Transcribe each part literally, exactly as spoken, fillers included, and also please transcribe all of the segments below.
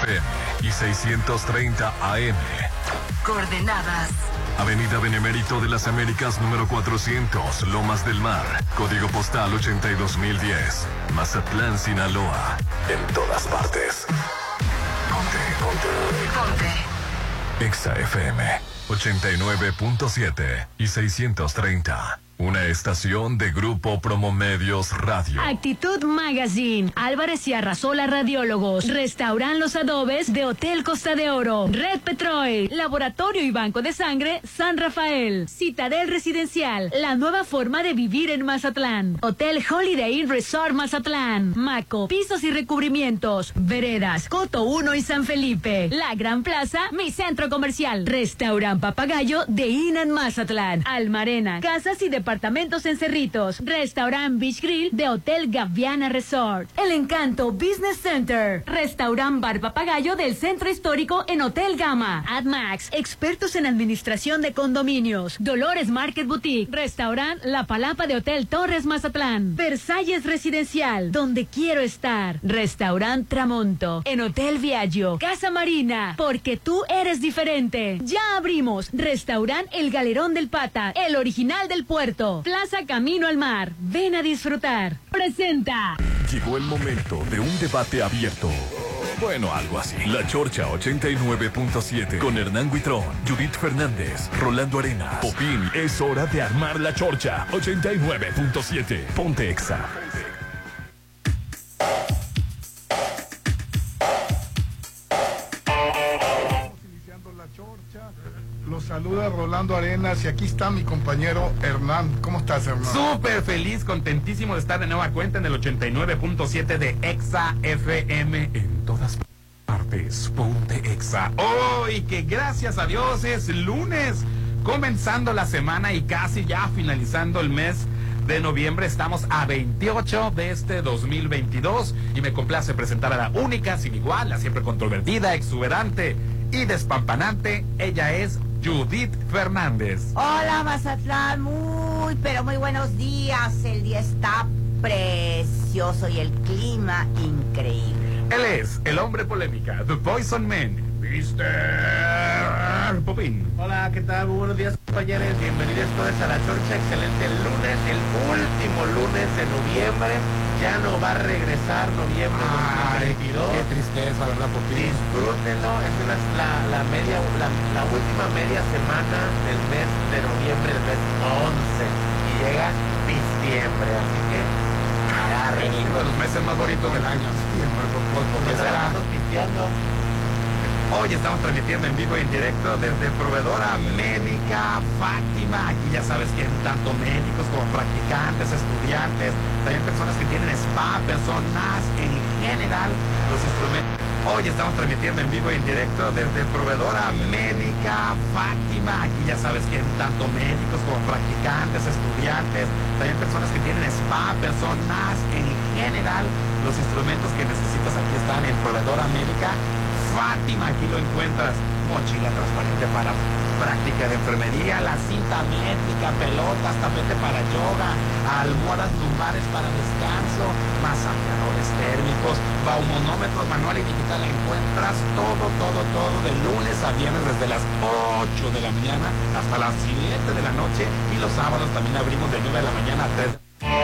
F M y seiscientos treinta A M. Coordenadas: Avenida Benemérito de las Américas número cuatrocientos, Lomas del Mar, código postal ochenta y dos mil diez, Mazatlán, Sinaloa. En todas partes. Ponte, ponte. Ponte. Exa F M ochenta y nueve punto siete y seiscientos treinta. Una estación de Grupo Promomedios Radio. Actitud Magazine, Álvarez y Arrasola Radiólogos, Restaurant Los Adobes de Hotel Costa de Oro, Red Petrol, Laboratorio y Banco de Sangre San Rafael, Citadel Residencial, la nueva forma de vivir en Mazatlán, Hotel Holiday Inn Resort Mazatlán, Maco, pisos y recubrimientos, Veredas, Coto uno y San Felipe, La Gran Plaza, mi centro comercial, Restaurant Papagayo de Inn en Mazatlán, Almarena, casas y departamentos en Cerritos, Restaurant Beach Grill de Hotel Gaviana Resort, El Encanto Business Center, Restaurant Bar Papagayo del Centro Histórico en Hotel Gama, AdMax, expertos en administración de condominios, Dolores Market Boutique, Restaurant La Palapa de Hotel Torres Mazatlán, Versalles Residencial, donde quiero estar, Restaurant Tramonto, en Hotel Viaggio, Casa Marina, porque tú eres diferente. Ya abrimos Restaurant El Galerón del Pata, el original del puerto, Plaza Camino al Mar. Ven a disfrutar. Presenta. Llegó el momento de un debate abierto. Bueno, algo así. La Chorcha ochenta y nueve punto siete con Hernán Huitrón, Judith Fernández, Rolando Arenas, Popín. Es hora de armar la Chorcha ochenta y nueve punto siete. Ponte Exa. Los saluda Rolando Arenas y aquí está mi compañero Hernán. ¿Cómo estás, Hernán? Súper feliz, contentísimo de estar de nueva cuenta en el ochenta y nueve punto siete de Exa F M. En todas partes, ponte Exa. Oh, y que gracias a Dios es lunes, comenzando la semana y casi ya finalizando el mes de noviembre. Estamos a veintiocho de este dos mil veintidós y me complace presentar a la única, sin igual, la siempre controvertida, exuberante y despampanante. Ella es Judith Fernández. Hola, Mazatlán, muy, pero muy buenos días. El día está precioso y el clima increíble. Él es el hombre polémica, The Poison Man, mister Popín. Hola, ¿qué tal? Muy buenos días, compañeros. Bienvenidos todos a la Chorcha. Excelente lunes, el último lunes de noviembre. Ya no va a regresar noviembre de dos mil veintidós. Qué tristeza, ¿verdad, Popín? Disfrútenlo. Es la, la, la, media, la, la última media semana del mes de noviembre, el mes once. Y llega diciembre, así que agárrense. Uno de los meses más bonitos del año. ¿Por qué será? Hoy estamos transmitiendo en vivo y en directo desde Proveedora Médica Fátima. Aquí ya sabes que tanto médicos como practicantes, estudiantes, también personas que tienen spa, personas en general, los instrumentos. Hoy estamos transmitiendo en vivo y en directo desde Proveedora Médica Fátima. Aquí ya sabes que tanto médicos como practicantes, estudiantes, también personas que tienen spa, personas en general, los instrumentos que necesitas aquí están en Proveedora Médica Fátima. Aquí lo encuentras: mochila transparente para práctica de enfermería, la cinta métrica, pelotas, tapete para yoga, almohadas lumbares para descanso, masajeadores térmicos, baumonómetros manual y digital. Encuentras todo, todo, todo de lunes a viernes desde las ocho de la mañana hasta las siete de la noche, y los sábados también abrimos de nueve de la mañana a tres.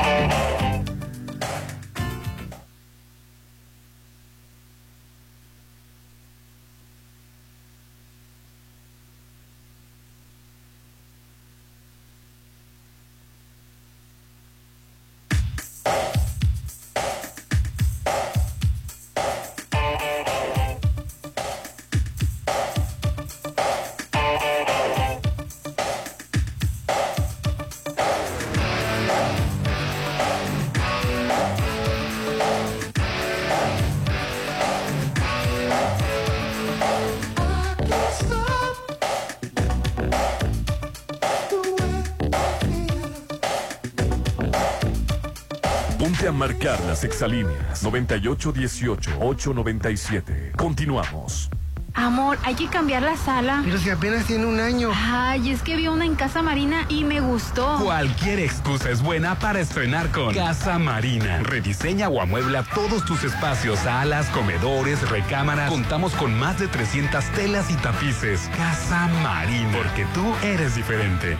Ponte a marcar las exalíneas noventa y ocho dieciocho ocho noventa y siete. Continuamos. Amor, hay que cambiar la sala. Pero si apenas tiene un año. Ay, es que vi una en Casa Marina y me gustó. Cualquier excusa es buena para estrenar con Casa Marina. Rediseña o amuebla todos tus espacios, salas, comedores, recámaras. Contamos con más de trescientas telas y tapices. Casa Marina, porque tú eres diferente.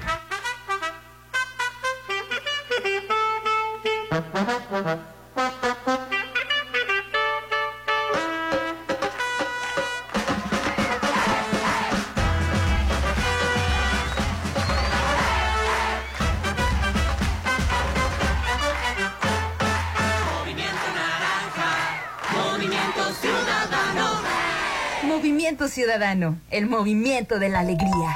Movimiento Ciudadano, el movimiento de la alegría.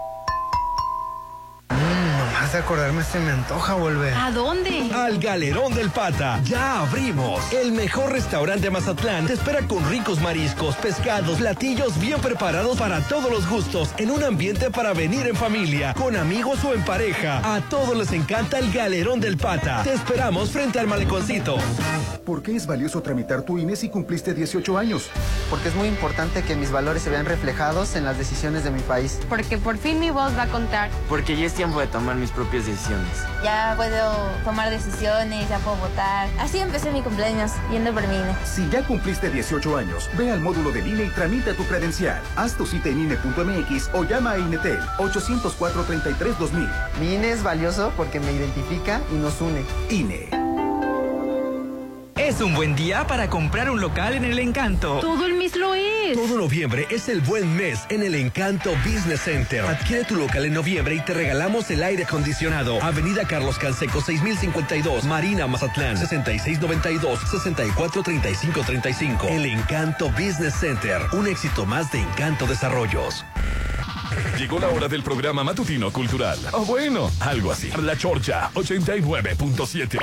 Nomás de acordarme se me antoja volver. ¿A dónde? Al Galerón del Pata. Ya abrimos. El mejor restaurante de Mazatlán te espera con ricos mariscos, pescados, platillos bien preparados para todos los gustos, en un ambiente para venir en familia, con amigos o en pareja. A todos les encanta el Galerón del Pata. Te esperamos frente al Maleconcito. ¿Por qué es valioso tramitar tu I N E si cumpliste dieciocho años? Porque es muy importante que mis valores se vean reflejados en las decisiones de mi país. Porque por fin mi voz va a contar. Porque ya es tiempo de tomar mis propias decisiones. Ya puedo tomar decisiones, ya puedo votar. Así empecé mi cumpleaños, yendo por mi I N E. Si ya cumpliste dieciocho años, ve al módulo del I N E y tramita tu credencial. Haz tu cita en I N E punto M X o llama a INETEL ochocientos cuatro, treinta y tres, dos mil. Mi I N E es valioso porque me identifica y nos une. I N E. Es un buen día para comprar un local en El Encanto. Todo el mes lo es. Todo noviembre es el buen mes en El Encanto Business Center. Adquiere tu local en noviembre y te regalamos el aire acondicionado. Avenida Carlos Canseco, seis mil cincuenta y dos, Marina, Mazatlán, sesenta y seis noventa y dos, sesenta y cuatro treinta y cinco treinta y cinco. El Encanto Business Center, un éxito más de Encanto Desarrollos. Llegó la hora del programa matutino cultural. O bueno, algo así. La Chorcha ochenta y nueve punto siete.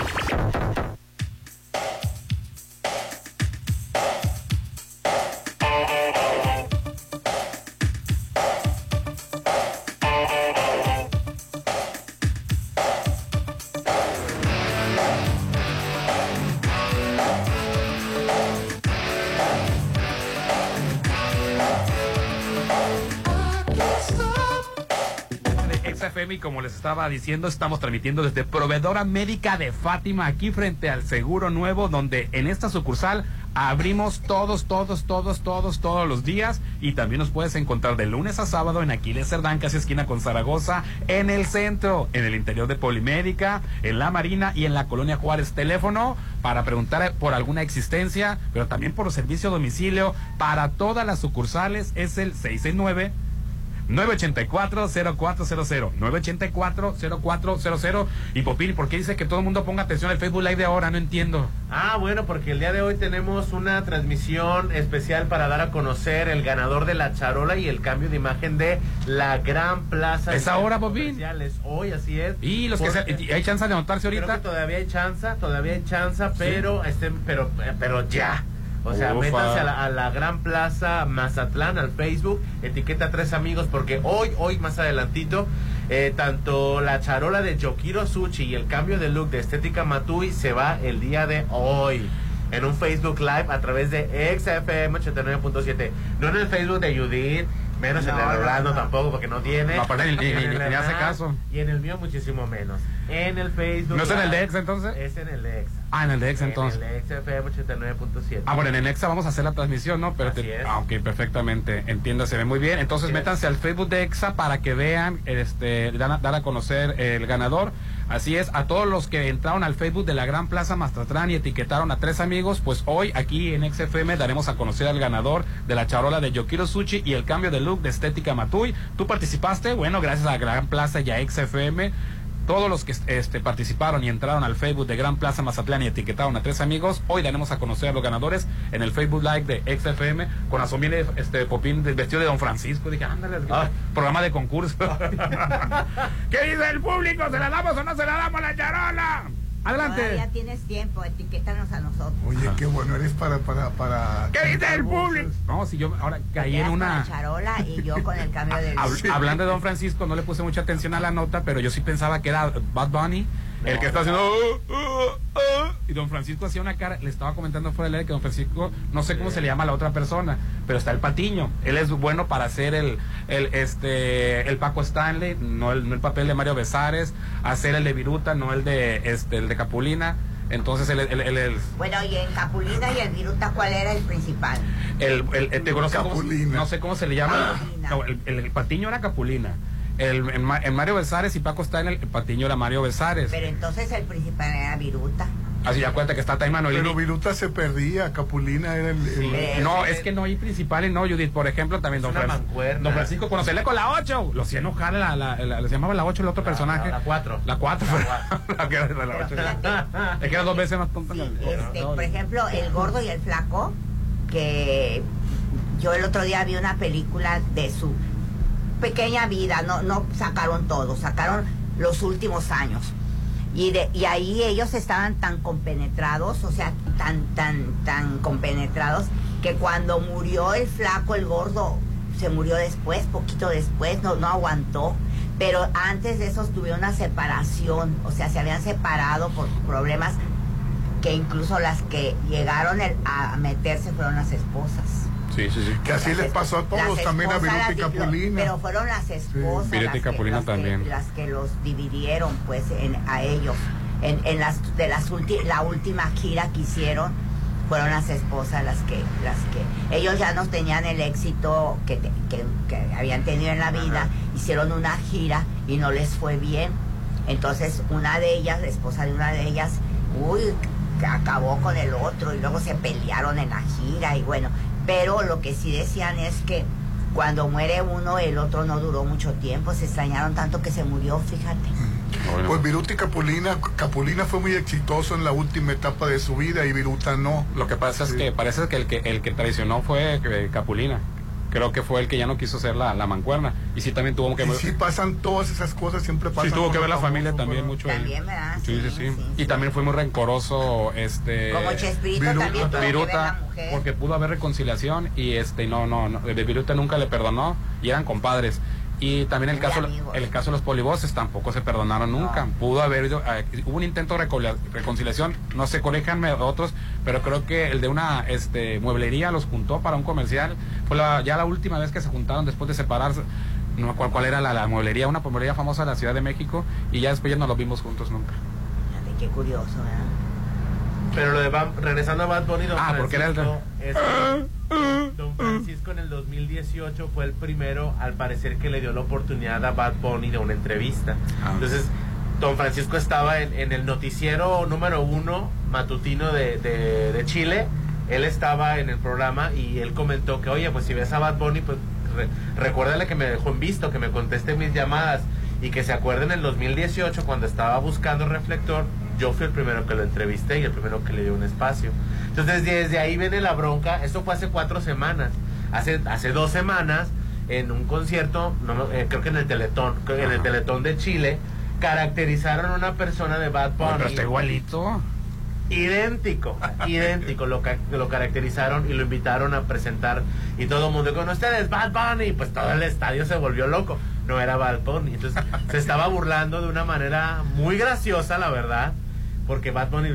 Y como les estaba diciendo, estamos transmitiendo desde Proveedora Médica de Fátima, aquí frente al Seguro Nuevo, donde en esta sucursal abrimos todos, todos, todos, todos, todos los días, y también nos puedes encontrar de lunes a sábado en Aquiles Cerdán, casi esquina con Zaragoza, en el centro, en el interior de Polimédica, en La Marina y en la Colonia Juárez. Teléfono para preguntar por alguna existencia, pero también por servicio a domicilio para todas las sucursales es el seis seis nueve, nueve ocho cuatro, cero cuatro cero cero, nueve ocho cuatro, cero cuatro cero cero. Y Popín, ¿por qué dice que todo el mundo ponga atención al Facebook Live de ahora? No entiendo. Ah, bueno, porque el día de hoy tenemos una transmisión especial para dar a conocer el ganador de la charola y el cambio de imagen de la Gran Plaza. ¿Es ahora, Popín? Es hoy, así es. Y los porque, que se, hay chance de anotarse ahorita. Creo que todavía hay chance, todavía hay chance, pero, sí. este, pero, pero ya. O sea, Ufa. métanse a la, a la Gran Plaza Mazatlán, al Facebook, etiqueta a tres amigos, porque hoy, hoy más adelantito, eh, tanto la charola de Yokiro Sushi y el cambio de look de Estética Matui se va el día de hoy, en un Facebook Live a través de X F M ochenta y nueve punto siete, no en el Facebook de Judith, menos no, en el Orlando no, no. tampoco, porque no tiene. No, ni, ni, ni, ni hace caso. Y en el mío muchísimo menos. En el Facebook. ¿No es en el de Exa entonces? Es en el de Exa. Ah, en el de Exa entonces. En el X F M ochenta y nueve punto siete. Ah, bueno, en el Exa vamos a hacer la transmisión, ¿no? Pero Así te... es. Ah, ok, perfectamente. Entiendo, se ve muy bien. Entonces Así métanse es. al Facebook de Exa para que vean, este, dar a, dar a conocer el ganador. Así es, a todos los que entraron al Facebook de la Gran Plaza Mazatlán y etiquetaron a tres amigos, pues hoy aquí en X F M daremos a conocer al ganador de la charola de Yokiro Sushi y el cambio de look de Estética Matui. ¿Tú participaste? Bueno, gracias a la Gran Plaza y a X F M. Todos los que este, participaron y entraron al Facebook de Gran Plaza Mazatlán y etiquetaron a tres amigos, hoy daremos a conocer a los ganadores en el Facebook Live de X F M con Asomile este, Popín vestido de Don Francisco. Dije, ándale, ah. programa de concurso. ¿Qué dice el público? ¿Se la damos o no se la damos a la charola? Adelante. Todavía tienes tiempo, etiquétanos a nosotros. Oye, qué bueno eres para, para, para. ¿Qué dice el público? No, si yo ahora caí en una. Con la charola y yo con el cambio de. Sí. Hablando de Don Francisco, no le puse mucha atención a la nota, pero yo sí pensaba que era Bad Bunny, no, el que está haciendo. Uh, uh, uh, y don Francisco hacía una cara, le estaba comentando fuera del aire que don Francisco, no sé cómo se le llama a la otra persona, pero está el Patiño, él es bueno para hacer el, el este el Paco Stanley, no el, no el papel de Mario Besares, hacer el de Viruta, no el de este el de Capulina. Entonces el, el, el, el bueno, y en Capulina y el Viruta, ¿cuál era el principal? El, el, el, el no, sé cómo, no sé cómo se le llama. No, el, el, el Patiño era Capulina. El, el, el Mario Besares y Paco está en el, el Patiño era Mario Besares. Pero entonces el principal era Viruta. Así ya cuenta que está Tay Manolini. Pero Viruta se perdía, Capulina era el... el... Sí, no, es que no hay principales, no, Judith. Por ejemplo, también don, Fran... don Francisco, conocerle con la ocho. Lo hacía enojar, la, la, la, la, se llamaba la ocho el otro la, personaje. La cuatro. La cuatro. La que era la ocho. Es que era dos veces más tonta. Sí, este, por ejemplo, el gordo y el flaco, que yo el otro día vi una película de su pequeña vida, no, no sacaron todo, sacaron los últimos años. Y, de, y ahí ellos estaban tan compenetrados, o sea, tan, tan, tan compenetrados, que cuando murió el flaco, el gordo, se murió después, poquito después, no, no aguantó. Pero antes de eso tuvieron una separación, o sea, se habían separado por problemas que incluso las que llegaron el, a meterse fueron las esposas. Sí, sí, sí. Que así las les pasó a todos, también a Viruta y Capulina. Pero fueron las esposas sí. las, y Capulina que, las, también. que, las que los dividieron, pues, en, a ellos. En, en las de las ulti, la última gira que hicieron, fueron las esposas las que, las que ellos ya no tenían el éxito que, que, que habían tenido en la vida. Ajá. Hicieron una gira y no les fue bien. Entonces, una de ellas, la esposa de una de ellas, uy, que acabó con el otro y luego se pelearon en la gira y bueno. Pero lo que sí decían es que cuando muere uno, el otro no duró mucho tiempo, se extrañaron tanto que se murió, fíjate. Bueno. Pues Viruta y Capulina, Capulina fue muy exitoso en la última etapa de su vida y Viruta no. Lo que pasa sí. es que parece que el que el que traicionó fue eh, Capulina. Creo que fue el que ya no quiso ser la, la mancuerna. Y sí también tuvo que... Y sí pasan todas esas cosas, siempre pasan. Sí tuvo que ver la familia famoso, también mucho. También, ¿verdad? Sí, sí, sí. sí. sí y sí. también fue muy rencoroso, este... Como Chespirito Viruta, también tuvo Viruta, que ver la mujer. Porque pudo haber reconciliación y este, no, no, no, de Viruta nunca le perdonó y eran compadres. Y también el caso, el caso de los polivoces tampoco se perdonaron nunca. No. Pudo haber ido, eh, hubo un intento de reconciliación, no sé, corríjanme otros, pero creo que el de una este mueblería los juntó para un comercial. Fue la, ya la última vez que se juntaron después de separarse. No me acuerdo cuál era la, la mueblería, una mueblería famosa de la Ciudad de México, y ya después ya no los vimos juntos nunca. Fíjate, qué curioso, ¿verdad? Pero lo de Bad, regresando a Bad Bunny, don ah, Francisco, porque era el... es que don Francisco en el dos mil dieciocho fue el primero, al parecer, que le dio la oportunidad a Bad Bunny de una entrevista. Ah. Entonces, don Francisco estaba en, en el noticiero número uno matutino de, de, de Chile. Él estaba en el programa y él comentó que, oye, pues si ves a Bad Bunny, pues re, recuérdale que me dejó en visto, que me conteste mis llamadas y que se acuerden en el dos mil dieciocho cuando estaba buscando Reflector. Yo fui el primero que lo entrevisté y el primero que le dio un espacio. Entonces, desde ahí viene la bronca. Esto fue hace cuatro semanas. Hace, hace dos semanas, en un concierto, no, eh, creo que en el Teletón, en el Teletón de Chile, caracterizaron a una persona de Bad Bunny. Pero está igualito. Idéntico, idéntico. Lo, lo caracterizaron y lo invitaron a presentar. Y todo el mundo con ustedes, Bad Bunny. Pues todo el estadio se volvió loco. No era Bad Bunny. Entonces, se estaba burlando de una manera muy graciosa, la verdad. Porque Bad Bunny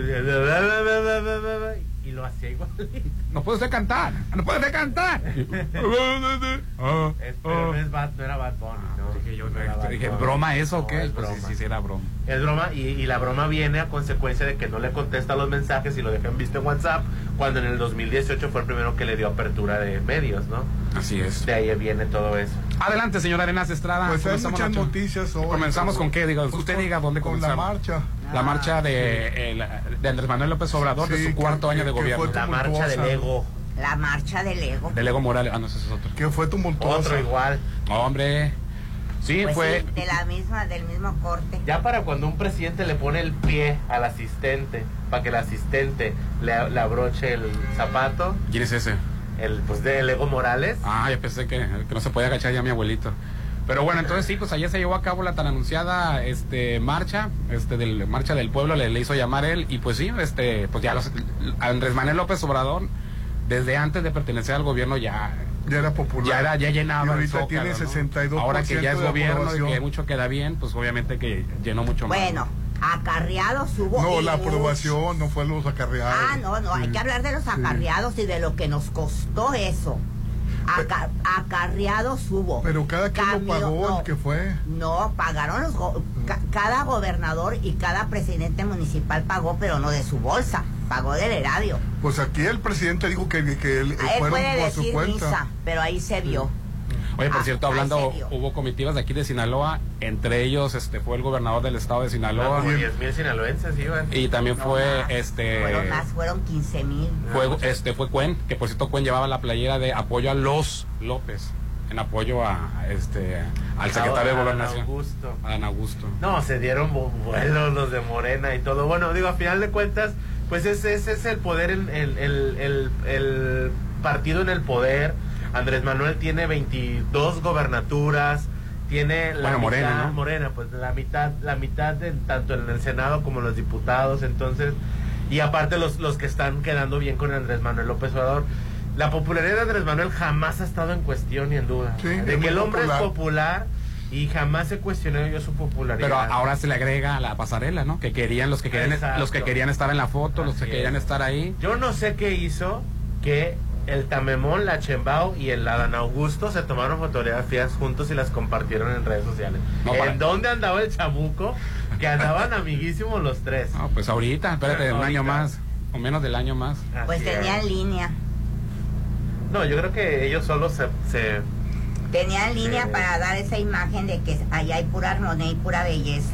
y lo hacía igual. No puede usted cantar, no puede usted cantar. oh, es, pero oh. no, es Bad, no era Bad Bunny, ¿no? Dije, yo, no era Bad dije Bunny. ¿broma eso o qué? No, es pues broma. Sí, sí, era broma. Es broma y, y la broma viene a consecuencia de que no le contesta los mensajes y lo dejan visto en WhatsApp, cuando en el dos mil dieciocho fue el primero que le dio apertura de medios, ¿no? Así es. De ahí viene todo eso. Adelante, señora Arenas Estrada. Pues hay muchas noticias hoy. ¿Comenzamos con qué? Diga, pues usted con, diga dónde con comenzamos. la marcha. La marcha de, sí. el, de Andrés Manuel López Obrador, sí, de su cuarto que, año de que gobierno. La marcha del ego. La marcha del ego. Del ego Morales. Ah, no, ese es otro. Que fue tumultuosa. Otro igual. Hombre. Sí, pues fue. Sí, de la misma, del mismo corte. Ya para cuando un presidente le pone el pie al asistente, para que el asistente le, le abroche el zapato. ¿Quién es ese? El, pues, del Ego Morales. Ah, yo pensé que, que no se podía agachar ya mi abuelito. Pero bueno, entonces sí, pues ayer se llevó a cabo la tan anunciada este marcha, este del marcha del pueblo, le, le hizo llamar él, y pues sí, este, pues ya los, Andrés Manuel López Obrador, desde antes de pertenecer al gobierno ya ya era popular, ya era, ya llenaba y ahorita el Zócalo, tiene sesenta y dos por ciento. Ahora que ya es de gobierno y aprobación. que mucho queda bien, pues obviamente que llenó mucho bueno, más. Bueno, Acarreados hubo. No, y la mucho. aprobación no fue los acarreados. Ah, no, no, Sí. hay que hablar de los acarreados y de lo que nos costó eso. Aca acarreados hubo. Pero cada quien Cambio, lo pagó, no, el que fue. No, pagaron los go ca cada gobernador y cada presidente municipal pagó, pero no de su bolsa, pagó del erario. Pues aquí el presidente dijo que, que él, Él fueron puede por su decir cuenta. misa, pero ahí se vio. Oye, por Ah, cierto, ahí hablando, se vio. hubo comitivas de aquí de Sinaloa, entre ellos este fue el gobernador del estado de Sinaloa. Como diez mil sinaloenses iban. Y también No fue más. este Fueron más, fueron quince mil. fue este fue Cuen, que por cierto Cuen llevaba la playera de apoyo a los López, en apoyo a este al secretario de Gobernación, Augusto. a Dan Augusto. No, se dieron vu- vuelos los de Morena y todo. Bueno, digo, a final de cuentas, pues ese, ese es el poder, el, el, el, el, el partido en el poder. Andrés Manuel tiene veintidós gobernaturas, tiene la Bueno, mitad, Morena, ¿no? Morena, pues la mitad, la mitad de, tanto en el Senado como en los diputados, entonces, y aparte los, los que están quedando bien con Andrés Manuel López Obrador. La popularidad de Andrés Manuel jamás ha estado en cuestión ni en duda. Sí, de es que el muy hombre popular. es popular y jamás he cuestionado yo su popularidad. Pero ahora se le agrega la pasarela, ¿no? Que querían los que querían Exacto. los que querían estar en la foto, los que Así querían es. estar ahí. Yo no sé qué hizo que el Tamemón, la Chembao y el Adán Augusto se tomaron fotografías juntos y las compartieron en redes sociales. No, ¿En para- dónde andaba el chamuco? Que andaban amiguísimos los tres. No, pues ahorita, espérate, un Ahorita. año más o menos del año más. Pues Así es. tenían línea. No, yo creo que ellos solo se... se Tenían línea Sí. para dar esa imagen de que allá hay pura armonía y pura belleza.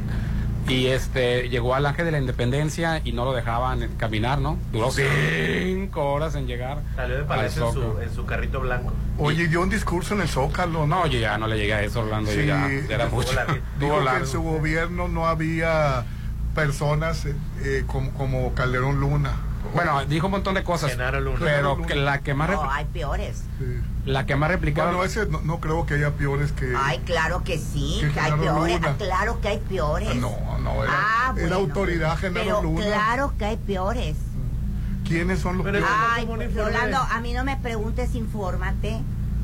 Y este llegó al Ángel de la Independencia y no lo dejaban caminar, ¿no? Duró cinco horas en llegar. salió de al palacio en su, Zócalo. en su carrito blanco. Oye, dio un discurso en el Zócalo, ¿no? No, yo ya no le llegué a eso, Orlando. yo Sí, ya, ya era estuvo mucho. largo. Estuvo Dijo que largo. en su gobierno no había personas eh, eh, como, como Calderón Luna. Bueno, dijo un montón de cosas, Genaro Luna. pero que la que más No, repli- hay peores. Sí. la que más replicaron Bueno, ese no, no creo que haya peores que... Ay, claro que sí, ¿Qué que hay Genaro peores. Luna? Ah, claro que hay peores. No, no, era, Ah, era bueno, autoridad Genaro pero Luna. claro que hay peores. ¿Quiénes son los Pero- peores? Ay, como un informe Rolando, de- a mí no me preguntes, infórmate.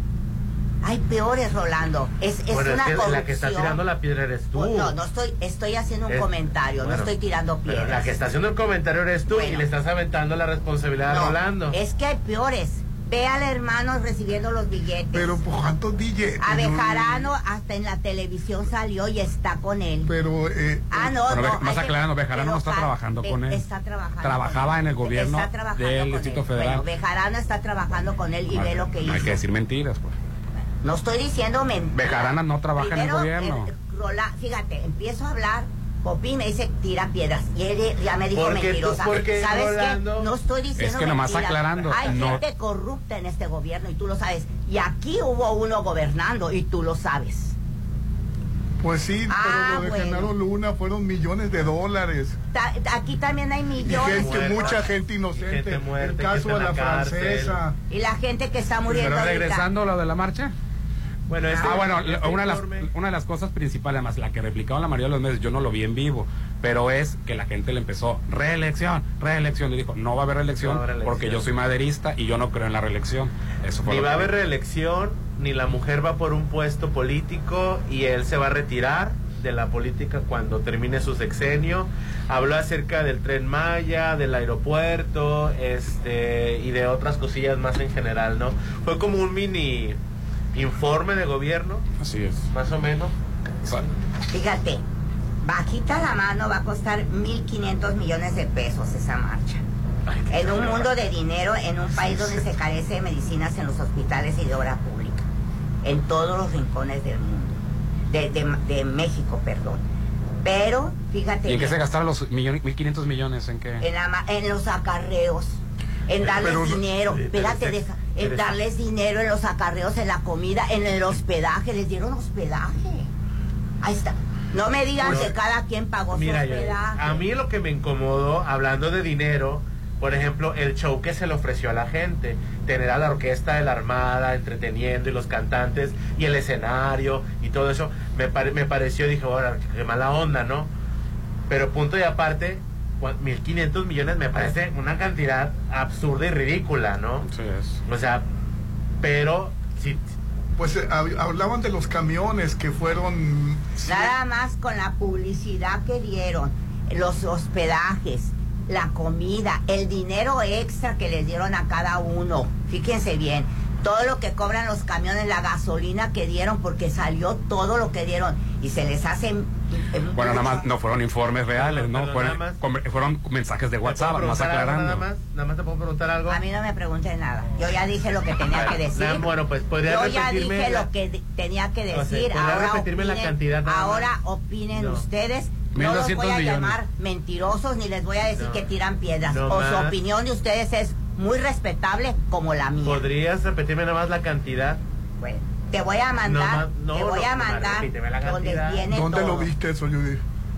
Hay peores, Rolando. Es, es bueno, una es que corrupción. la que está tirando la piedra eres tú. No, no estoy, estoy haciendo un Es- comentario, bueno, no estoy tirando Pero piedras. la que está haciendo el comentario eres tú Bueno. y le estás aventando la responsabilidad No, a Rolando. es que hay peores. Ve al hermano recibiendo los billetes. Pero ¿por cuántos billetes? A Bejarano hasta en la televisión salió y está con él. Pero, eh, Ah, no, Pero no. ve- más hay que- aclarando, Bejarano no está pero trabajando Be- con él. Está trabajando. Trabajaba con él. en el gobierno Está trabajando del con Distrito él. Federal. Bueno, Bejarano está trabajando con él y No, ve lo que no hizo. hay que decir mentiras, pues. No estoy diciendo mentiras. Bejarano no trabaja en el Primero, gobierno. eh, Rola- fíjate, empiezo a hablar, Popín me dice tira piedras y él ya me dijo Porque tú- mentirosa. porque, ¿Sabes Rolando, qué? No estoy diciendo es que nomás mentiras. aclarando, Hay no- gente corrupta en este gobierno y tú lo sabes. Y aquí hubo uno gobernando y tú lo sabes. pues sí, Ah, pero lo de bueno. Genaro Luna fueron millones de dólares. Ta- aquí también hay Y millones. gente, muerta. mucha gente inocente. Gente muerta, el gente caso en de la la cárcel. francesa. Y la gente que está muriendo Pero ahorita. regresando a lo de la marcha. Bueno, este, Ah, bueno, este una de, las, informe- una de las cosas principales, además, la que replicaban la mayoría de los medios, yo no lo vi en vivo, pero es que la gente le empezó, reelección, reelección, y dijo, no va a haber reelección, No va a haber reelección. porque yo soy maderista y yo no creo en la reelección. Eso fue Ni lo va a que- haber reelección, ni la mujer va por un puesto político y él se va a retirar de la política cuando termine su sexenio. Habló acerca del Tren Maya, del aeropuerto, este, y de otras cosillas más en general, ¿no? Fue como un mini informe de gobierno, Así es. más o menos. O sea, Fíjate, bajita la mano va a costar mil quinientos millones de pesos esa marcha. En un mundo de dinero, en un país donde se carece de medicinas en los hospitales y de obra pública, en todos los rincones del mundo, de, de, de México, perdón. Pero, fíjate, ¿y en qué bien, se gastaron los mil quinientos millones? ¿En qué? en, la ma- en los acarreos, en darles Pero no- dinero, Sí, pero espérate, es- deja, pero en es- darles dinero en los acarreos, en la comida, en el hospedaje, les dieron hospedaje. Ahí está. No me digan Pues, que cada quien pagó Mira, su yo, hospedaje. a mí lo que me incomodó, hablando de dinero, por ejemplo, el show que se le ofreció a la gente, tener a la orquesta de la Armada entreteniendo y los cantantes y el escenario y todo eso, me, pare- me pareció, dije, ahora, qué mala onda, ¿no? Pero punto y aparte, cua- mil quinientos millones me parece una cantidad absurda y ridícula, ¿no? Sí es. O sea, pero si... Pues eh, hablaban de los camiones que fueron... Nada más con la publicidad que dieron, los hospedajes, la comida, el dinero extra que les dieron a cada uno. Fíjense bien, todo lo que cobran los camiones, la gasolina que dieron, porque salió todo lo que dieron y se les hacen... Bueno, nada más no fueron informes reales, ¿no? Pero Fueron, nada con- fueron mensajes de WhatsApp, más aclarando. Nada más, nada más te puedo preguntar algo. A mí no me pregunten nada. Yo ya dije lo que tenía que decir. Nah, bueno, pues podría Yo ya repetirme dije la- lo que de- tenía que O sea, decir. ¿podría ahora repetirme la opinen, cantidad nada más? ahora opinen No. ustedes. mil No los doscientos voy a millones. llamar mentirosos ni les voy a decir No. que tiran piedras. No o más. su opinión de ustedes es muy respetable como la mía. ¿Podrías repetirme nada más la cantidad? Bueno, te voy a mandar, No, no, te voy no, a no, mandar repíteme la donde cantidad. viene ¿Dónde todo. lo viste eso, Judy?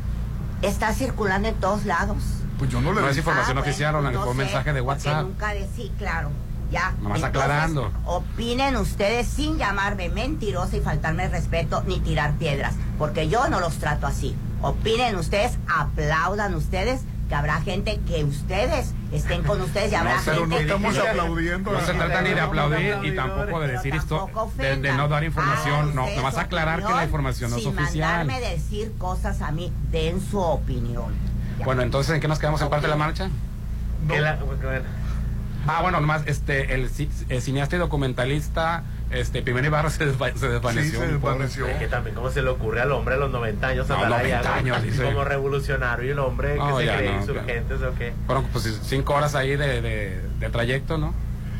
Está circulando en todos lados. Pues yo no lo No vi. es información Ah, oficial, bueno, Rolando, no fue un sé, mensaje de porque WhatsApp. Nunca de sí, claro. Ya. Nomás Entonces, aclarando. opinen ustedes sin llamarme mentirosa y faltarme el respeto ni tirar piedras, porque yo no los trato así. Opinen ustedes, aplaudan ustedes, que habrá gente que ustedes estén con ustedes y habrá No, pero gente no estamos que... aplaudiendo. No se trata ni de aplaudir y Pero tampoco de decir esto, tampoco de, de no dar información, ofendan. no, Ah, nomás ustedes aclarar que la opinión, información no es sin oficial. mandarme decir cosas a mí, den su opinión. Ya. Bueno, entonces, ¿en qué nos quedamos en parte de la marcha? Que la- bueno, Ah, bueno, nomás, este, el, ci- el cineasta y documentalista, este, Primero Ibarra se, desva- se desvaneció. Sí, se mi pobre. desvaneció. es que también cómo se le ocurre al hombre a los noventa años No, andar ahí noventa algo años, dice. como revolucionario y el hombre No, que se ya cree no, insurgentes o qué. Fueron pues cinco horas ahí de, de, de trayecto, ¿no?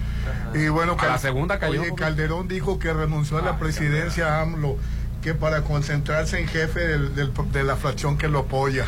Y bueno, A la segunda cayó. Oye, Calderón dijo que renunció a la Ah, presidencia AMLO, que para concentrarse en jefe del- del- de la fracción que lo apoya,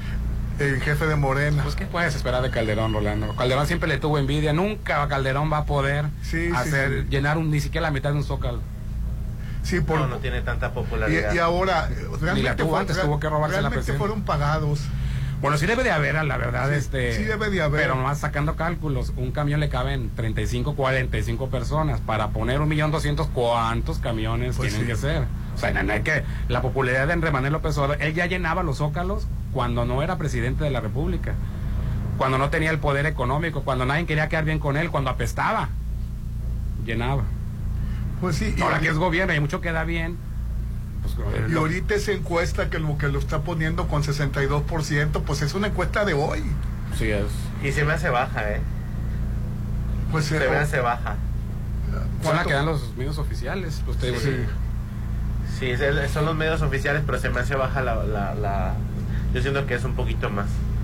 el jefe de Morena. Pues, ¿qué puedes esperar de Calderón, Rolando? Calderón siempre le tuvo envidia. Nunca Calderón va a poder Sí, sí, hacer, sí. llenar un, ni siquiera la mitad de un zócalo. Sí, por, No, no tiene tanta popularidad. y, y ahora, eh, Ni la realmente, tuvo fue- antes, tuvo que robarse la realmente presidencia. fueron pagados. Bueno, sí debe de haber, la verdad, Sí, este... sí debe de haber. Pero nomás sacando cálculos, un camión le caben treinta y cinco, cuarenta y cinco personas. Para poner un millón doscientos, ¿cuántos camiones Pues tienen sí. que ser? O sea, no hay que... La popularidad de Andrés Manuel López Obrador, él ya llenaba los zócalos cuando no era presidente de la República. Cuando no tenía el poder económico, cuando nadie quería quedar bien con él, cuando apestaba. Llenaba. Pues sí, y, Ahora que es gobierno y mucho queda bien, pues, y lo- ahorita esa encuesta que lo que lo está poniendo con sesenta y dos por ciento, pues es una encuesta de hoy. sí es. Y se me hace baja, ¿eh? Pues Se eh, me hace baja. Son las ¿cuánto? que dan los medios oficiales. Pues, te digo, Sí. Sí, es- son los medios oficiales, pero se me hace baja la, la, la... Yo siento que es un poquito más.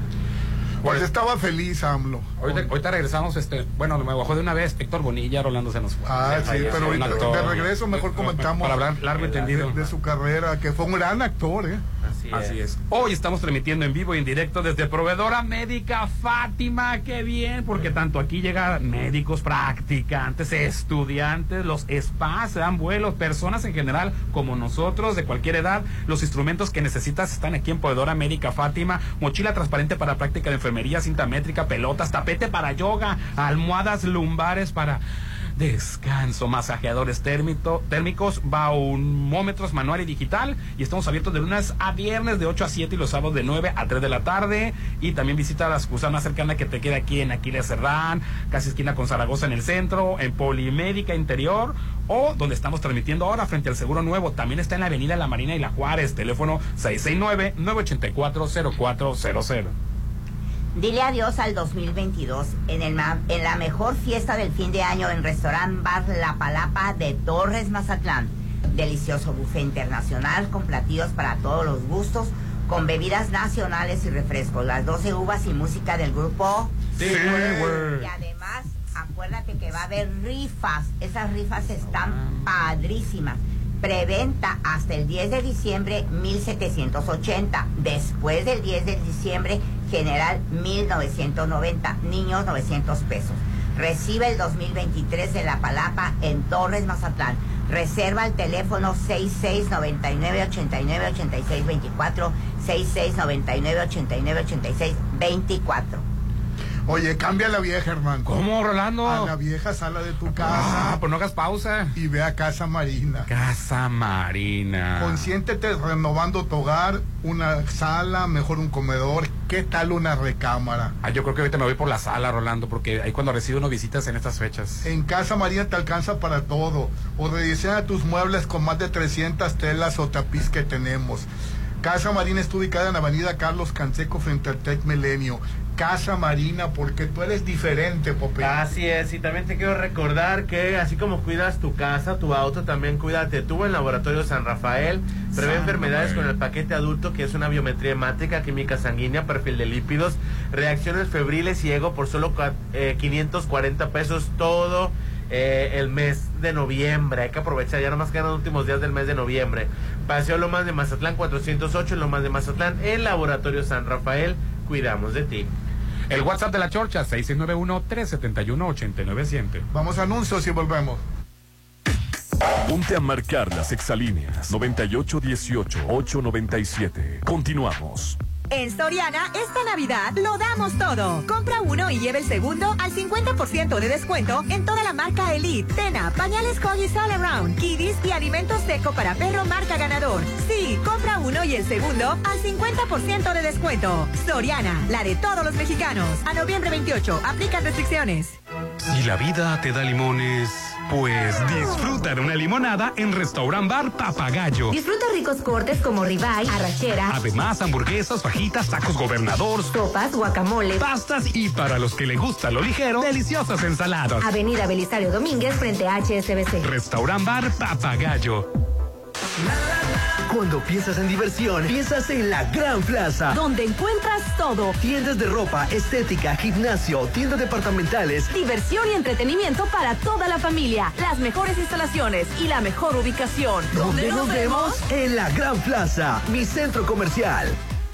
Pues estaba feliz AMLO. Ahorita, ahorita regresamos, este, bueno, me bajó de una vez Héctor Bonilla, Rolando se nos fue. Ah, sí, falleció, pero un ahorita actor. de regreso mejor comentamos Para hablar largo y de- tendido. de, de su carrera, que fue un gran actor, ¿eh? Así, Así es. es. Hoy estamos transmitiendo en vivo y en directo desde Proveedora Médica Fátima. Qué bien, porque tanto aquí llegan médicos, practicantes, estudiantes, los spas, se dan vuelos, personas en general como nosotros, de cualquier edad. Los instrumentos que necesitas están aquí en Proveedora Médica Fátima. Mochila transparente para práctica de enfermería, cinta métrica, pelotas, tapete para yoga, almohadas lumbares para descanso, masajeadores térmito, térmicos, baumómetros manual y digital, y estamos abiertos de lunes a viernes de ocho a siete y los sábados de nueve a tres de la tarde. Y también visita la sucursal más cercana que te queda aquí en Aquiles Cerdán, casi esquina con Zaragoza en el centro, en Polimédica Interior, o donde estamos transmitiendo ahora frente al Seguro Nuevo. También está en la avenida La Marina y La Juárez, teléfono seis seis nueve, nueve ocho cuatro, cero cuatro cero cero. Dile adiós al dos mil veintidós en, el ma- en la mejor fiesta del fin de año en Restaurant Bar La Palapa de Torres, Mazatlán. Delicioso buffet internacional con platillos para todos los gustos, con bebidas nacionales y refrescos, las doce uvas y música del grupo. Sí, güey. Y además, acuérdate que va a haber rifas. Esas rifas están padrísimas. Preventa hasta el diez de diciembre, mil setecientos ochenta. Después del diez de diciembre, general, mil novecientos noventa. Niños, novecientos pesos. Recibe el dos mil veintitrés de La Palapa en Torres, Mazatlán. Reserva el teléfono seis seis nueve nueve, ocho nueve, ocho seis dos cuatro, seis seis nueve nueve, ocho nueve, ocho seis dos cuatro. Oye, cambia a la vieja, hermano. ¿Cómo, Rolando? A la vieja sala de tu casa. Ah, pues no hagas pausa. Y ve a Casa Marina. Casa Marina. Consiéntete renovando tu hogar, una sala, mejor un comedor. ¿Qué tal una recámara? Ah, yo creo que ahorita me voy por la sala, Rolando, porque ahí cuando recibo uno visitas en estas fechas. En Casa Marina te alcanza para todo. O rediseña tus muebles con más de trescientas telas o tapiz que tenemos. Casa Marina está ubicada en la avenida Carlos Canseco frente al Tec Milenio. Casa Marina, porque tú eres diferente, Pope. Así es, y también te quiero recordar que así como cuidas tu casa, tu auto, también cuídate tú en Laboratorio San Rafael. Prevé San enfermedades Rafael. con el paquete adulto, que es una biometría hemática, química sanguínea, perfil de lípidos, reacciones febriles y ego por solo eh, quinientos cuarenta pesos todo eh, el mes de noviembre. Hay que aprovechar, ya nomás quedan los últimos días del mes de noviembre. Paseo Lomas de Mazatlán cuatrocientos ocho, Lomas de Mazatlán, el Laboratorio San Rafael. Cuidamos de ti. El WhatsApp de la Chorcha, seis seis nueve uno, tres siete uno, ocho nueve cero cero. Vamos a anuncios y volvemos. Ponte a marcar las exalíneas noventa y ocho dieciocho, ocho noventa y siete. Continuamos. En Soriana, esta Navidad lo damos todo. Compra uno y lleve el segundo al cincuenta por ciento de descuento en toda la marca Elite, Tena, pañales Huggies All Around, Kiddies y alimentos seco para perro marca Ganador. Sí, compra uno y el segundo al cincuenta por ciento de descuento. Soriana, la de todos los mexicanos. A noviembre veintiocho, aplican restricciones. Si la vida te da limones, pues disfruta de una limonada en Restaurant Bar Papagayo. Disfruta ricos cortes como ribeye, arrachera. Además, hamburguesas, fajitas, tacos gobernador, sopas, guacamole, pastas y para los que le gusta lo ligero, deliciosas ensaladas. Avenida Belisario Domínguez frente a H S B C. Restaurant Bar Papagayo. Cuando piensas en diversión, piensas en la Gran Plaza, donde encuentras todo. Tiendas de ropa, estética, gimnasio, tiendas departamentales, diversión y entretenimiento para toda la familia, las mejores instalaciones y la mejor ubicación. ¿Dónde nos vemos? En la Gran Plaza, mi centro comercial.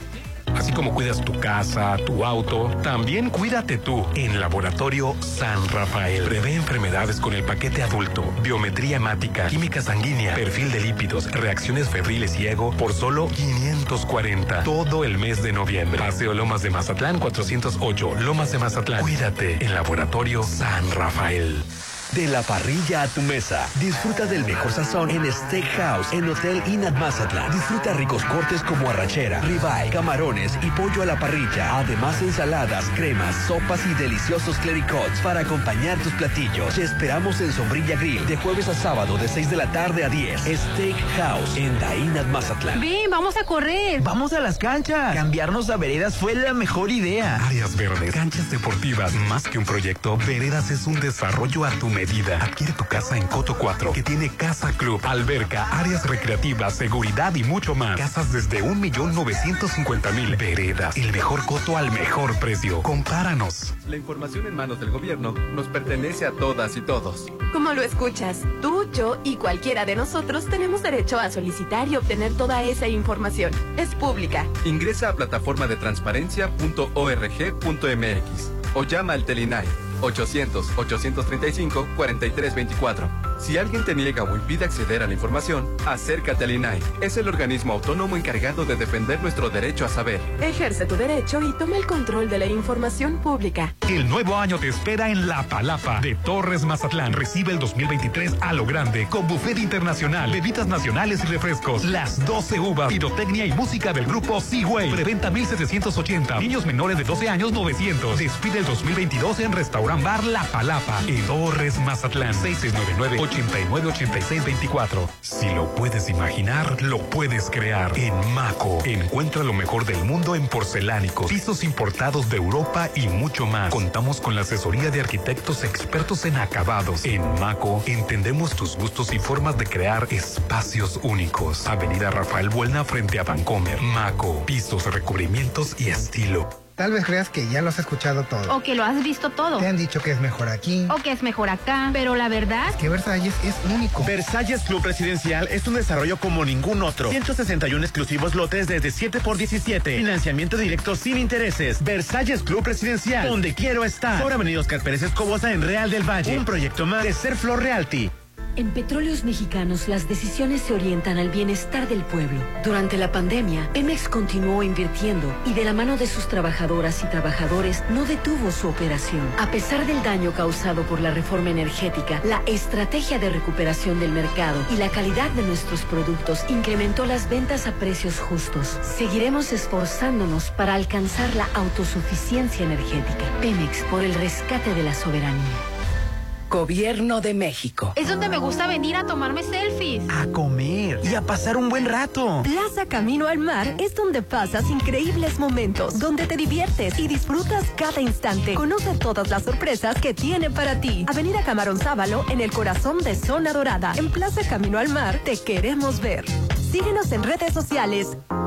Así como cuidas tu casa, tu auto, también cuídate tú en Laboratorio San Rafael. Prevé enfermedades con el paquete adulto, biometría hemática, química sanguínea, perfil de lípidos, reacciones febriles y ego por solo quinientos cuarenta todo el mes de noviembre. Paseo Lomas de Mazatlán cuatrocientos ocho, Lomas de Mazatlán. Cuídate en Laboratorio San Rafael. De la parrilla a tu mesa. Disfruta del mejor sazón en Steakhouse, en Hotel Inat Mazatlán. Disfruta ricos cortes como arrachera, ribeye, camarones y pollo a la parrilla. Además, ensaladas, cremas, sopas y deliciosos clericots para acompañar tus platillos. Te esperamos en Sombrilla Grill de jueves a sábado de seis de la tarde a diez. Steakhouse en Inat Mazatlán. Ven, vamos a correr. Vamos a las canchas. Cambiarnos a veredas fue la mejor idea. Áreas verdes, canchas deportivas, más que un proyecto, Veredas es un desarrollo a tu medida. Adquiere tu casa en Coto cuatro, que tiene casa club, alberca, áreas recreativas, seguridad y mucho más. Casas desde un millón novecientos cincuenta mil. Veredas, el mejor coto al mejor precio. Compáranos. La información en manos del gobierno nos pertenece a todas y todos. Como lo escuchas, tú, yo y cualquiera de nosotros tenemos derecho a solicitar y obtener toda esa información. Es pública. Ingresa a plataforma de transparencia punto org punto mx o llama al Telinai ochocientos, ochocientos treinta y cinco, cuarenta y tres veinticuatro. Si alguien te niega o impide acceder a la información, acércate al I N A I. Es el organismo autónomo encargado de defender nuestro derecho a saber. Ejerce tu derecho y toma el control de la información pública. El nuevo año te espera en La Palapa de Torres Mazatlán. Recibe el dos mil veintitrés a lo grande, con buffet internacional, bebidas nacionales y refrescos, las doce uvas, pirotecnia y música del grupo Seaway. Preventa mil setecientos ochenta. Niños menores de doce años novecientos. Despide el dos mil veintidós en Restaurant Bar La Palapa en Torres Mazatlán. seis seis nueve nueve, ochenta y nueve, ochenta y seis veinticuatro. Si lo puedes imaginar, lo puedes crear. En Maco, encuentra lo mejor del mundo en porcelánicos, pisos importados de Europa y mucho más. Contamos con la asesoría de arquitectos expertos en acabados. En Maco, entendemos tus gustos y formas de crear espacios únicos. Avenida Rafael Buelna frente a Vancomer. Maco, pisos, recubrimientos y estilo. Tal vez creas que ya lo has escuchado todo. O que lo has visto todo. Te han dicho que es mejor aquí. O que es mejor acá. Pero la verdad... que Versalles es único. Versalles Club Residencial es un desarrollo como ningún otro. ciento sesenta y uno exclusivos lotes desde siete por diecisiete. Financiamiento directo sin intereses. Versalles Club Residencial, donde quiero estar. Sobre Avenida Oscar Pérez Escobosa en Real del Valle. Un proyecto más de Ser Flor Realty. En Petróleos Mexicanos las decisiones se orientan al bienestar del pueblo. Durante la pandemia, Pemex continuó invirtiendo y de la mano de sus trabajadoras y trabajadores no detuvo su operación. A pesar del daño causado por la reforma energética, la estrategia de recuperación del mercado y la calidad de nuestros productos incrementó las ventas a precios justos. Seguiremos esforzándonos para alcanzar la autosuficiencia energética. Pemex, por el rescate de la soberanía. Gobierno de México. Es donde me gusta venir a tomarme selfies. A comer y a pasar un buen rato. Plaza Camino al Mar es donde pasas increíbles momentos, donde te diviertes y disfrutas cada instante. Conoce todas las sorpresas que tiene para ti. Avenida Camarón Sábalo, en el corazón de Zona Dorada. En Plaza Camino al Mar te queremos ver. Síguenos en redes sociales.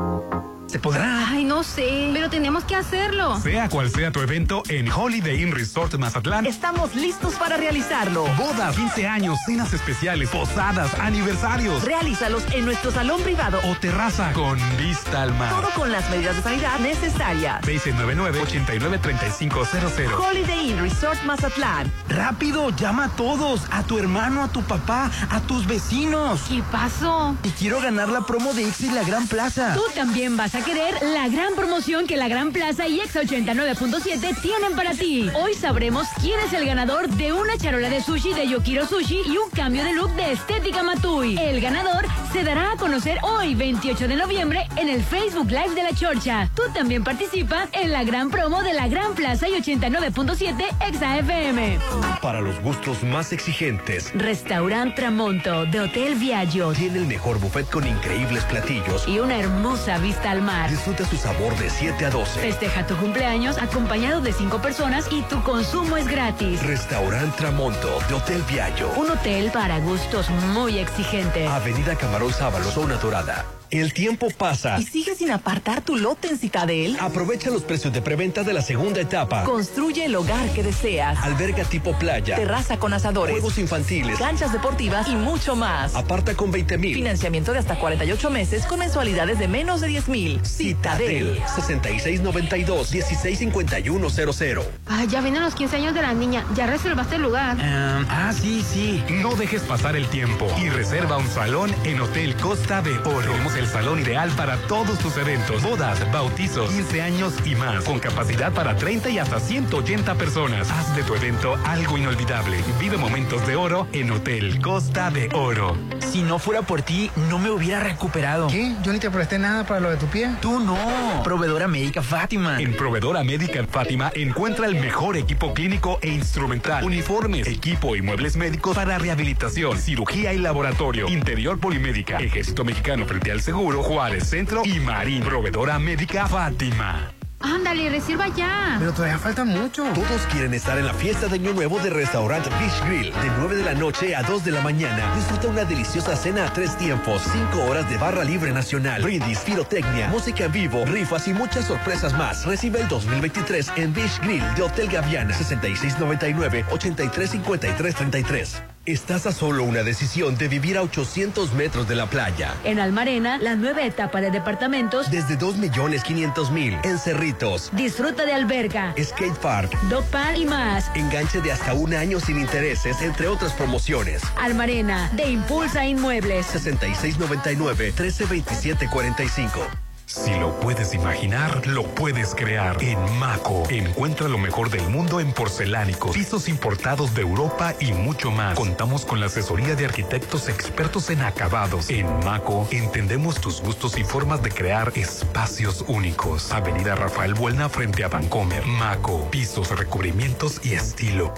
¿Se podrá? Ay, no sé, pero tenemos que hacerlo. Sea cual sea tu evento, en Holiday Inn Resort Mazatlán estamos listos para realizarlo. Bodas, quince años, cenas especiales, posadas, aniversarios. Realízalos en nuestro salón privado o terraza con vista al mar. Todo con las medidas de sanidad necesarias. seis nueve nueve, ocho nueve, tres cinco cero cero. Holiday Inn Resort Mazatlán. Rápido, llama a todos, a tu hermano, a tu papá, a tus vecinos. ¿Qué pasó? Y quiero ganar la promo de X y la Gran Plaza. Tú también vas a querer la gran promoción que la Gran Plaza y Exa ochenta y nueve punto siete tienen para ti. Hoy sabremos quién es el ganador de una charola de sushi de Yokiro Sushi y un cambio de look de Estética Matui. El ganador se dará a conocer hoy, veintiocho de noviembre, en el Facebook Live de La Chorcha. Tú también participa en la gran promo de la Gran Plaza y ochenta y nueve punto siete Exa F M. Para los gustos más exigentes, Restaurant Tramonto de Hotel Viaggio tiene el mejor buffet con increíbles platillos y una hermosa vista al mar. Disfruta su sabor de siete a doce. Festeja tu cumpleaños acompañado de cinco personas y tu consumo es gratis. Restaurant Tramonto de Hotel Viaggio. Un hotel para gustos muy exigentes. Avenida Camarón Sábalo, Zona Dorada. El tiempo pasa. ¿Y sigues sin apartar tu lote en Citadel? Aprovecha los precios de preventa de la segunda etapa. Construye el hogar que deseas. Alberga tipo playa. Terraza con asadores. Juegos infantiles. Canchas deportivas y mucho más. Aparta con veinte mil. Financiamiento de hasta cuarenta y ocho meses con mensualidades de menos de diez mil. Citadel. sesenta y seis noventa y dos, dieciséis cincuenta y uno cero cero. Ay, ya vienen los quince años de la niña. ¿Ya reservaste el lugar? Um, ah, sí, sí. No dejes pasar el tiempo y reserva un salón en Hotel Costa de Oro. Tenemos el salón ideal para todos tus eventos, bodas, bautizos, quince años y más, con capacidad para treinta y hasta ciento ochenta personas. Haz de tu evento algo inolvidable. Vive momentos de oro en Hotel Costa de Oro. Si no fuera por ti, no me hubiera recuperado. ¿Qué? Yo ni te presté nada para lo de tu pie. Tú no. Proveedora Médica Fátima. En Proveedora Médica Fátima encuentra el mejor equipo clínico e instrumental, uniformes, equipo y muebles médicos para rehabilitación, cirugía y laboratorio, interior polimédica, Ejército Mexicano frente al Seguro, Juárez Centro y Marín. Proveedora Médica Fátima. Ándale, reserva ya. Pero todavía falta mucho. Todos quieren estar en la fiesta de Año Nuevo de Restaurant Beach Grill. De nueve de la noche a dos de la mañana. Disfruta una deliciosa cena a tres tiempos. cinco horas de barra libre nacional. Brindis, pirotecnia, música en vivo, rifas y muchas sorpresas más. Recibe el dos mil veintitrés en Beach Grill de Hotel Gaviana. sesenta y seis noventa y nueve, ochenta y tres cincuenta y tres treinta y tres. Estás a solo una decisión de vivir a ochocientos metros de la playa. En Almarena, la nueva etapa de departamentos desde dos millones quinientos mil. En Cerritos, disfruta de alberca, skate park, dog park y más. Enganche de hasta un año sin intereses, entre otras promociones. Almarena, de Impulsa Inmuebles. sesenta y seis noventa y nueve, trece veintisiete cuarenta y cinco. Si lo puedes imaginar, lo puedes crear. En Maco, encuentra lo mejor del mundo en porcelánicos, pisos importados de Europa y mucho más. Contamos con la asesoría de arquitectos expertos en acabados. En Maco, entendemos tus gustos y formas de crear espacios únicos. Avenida Rafael Buelna frente a Vancomer. Maco, pisos, recubrimientos y estilo.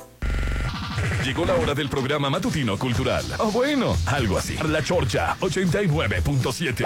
Llegó la hora del programa matutino cultural. O bueno, algo así. La Chorcha ochenta y nueve punto siete.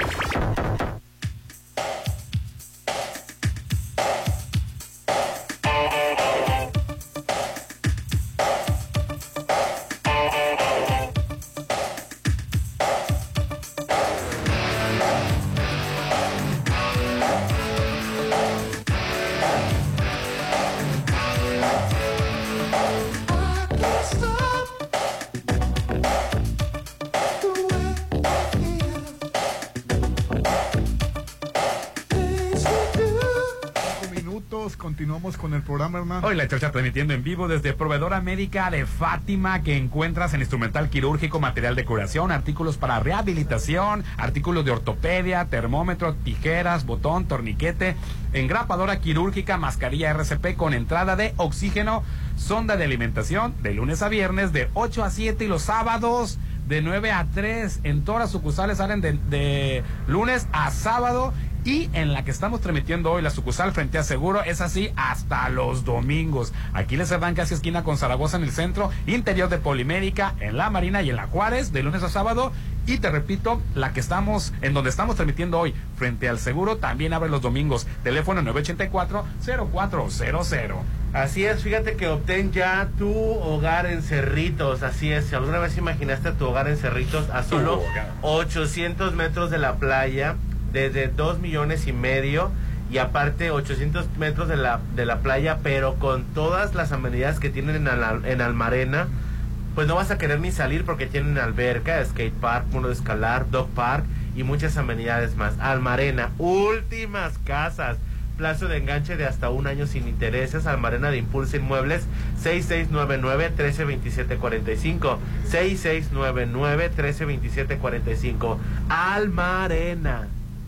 continuamos con el programa, hermano. Hoy la Chorcha transmitiendo en vivo desde Proveedora Médica de Fátima, que encuentras en instrumental quirúrgico, material de curación, artículos para rehabilitación, artículos de ortopedia, termómetro, tijeras, botón, torniquete, engrapadora quirúrgica, mascarilla R C P con entrada de oxígeno, sonda de alimentación, de lunes a viernes de ocho a siete y los sábados de nueve a tres. En todas las sucursales salen de, de lunes a sábado. Y en la que estamos transmitiendo hoy, la sucursal frente a Seguro, es así hasta los domingos. Aquí les dan casi esquina con Zaragoza en el centro, interior de Polimédica, en la Marina y en la Juárez, de lunes a sábado. Y te repito, la que estamos, en donde estamos transmitiendo hoy, frente al Seguro, también abre los domingos. Teléfono nueve ocho cuatro, cero cuatro cero cero. Así es, fíjate que obtén ya tu hogar en Cerritos, así es. Si alguna vez imaginaste tu hogar en Cerritos, a solo ochocientos metros de la playa, desde dos millones y medio, y aparte ochocientos metros de la, de la playa, pero con todas las amenidades que tienen en, Al, en Almarena, pues no vas a querer ni salir porque tienen alberca, skate park, muro de escalar, dog park y muchas amenidades más. Almarena, últimas casas, plazo de enganche de hasta un año sin intereses. Almarena de Impulsa Inmuebles, seis seis nueve nueve, uno tres dos siete cuatro cinco, seis seis nueve nueve, uno tres dos siete cuatro cinco. Almarena.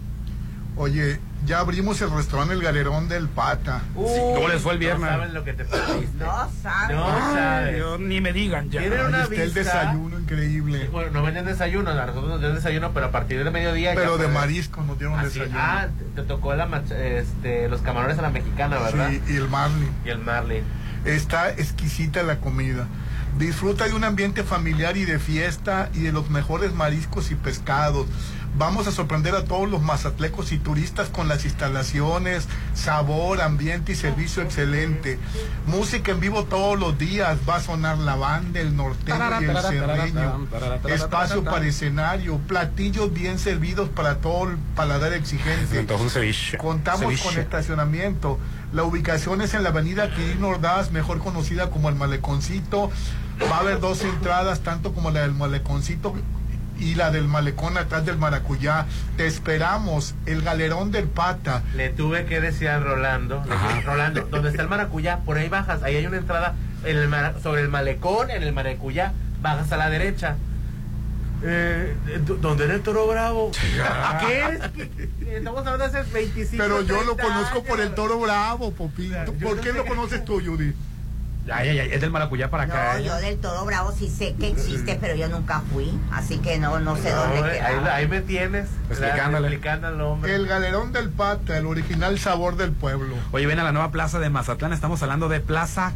Oye, ya abrimos el restaurante El Galerón del Pata. Uh, sí, ¿cómo les fue el viernes? No saben lo que te perdiste. No saben. No saben. Yo, ni me digan ya. Tienen una vista. El desayuno increíble. Sí, bueno, no venden desayuno, nosotros nos dieron desayuno, pero a partir de mediodía. Pero de puedes... marisco nos dieron Así, desayuno. Ah, te, te tocó la, este, los camarones a la mexicana, ¿verdad? Sí, y el marlin. Y el marlin. Está exquisita la comida. Disfruta de un ambiente familiar y de fiesta y de los mejores mariscos y pescados. Vamos a sorprender a todos los mazatlecos y turistas con las instalaciones, sabor, ambiente y servicio excelente. Música en vivo todos los días. Va a sonar la banda, el norteño y el serreño. Espacio para escenario. Platillos bien servidos para todo el paladar exigente. Contamos con estacionamiento. La ubicación es en la avenida Quirino Ordaz, mejor conocida como el Maleconcito. Va a haber dos entradas, tanto como la del Maleconcito y la del malecón atrás del Maracuyá. Te esperamos. El Galerón del Pata. Le tuve que decir a Rolando, le, Rolando, donde está el Maracuyá, por ahí bajas, ahí hay una entrada en el mar, sobre el malecón, en el Maracuyá, bajas a la derecha. Eh, ¿Dónde era el Toro Bravo? ¿Qué? Estamos hablando de hace veinticinco. Pero yo lo años. conozco por el Toro Bravo, Popín. ¿Por qué lo conoces tú, Judy? Ay, ay, ay, es del Maracuyá para acá. No, ¿eh? yo del Toro Bravo sí sé que existe, pero yo nunca fui, así que no, no sé no, dónde queda. Ahí, ahí me tienes, explicándole. explicándole, hombre. El Galerón del Pata, el original sabor del pueblo. Oye, ven a la nueva plaza de Mazatlán, estamos hablando de Plaza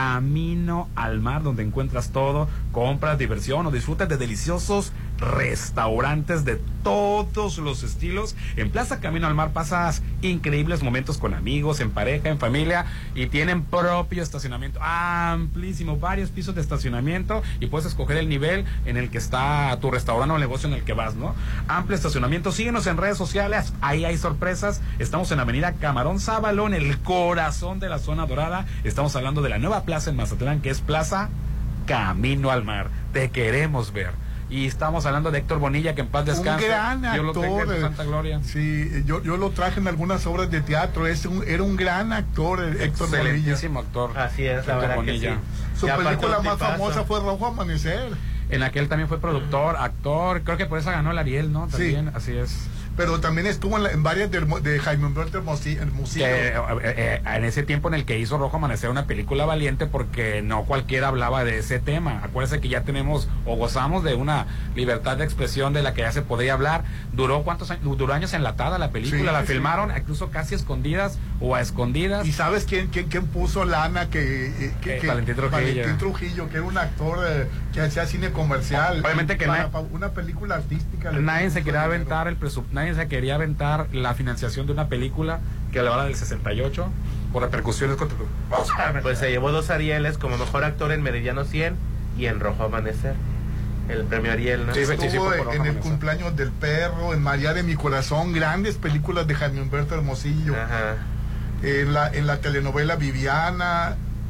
Camino al Mar, donde encuentras todo, compras, diversión o disfrutas de deliciosos restaurantes de todos los estilos. En Plaza Camino al Mar pasas increíbles momentos con amigos, en pareja, en familia, y tienen propio estacionamiento amplísimo, varios pisos de estacionamiento, y puedes escoger el nivel en el que está tu restaurante o negocio en el que vas, ¿no? Amplio estacionamiento. Síguenos en redes sociales, ahí hay sorpresas. Estamos en Avenida Camarón Sábalo, en el corazón de la zona dorada. Estamos hablando de la nueva plaza en Mazatlán, que es Plaza Camino al Mar. Te queremos ver. Y estamos hablando de Héctor Bonilla, que en paz descanse. Un gran actor. Yo lo tengo en Santa Gloria. Sí, yo, yo lo traje en algunas obras de teatro. Es un, era un gran actor, Héctor Bonilla. Excelentísimo actor. Así es, la verdad que sí. Su película más famosa fue Rojo Amanecer. En aquel también fue productor, actor. Creo que por eso ganó el Ariel, ¿no? También, sí. Así es. Pero también estuvo en, la, en varias de, de Jaime Humberto Hermosillo. Que, eh, eh, en ese tiempo en el que hizo Rojo Amanecer, una película valiente, porque no cualquiera hablaba de ese tema. Acuérdense que ya tenemos o gozamos de una libertad de expresión de la que ya se podía hablar. Duró cuántos años, duró años enlatada la película, sí, la sí, filmaron sí. incluso casi escondidas o a escondidas. ¿Y sabes quién quién, quién puso lana? Que, eh, que, eh, que Valentín Trujillo. Valentín Trujillo, que era un actor eh, que hacía cine comercial. Obviamente que para, nadie, para una película artística. Nadie se quería aventar el presupuesto, nadie se quería aventar la financiación de una película que la verdad del sesenta y ocho por repercusiones contra tu... Pues se llevó dos Arieles como mejor actor en Meridiano cien y en Rojo Amanecer, el premio Ariel, ¿no? Sí, estuvo sí, sí, en Amanecer. El cumpleaños del perro, en María de mi corazón, grandes películas de Jaime Humberto Hermosillo. Ajá. En la, en la telenovela Viviana,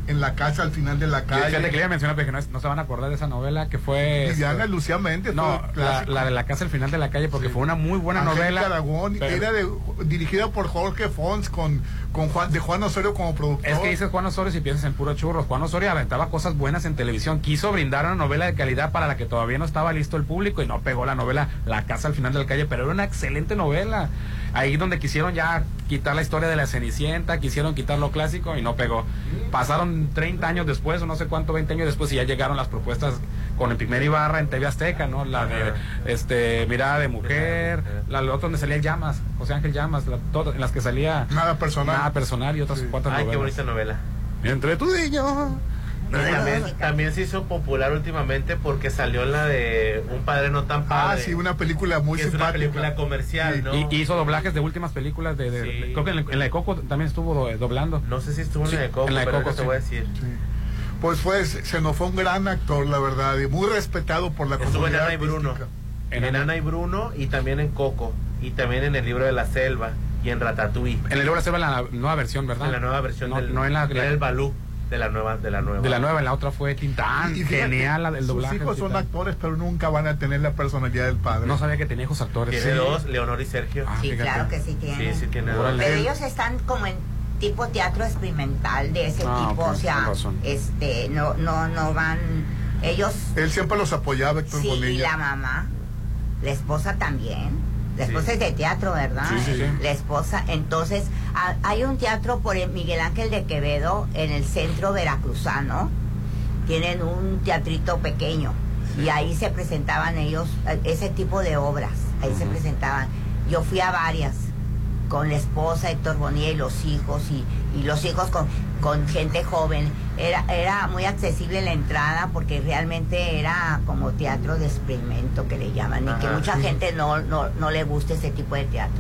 en la casa al final de la calle. Fíjate que le iba a mencionar, porque no, es- no se van a acordar de esa novela que fue... Viviana este, Lucía Méndez. No, fue la, clásico. la de la casa al final de la calle, porque Sí. fue una muy buena Angélica novela. Aragón, pero- era de, dirigida por Jorge Fons con, con Juan, de Juan Osorio como productor. Es que dices Juan Osorio si piensas en puro churros. Juan Osorio aventaba cosas buenas en televisión. Quiso brindar una novela de calidad para la que todavía no estaba listo el público y no pegó la novela La casa al final de la calle, pero era una excelente novela. Ahí donde quisieron ya quitar la historia de la Cenicienta, quisieron quitar lo clásico y no pegó. Pasaron treinta años después, o no sé cuánto, veinte años después, y ya llegaron las propuestas con el primer Ibarra en T V Azteca, ¿no? La de este Mirada de Mujer, la, la otra donde salía Llamas, José Ángel Llamas, la, todo, en las que salía Nada personal. Nada personal y otras Sí. cuantas Ay, novelas. qué bonita novela. Entre tú y yo. También, también se hizo popular últimamente porque salió en la de Un padre no tan padre. Ah, sí, una película muy que es una simpática. película comercial, ¿no? Y, y hizo doblajes de últimas películas de, de- Sí. de- creo que en, la- en la de Coco también estuvo do- doblando. No sé si estuvo en Sí, la de Coco, en la de pero Coco, ahorita te sí. voy a decir. Sí. Pues fue, se nos fue un gran actor, la verdad, y muy respetado por la Estuvo en comunidad Ana y Bruno. artística. En, en Ana y Bruno y también en Coco. Y también en el libro de la selva y en Ratatouille. En el libro se ve la nueva versión, ¿verdad? En la nueva versión no, del, no en la, era la- el Balú de la nueva de la nueva. de la nueva, en la otra fue Tintán. Y fíjate, Genial la del sus doblaje. hijos de son Tintán. actores, pero nunca van a tener la personalidad del padre. No sabía que tenía hijos actores. Tiene Sí. dos, Leonor y Sergio. Ah, Sí, fíjate. claro que sí tiene. Sí, sí tiene dos. Órale. Pero ellos están como en tipo teatro experimental de ese Ah, tipo, ok, o sea, con razón. este, no, no, no van, ellos, Él siempre los apoyaba, Héctor sí, y Bonilla. la mamá, la esposa también. La esposa Sí. es de teatro, ¿verdad? Sí, sí, sí. La esposa, entonces, a- hay un teatro por el Miguel Ángel de Quevedo en el centro veracruzano. Tienen un teatrito pequeño y ahí se presentaban ellos eh, ese tipo de obras. Ahí se presentaban. Yo fui a varias con la esposa, Héctor Bonilla y los hijos y, y los hijos con, con gente joven. Era, era muy accesible la entrada porque realmente era como teatro de experimento que le llaman y que Ajá, mucha sí. gente no, no, no le gusta ese tipo de teatro.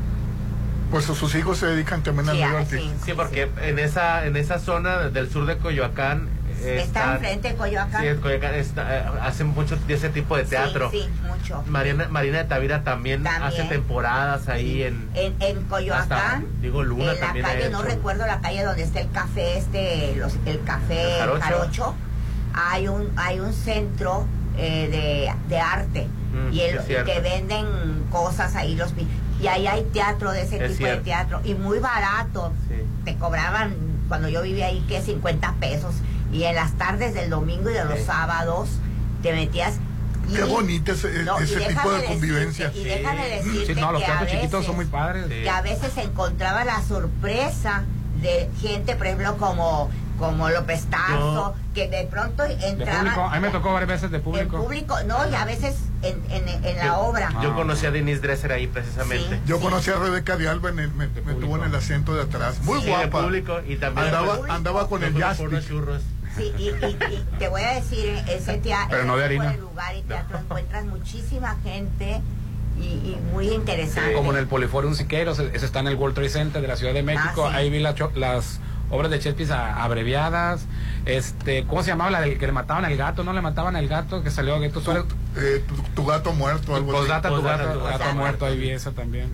Pues sus hijos se dedican también al Sí, medio ah, artístico. sí. Sí, porque en esa en esa zona del sur de Coyoacán eh, Está están- enfrente de Coyoacán. Sí, en Coyoacán está, eh, hacen mucho de ese tipo de teatro. Sí, sí, mucho. Marina, Marina de Tavira también, También. hace temporadas ahí en, En, en Coyoacán, hasta, digo, Luna en la también ha calle, no hecho. recuerdo la calle donde está el café, este, los, el café ¿El Jarocho? Jarocho, hay un, hay un centro eh, de, de arte Mm, y, sí, el, es y cierto. que venden cosas ahí los pi- y ahí hay teatro de ese Es tipo cierto. de teatro y muy barato. Sí. Te cobraban cuando yo vivía ahí que cincuenta pesos y en las tardes del domingo y de los Sí. sábados te metías. Y, Qué bonito ese, no, y ese tipo déjame de convivencia. decirte- Y déjame Sí. decirte Sí, no, los que a teatros chiquitos veces- son muy padres. Sí. que a veces se encontraba la sorpresa de gente, por ejemplo, como, como López Tarso, que de pronto De entraba público, a mí me tocó varias veces de en público. público, no, y a veces en, en, en la Yo- obra. Yo Ah, conocí ok. a Denise Dresser ahí precisamente. Sí. Yo conocí a Rebeca de Alba, en el- me, me tuvo público. en el asiento de atrás. Muy Sí, de guapa. público y también Andaba, público. andaba con nos el fuimos por unos Jastic. churros. Sí, y, y- y te voy a decir, ese teatro, Pero no de harina. lugar y teatro encuentras muchísima gente y, y muy interesante. Como en el Poliforum Siqueiros, ese está en el World Trade Center de la Ciudad de México. Ah, sí. Ahí vi la cho- las obras de Shakespeare a- abreviadas. Este, ¿cómo se llamaba la del que le mataban al gato? ¿No le mataban al gato? Que salió que tú sueles. Eh, tu, tu gato muerto, algo así. Postdata, tu Postdata, gato, tu gato gato. muerto, ahí vi esa también.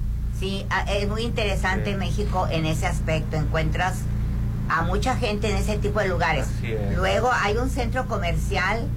Sí, a- es muy interesante Sí. México en ese aspecto. Encuentras a mucha gente en ese tipo de lugares. Así es. Luego hay un centro comercial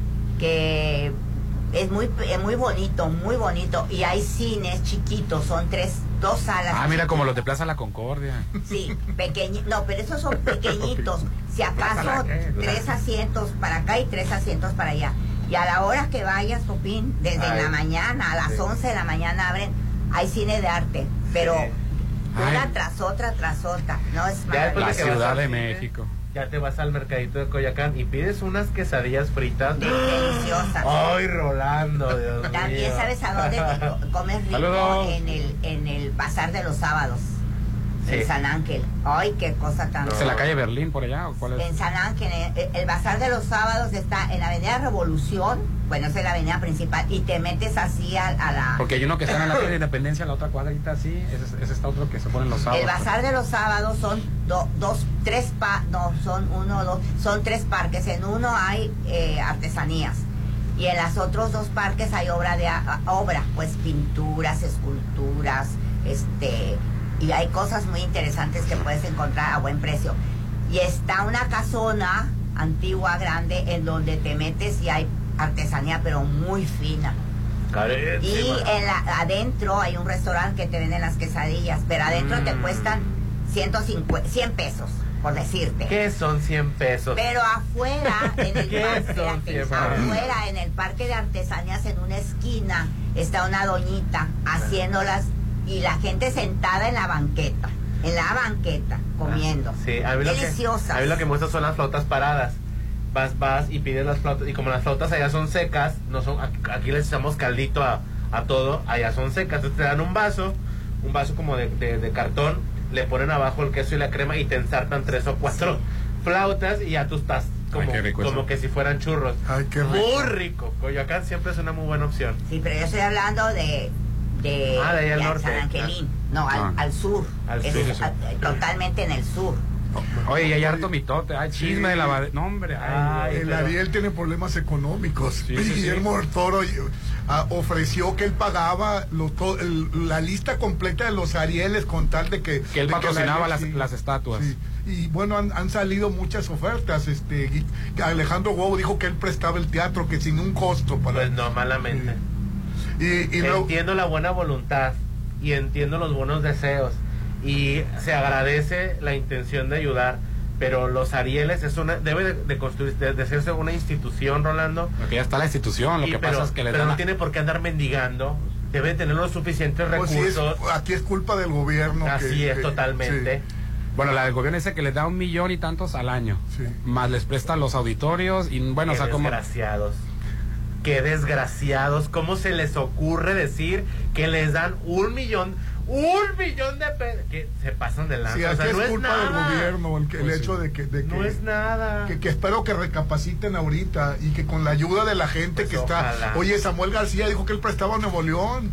que es muy es muy bonito, muy bonito. Y hay cines chiquitos, son tres, dos salas. Ah, mira, chiquitas. como los de Plaza La Concordia. Sí, pequeños. No, pero esos son pequeñitos. Si acaso Plaza La qué, tres la- asientos para acá y tres asientos para allá. Y a la hora que vayas, Popín, desde Ay. la mañana, a las Sí. once de la mañana abren, hay cine de arte, pero Sí. una Ay. tras otra, tras otra. No es Ya después La de que vas Ciudad al de cine, México. Ya te vas al mercadito de Coyoacán y pides unas quesadillas fritas. deliciosa. Ay, Rolando, Dios También mío. sabes a dónde te co- comes rico Saludos. en el en el bazar de los sábados. Sí. En San Ángel. Ay, qué cosa tan. ¿Es en la calle Berlín por allá o cuál es? En San Ángel, el, el bazar de los sábados está en la Avenida Revolución, bueno, esa es la avenida principal, y te metes así a, a la... Porque hay uno que está en la calle de Independencia, la otra cuadrita así, ese, ese está otro que se pone los sábados. El bazar de los sábados son do- dos, tres, pa, no, son uno, dos, son tres parques. En uno hay eh, artesanías y en los otros dos parques hay obra de a- obra, pues pinturas, esculturas, este, y hay cosas muy interesantes que puedes encontrar a buen precio. Y está una casona antigua, grande, en donde te metes y hay artesanía, pero muy fina. Carísima. Y en la, adentro hay un restaurante que te venden las quesadillas, pero adentro mm. te cuestan ciento cincuenta, cien pesos, por decirte. ¿Qué son cien pesos? Pero afuera, en el ¿Qué parque, son de afuera, en el parque de artesanías, en una esquina, está una doñita haciéndolas y la gente sentada en la banqueta, en la banqueta, comiendo. Sí, a mí lo deliciosas. Que, a mí lo que me gusta son las flautas paradas. Vas, vas y pides las flautas, y como las flautas allá son secas, no son, aquí les echamos caldito a, a todo, allá son secas, entonces te dan un vaso, un vaso como de, de, de cartón, le ponen abajo el queso y la crema y te ensartan tres o cuatro sí. flautas y ya tú estás como, Ay, como que si fueran churros. Ay, qué rico. Muy rico. Coyoacán siempre es una muy buena opción. Sí, pero yo estoy hablando de de, ah, de, ahí al de norte. San Angelín, no, al, ah. al sur, al es, sur es, sí. a, totalmente en el sur. Oye, y hay harto mitote, hay chisme sí. de la... No, hombre. Ay, el pero... Ariel tiene problemas económicos. Sí, sí, Guillermo del sí. Toro uh, ofreció que él pagaba lo, to, el, la lista completa de los Arieles con tal de que... Que él de patrocinaba que las, sí, las estatuas. Sí. Y bueno, han, han salido muchas ofertas. Este Alejandro Wow dijo que él prestaba el teatro, que sin un costo. Para... Pues no, malamente. Sí. Y, y entiendo no... la buena voluntad y entiendo los buenos deseos. Y se agradece la intención de ayudar, pero los Arieles es una debe de, de construir de, de hacerse una institución, Rolando. Porque ya está la institución, lo y, que pero, pasa es que le pero dan no tiene por qué andar mendigando, debe tener los suficientes pues recursos. Sí es, aquí es culpa del gobierno. Así que, es, que, totalmente. Sí. Bueno, la del gobierno dice que les da un millón y tantos al año, sí. más les presta los auditorios y bueno, qué o sea, como desgraciados. Qué desgraciados, ¿cómo se les ocurre decir que les dan un millón? Un millón de pesos que se pasan de lanza. Sí, aquí o sea, es no culpa es del gobierno el, que, pues el hecho sí. de que, de que no es nada que, que espero que recapaciten ahorita y que con la ayuda de la gente pues que ojalá. Está oye, Samuel García dijo que él prestaba a Nuevo León.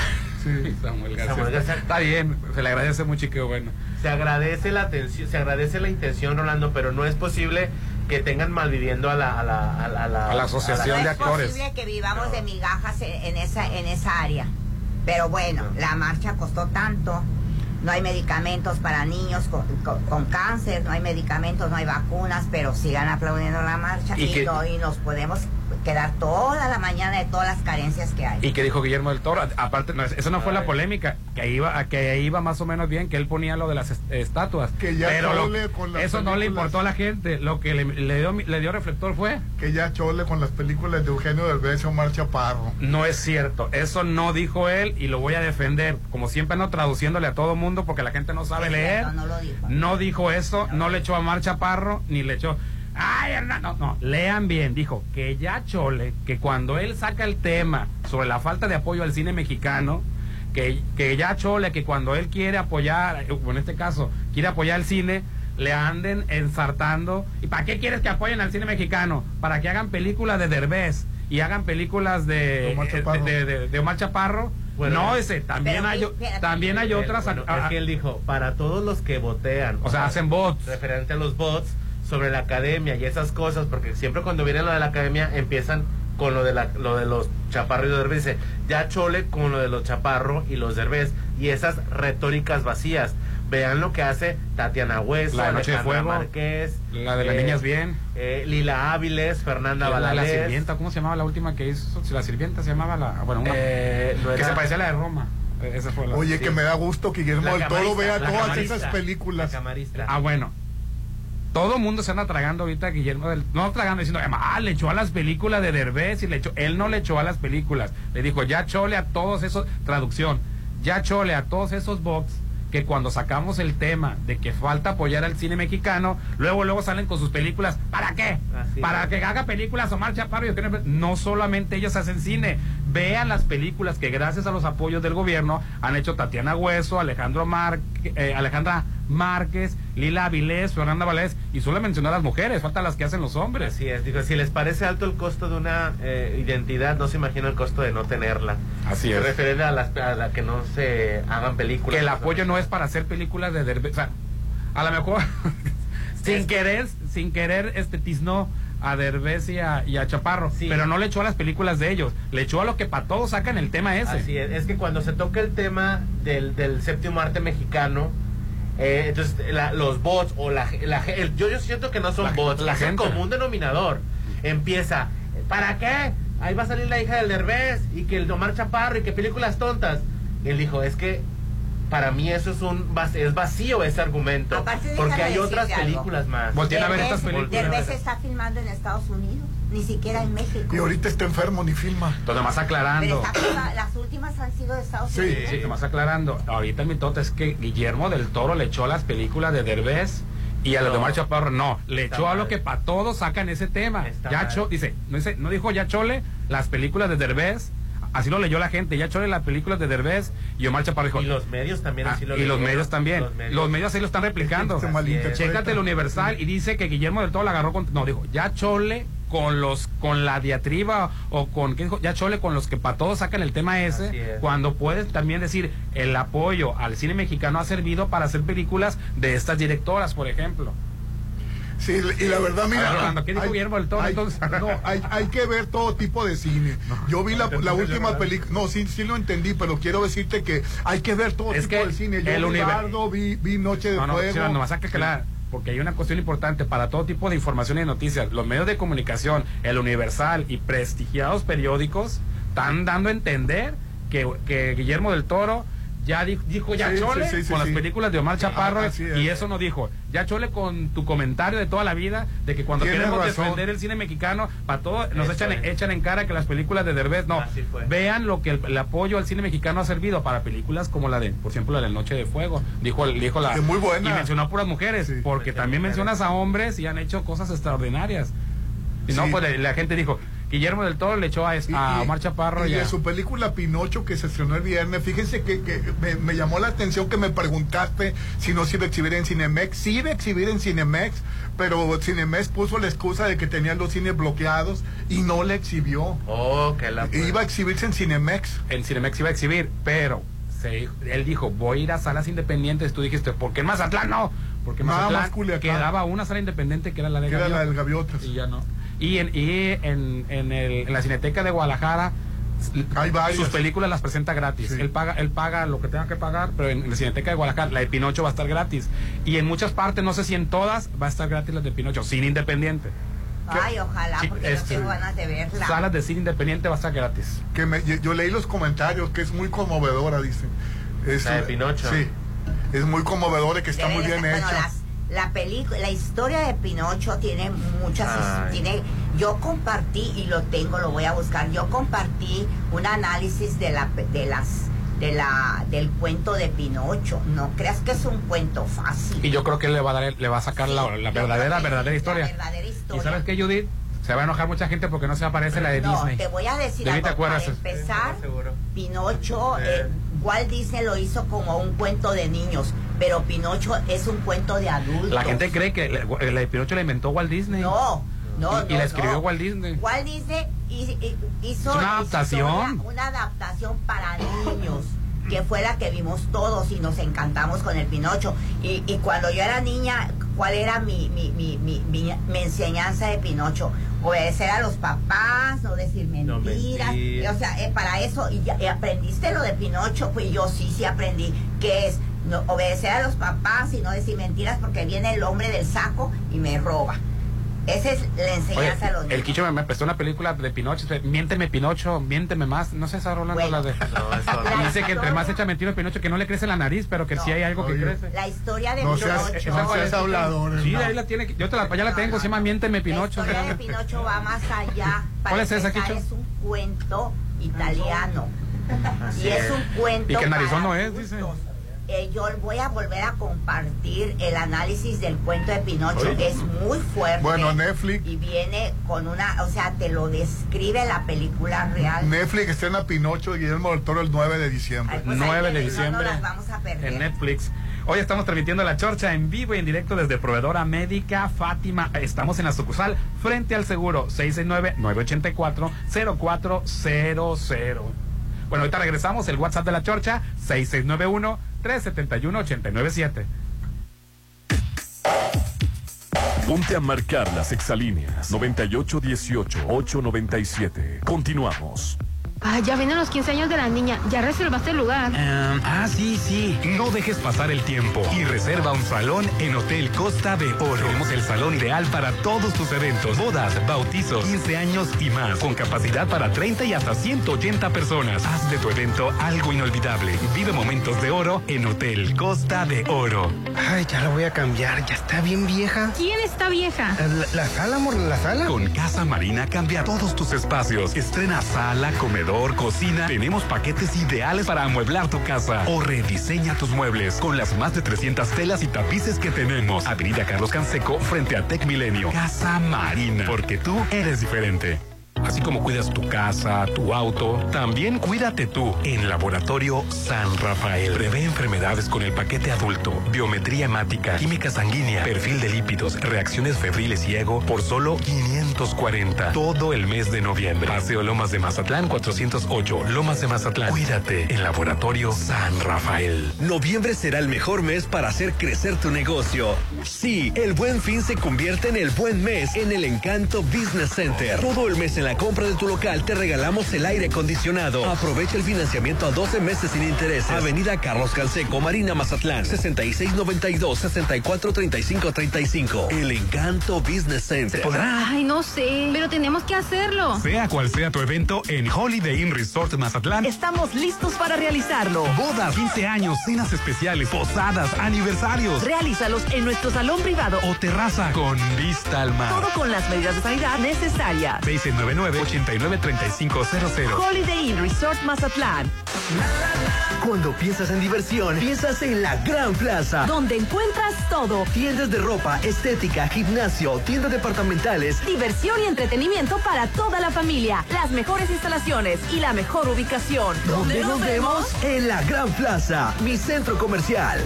Sí. Samuel García, Samuel García está, está bien, se le agradece mucho y qué bueno. Se agradece la atención, se agradece la intención, Rolando, pero no es posible que tengan malviviendo a la a la a la, a la, a la asociación a la, de actores. No es posible que vivamos no. de migajas en, en esa en esa área. Pero bueno, no. la marcha costó tanto. No hay medicamentos para niños con, con, con cáncer, no hay medicamentos, no hay vacunas, pero sigan aplaudiendo la marcha y, y, que, no, y nos podemos quedar toda la mañana de todas las carencias que hay. Y que dijo Guillermo del Toro, aparte, no, eso no fue Ay. la polémica, que iba que iba más o menos bien, que él ponía lo de las est estatuas, que ya pero lo, con las eso no le importó a la gente, lo que le, le, dio, le dio reflector fue... Que ya chole con las películas de Eugenio Derbez o Omar Chaparro. No es cierto, eso no dijo él y lo voy a defender, como siempre no traduciéndole a todo mundo porque la gente no sabe es leer, cierto, no, lo dijo. no dijo eso, no, no le echó a Omar Chaparro, ni le echó... Ay, Hernán, no, no, lean bien, dijo que ya chole, que cuando él saca el tema sobre la falta de apoyo al cine mexicano, que, que ya chole, que cuando él quiere apoyar, en este caso, quiere apoyar el cine, le anden ensartando. ¿Y para qué quieres que apoyen al cine mexicano? Para que hagan películas de Derbez y hagan películas de Omar Chaparro. De, de, de, de Omar Chaparro. Bueno, no, ese, también hay, espérate, también hay otras. Bueno, a, a, es que él dijo, para todos los que votean. O, o sea, sea, hacen bots. Referente a los bots sobre la academia y esas cosas, porque siempre cuando viene lo de la academia empiezan con lo de la, lo de los Chaparro y los Derbez, dice, ya chole con lo de los Chaparro y los Derbez, y esas retóricas vacías. Vean lo que hace Tatiana Hueso, la de Noche de Fuego, Márquez, la de las eh, niñas bien, eh, Lila Áviles, Fernanda la, Valadez, la sirvienta, ¿cómo se llamaba la última que hizo? La sirvienta se llamaba la, bueno, una, eh, no que era, se parecía a la de Roma. Esa fue la, Oye, sí. que me da gusto que Guillermo del Toro vea todas camarista, esas películas. Ah, bueno. Todo el mundo se anda tragando ahorita a Guillermo del... No tragando, diciendo, ah, le echó a las películas de Derbez y le echó... Él no le echó a las películas. Le dijo, ya chole a todos esos... Traducción. Ya chole a todos esos bots que cuando sacamos el tema de que falta apoyar al cine mexicano, luego luego salen con sus películas. ¿Para qué? Así Para es. que haga películas Omar Chaparro. No solamente ellos hacen cine. Vean las películas que gracias a los apoyos del gobierno han hecho Tatiana Hueso, Alejandro Mar... eh, Alejandra Márquez, Lila Avilés, Fernanda Valadez, y solo mencionar a las mujeres, faltan las que hacen los hombres. Así es, digo, si les parece alto el costo de una eh, identidad, no se imagina el costo de no tenerla. Así es. Referente a, las, a la que no se hagan películas. Que el apoyo no es para hacer películas de Derbez, o sea, a lo mejor sin querer, sin querer este tiznó a Derbez y a, y a Chaparro, sí. pero no le echó a las películas de ellos, le echó a lo que para todos sacan el tema ese. Así es, es que cuando se toca el tema del, del séptimo arte mexicano, Eh, entonces, la, los bots o la, la el, yo, yo siento que no son la, bots, la es gente. un común denominador. Empieza, ¿para qué? Ahí va a salir la hija del Derbez y que el Omar Chaparro y que películas tontas. Y él dijo, es que para mí eso es un es vacío ese argumento. Aparte, porque hay otras algo. películas más. Volteen a ver estas películas. Derbez está filmando en Estados Unidos, ni siquiera en México. Y ahorita está enfermo, ni filma. Entonces, más aclarando. Pero está, las últimas han sido de Estados Sí, Unidos. sí, más aclarando. Ahorita el mitote es que Guillermo del Toro le echó las películas de Derbez y a las de Omar Chaparro no. Le echó a lo que para todos sacan ese tema. Está Ya mal. cho, dice, no, dice, no dijo ya chole las películas de Derbez. Así lo leyó la gente, ya chole las películas de Derbez y Omar Chaparro dijo. Y los medios también así ah, lo Y los leyeron. medios también. Los medios, los medios así lo están replicando. Se malinterpreta. Chécate el Universal y dice que Guillermo del Toro la agarró con. No, dijo, ya chole con los con la diatriba o con ¿qué dijo? Ya chole con los que para todos sacan el tema ese, cuando puedes también decir el apoyo al cine mexicano ha servido para hacer películas de estas directoras, por ejemplo. Sí, y la verdad, mira, A ver, Rolando, ¿qué dijo hay, Guillermo del Toro, hay- entonces? no, hay, hay que ver todo tipo de cine. Yo vi la, la última película, no, sí, sí lo entendí, pero quiero decirte que hay que ver todo Es tipo que de cine. Yo el vi univer- Bardo, vi, vi Noche de No, no, Fuego. sí, no, más hay que aclarar, porque hay una cuestión importante para todo tipo de información y noticias. Los medios de comunicación, el Universal y prestigiados periódicos están dando a entender que, que Guillermo del Toro ya dijo, dijo ya Sí, chole sí, sí, sí, con sí. las películas de Omar Chaparro, Ah, así es. y eso no dijo ya chole con tu comentario de toda la vida de que cuando Tienes queremos razón. defender el cine mexicano para todo nos Eso echan, es. echan en cara que las películas de Derbez no. Así fue. Vean lo que el, el apoyo al cine mexicano ha servido para películas como la de, por ejemplo, la de Noche de Fuego, dijo, dijo la Es muy buena. y mencionó a puras mujeres, Sí. porque Mencionó también mujeres. mencionas a hombres y han hecho cosas extraordinarias. Y no, Sí. pues la, la gente dijo, Guillermo del Toro le echó a, Y- a y- Omar Chaparro y y a- de su película Pinocho que se estrenó el viernes, fíjense que, que me, me llamó la atención que me preguntaste si no se iba a exhibir en Cinemex. Sí iba a exhibir en Cinemex, pero Cinemex puso la excusa de que tenían los cines bloqueados y no la exhibió. Oh, que la Iba a exhibirse en Cinemex. en Cinemex iba a exhibir, pero se, él dijo, voy a ir a salas independientes. Tú dijiste, ¿por qué en Mazatlán no? Porque en Nada Mazatlán más Culiacán. quedaba una sala independiente que era la de Que era la Gaviotas. del Gaviotas. Y ya no. Y en, y en, en, el, en la Cineteca de Guadalajara Hay varias. sus películas las presenta gratis. Sí. Él paga él paga lo que tenga que pagar, pero en la Cineteca de Guadalajara la de Pinocho va a estar gratis. Y en muchas partes, no sé si en todas, va a estar gratis la de Pinocho, cine independiente. Ay, ojalá, Sí, porque este, no tengo ganas de verla. Salas de cine independiente va a estar gratis. Que me- yo, yo leí los comentarios, que es muy conmovedora, dicen. Es, La de Pinocho. Sí, es muy conmovedora, que está Debe muy de bien ser- bueno, hecha. las- la película, la historia de Pinocho tiene muchas, Ay. tiene, yo compartí y lo tengo, lo voy a buscar. Yo compartí un análisis de la, de las, de la, del cuento de Pinocho. No creas que es un cuento fácil. Y yo creo que él le va a dar, le va a sacar Sí, la, la yo verdadera, creo que verdadera sí, historia. La verdadera historia. ¿Y sabes qué, Judith? Se va a enojar mucha gente porque no se aparece la de No, Disney. te voy a decir ¿De mí algo. te acuerdas? Para empezar, Seguro. Pinocho, Sí. eh, Walt Disney lo hizo como un cuento de niños, pero Pinocho es un cuento de adultos. La gente cree que la, la de Pinocho la inventó Walt Disney. No, no, Y, y no, la escribió no. Walt Disney. Walt Disney hi- hi- hizo Es una la adaptación. historia, una adaptación para niños, que fue la que vimos todos y nos encantamos con el Pinocho. Y, y cuando yo era niña, ¿cuál era mi, mi, mi, mi, mi, mi enseñanza de Pinocho? Obedecer a los papás, no decir No mentiras. mentir. O sea, eh, para eso, y, ya- y aprendiste lo de Pinocho, pues yo sí, sí aprendí, que es no, obedecer a los papás y no decir mentiras porque viene el hombre del saco y me roba. Esa es la Oye, enseñanza de los niños. el Quicho me, me prestó una película de Pinocho. dice, Miénteme, Pinocho, miénteme más. No sé, está Rolando Bueno. la de. No, eso La no. Dice que entre más historia- echa mentiras Pinocho, que no le crece la nariz, pero que No. sí hay algo que Oye. crece. La historia de No Pinocho. seas- ¿Esa no cuál seas es? hablador, Sí, no. ahí la tiene. Yo te la, ya la tengo, se llama Miénteme, Pinocho. La historia de Pinocho va más allá. Para ¿Cuál es esa, empezar, Quicho? es un cuento italiano. Así Y es es. un cuento. Y que narizón para no es, adultos. dice. Eh, yo voy a volver a compartir el análisis del cuento de Pinocho. Oye. Es muy fuerte. Bueno, Netflix. Y viene con una, o sea, te lo describe la película real. Netflix estrena Pinocho de Guillermo del Toro el nueve de diciembre. Ay, pues nueve ahí de no diciembre nos las vamos a perder. en Netflix. Hoy estamos transmitiendo La Chorcha en vivo y en directo desde Proveedora Médica Fátima. Estamos en la sucursal frente al seguro seis seis nueve, nueve ocho cuatro, cero cuatro cero cero. Bueno, ahorita regresamos. El WhatsApp de La Chorcha seis seis nueve uno, tres siete uno, ocho nueve siete. Ponte a marcar las exalíneas noventa y ocho dieciocho, ocho noventa y siete. Continuamos. Ah, ya vienen los quince años de la niña. ¿Ya reservaste el lugar? Um, ah, sí, sí. No dejes pasar el tiempo y reserva un salón en Hotel Costa de Oro. Tenemos el salón ideal para todos tus eventos, bodas, bautizos, quince años y más, con capacidad para treinta y hasta ciento ochenta personas. Haz de tu evento algo inolvidable. Vive momentos de oro en Hotel Costa de Oro. Ay, ya la voy a cambiar. Ya está bien vieja. ¿Quién está vieja? La, la sala, amor, la sala. Con Casa Marina cambia todos tus espacios. Estrena sala, comedor, cocina. Tenemos paquetes ideales para amueblar tu casa. O rediseña tus muebles con las más de trescientas telas y tapices que tenemos. Avenida Carlos Canseco frente a Tec Milenio. Casa Marina, porque tú eres diferente. Así como cuidas tu casa, tu auto, también cuídate tú en Laboratorio San Rafael. Prevé enfermedades con el paquete adulto, biometría hemática, química sanguínea, perfil de lípidos, reacciones febriles y ego por solo quinientos cuarenta. Todo el mes de noviembre. Paseo Lomas de Mazatlán cuatrocientos ocho, Lomas de Mazatlán. Cuídate en Laboratorio San Rafael. Noviembre será el mejor mes para hacer crecer tu negocio. Sí, el Buen Fin se convierte en el buen mes en el Encanto Business Center. Todo el mes en la compra de tu local te regalamos el aire acondicionado. Aprovecha el financiamiento a doce meses sin intereses. Avenida Carlos Canseco, Marina, Mazatlán, sesenta y seis noventa y dos, sesenta y cuatro treinta y cinco treinta y cinco. El Encanto Business Center. ¿Se podrá? Ay, no sé, pero tenemos que hacerlo. Sea cual sea tu evento, en Holiday Inn Resort Mazatlán estamos listos para realizarlo. Bodas, quince años, cenas especiales, posadas, aniversarios. Realízalos en nuestro salón privado o terraza con vista al mar. Todo con las medidas de sanidad necesarias. seis nueve nueve, ocho nueve tres cinco cero cero. Holiday Inn Resort Mazatlán. Cuando piensas en diversión, piensas en la Gran Plaza, donde encuentras todo: tiendas de ropa, estética, gimnasio, tiendas departamentales, diversión y entretenimiento para toda la familia, las mejores instalaciones y la mejor ubicación. ¿Dónde nos vemos? En la Gran Plaza, mi centro comercial.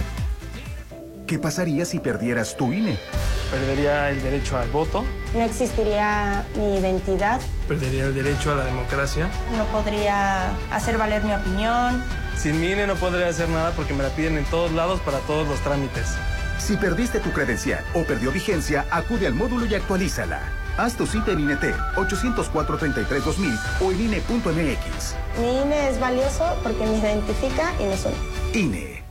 ¿Qué pasaría si perdieras tu I N E? Perdería el derecho al voto. No existiría mi identidad. Perdería el derecho a la democracia. No podría hacer valer mi opinión. Sin mi I N E no podría hacer nada porque me la piden en todos lados para todos los trámites. Si perdiste tu credencial o perdió vigencia, acude al módulo y actualízala. Haz tu cita en I N E T ochocientos cuatro, treinta y tres, dos mil o en I N E punto M X. Mi I N E es valioso porque me identifica y me suena. I N E.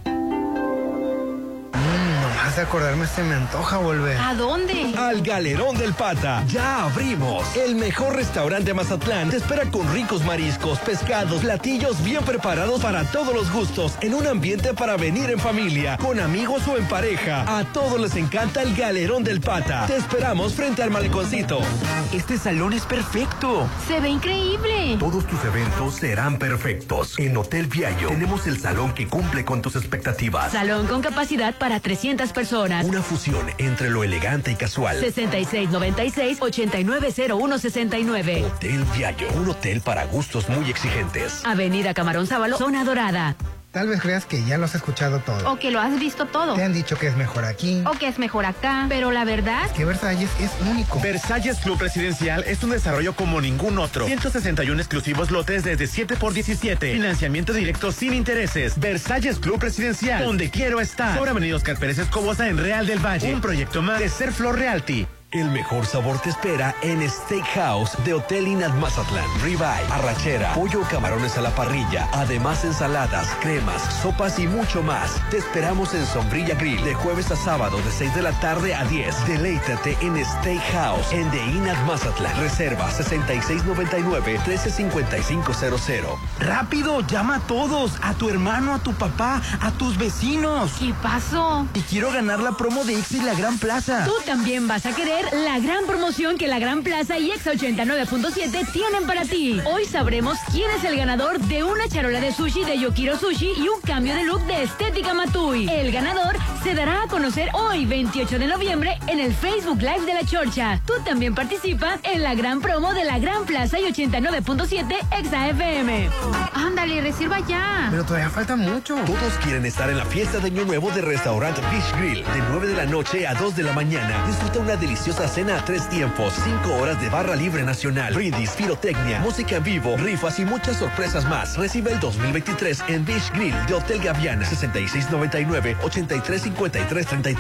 De acordarme se me antoja volver. ¿A dónde? Al Galerón del Pata. Ya abrimos. El mejor restaurante de Mazatlán te espera con ricos mariscos, pescados, platillos bien preparados para todos los gustos, en un ambiente para venir en familia, con amigos o en pareja. A todos les encanta el Galerón del Pata. Te esperamos frente al maleconcito. Este salón es perfecto. Se ve increíble. Todos tus eventos serán perfectos. En Hotel Viallo tenemos el salón que cumple con tus expectativas. Salón con capacidad para trescientas personas. Una fusión entre lo elegante y casual. sesenta y seis noventa y seis, ochenta y nueve cero uno sesenta y nueve. Hotel Viallo, un hotel para gustos muy exigentes. Avenida Camarón Sábalo, Zona Dorada. Tal vez creas que ya lo has escuchado todo. O que lo has visto todo. Te han dicho que es mejor aquí. O que es mejor acá. Pero la verdad es que Versalles es único. Versalles Club Residencial es un desarrollo como ningún otro. ciento sesenta y uno exclusivos lotes desde siete por diecisiete. Financiamiento directo sin intereses. Versalles Club Residencial, donde quiero estar. Sobre Avenida Oscar Pérez Escobosa en Real del Valle. Un proyecto más de Ser Flor Realty. El mejor sabor te espera en Steakhouse de Hotel Inn at Mazatlán. Ribeye, arrachera, pollo o camarones a la parrilla. Además, ensaladas, cremas, sopas y mucho más. Te esperamos en Sombrilla Grill de jueves a sábado de seis de la tarde a diez. Deleítate en Steakhouse en The Inn at Mazatlán. Reserva sesenta y seis noventa y nueve, trece cincuenta y cinco cero cero. Rápido, llama a todos. A tu hermano, a tu papá, a tus vecinos. ¿Qué pasó? Y quiero ganar la promo de X y la Gran Plaza. Tú también vas a querer la gran promoción que la Gran Plaza y Exa ochenta y nueve punto siete tienen para ti. Hoy sabremos quién es el ganador de una charola de sushi de Yo Quiero Sushi y un cambio de look de Estética Matui. El ganador se dará a conocer hoy, veintiocho de noviembre, en el Facebook Live de La Chorcha. Tú también participa en la gran promo de la Gran Plaza y ochenta y nueve punto siete Exa F M. Ándale, reserva ya. Pero todavía falta mucho. Todos quieren estar en la fiesta de Año Nuevo de Restaurante Beach Grill. De nueve de la noche a dos de la mañana. Disfruta una deliciosa cena a tres tiempos, cinco horas de barra libre nacional, brindis, pirotecnia, música en vivo, rifas y muchas sorpresas más. Recibe el dos mil veintitrés en Beach Grill de Hotel Gaviana, sesenta y seis noventa y nueve, ochenta y tres cincuenta y tres treinta y tres.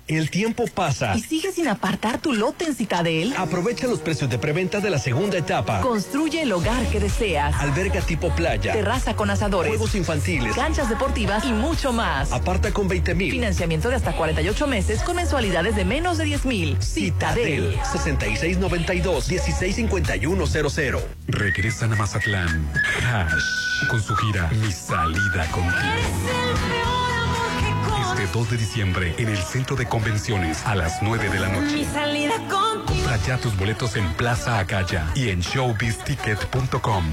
El tiempo pasa. ¿Y sigues sin apartar tu lote en Citadel? Aprovecha los precios de preventa de la segunda etapa. Construye el hogar que deseas. Alberga tipo playa. Terraza con asadores. Juegos infantiles. Canchas deportivas y mucho más. Aparta con veinte mil. Financiamiento de hasta cuarenta y ocho meses con mensualidades de menos de diez mil. Citadel. sesenta y seis noventa y dos, dieciséis cincuenta y uno cero cero. Regresan a Mazatlán. Hash. Con su gira Mi Salida Contigo. Este dos de diciembre en el Centro de Convenciones a las nueve de la noche. Mi salida contigo. Compra ya tus boletos en Plaza Acaya y en showbiz ticket punto com.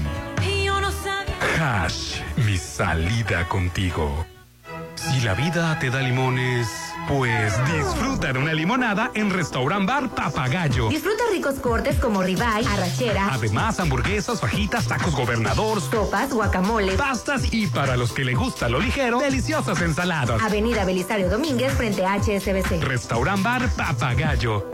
Hash, Mi Salida Contigo. Si la vida te da limones, pues disfruta de una limonada en Restaurant Bar Papagayo. Disfruta ricos cortes como ribeye, arrachera. Además, hamburguesas, fajitas, tacos gobernador, sopas, guacamole, pastas y para los que le gusta lo ligero, deliciosas ensaladas. Avenida Belisario Domínguez frente a H S B C. Restaurant Bar Papagayo.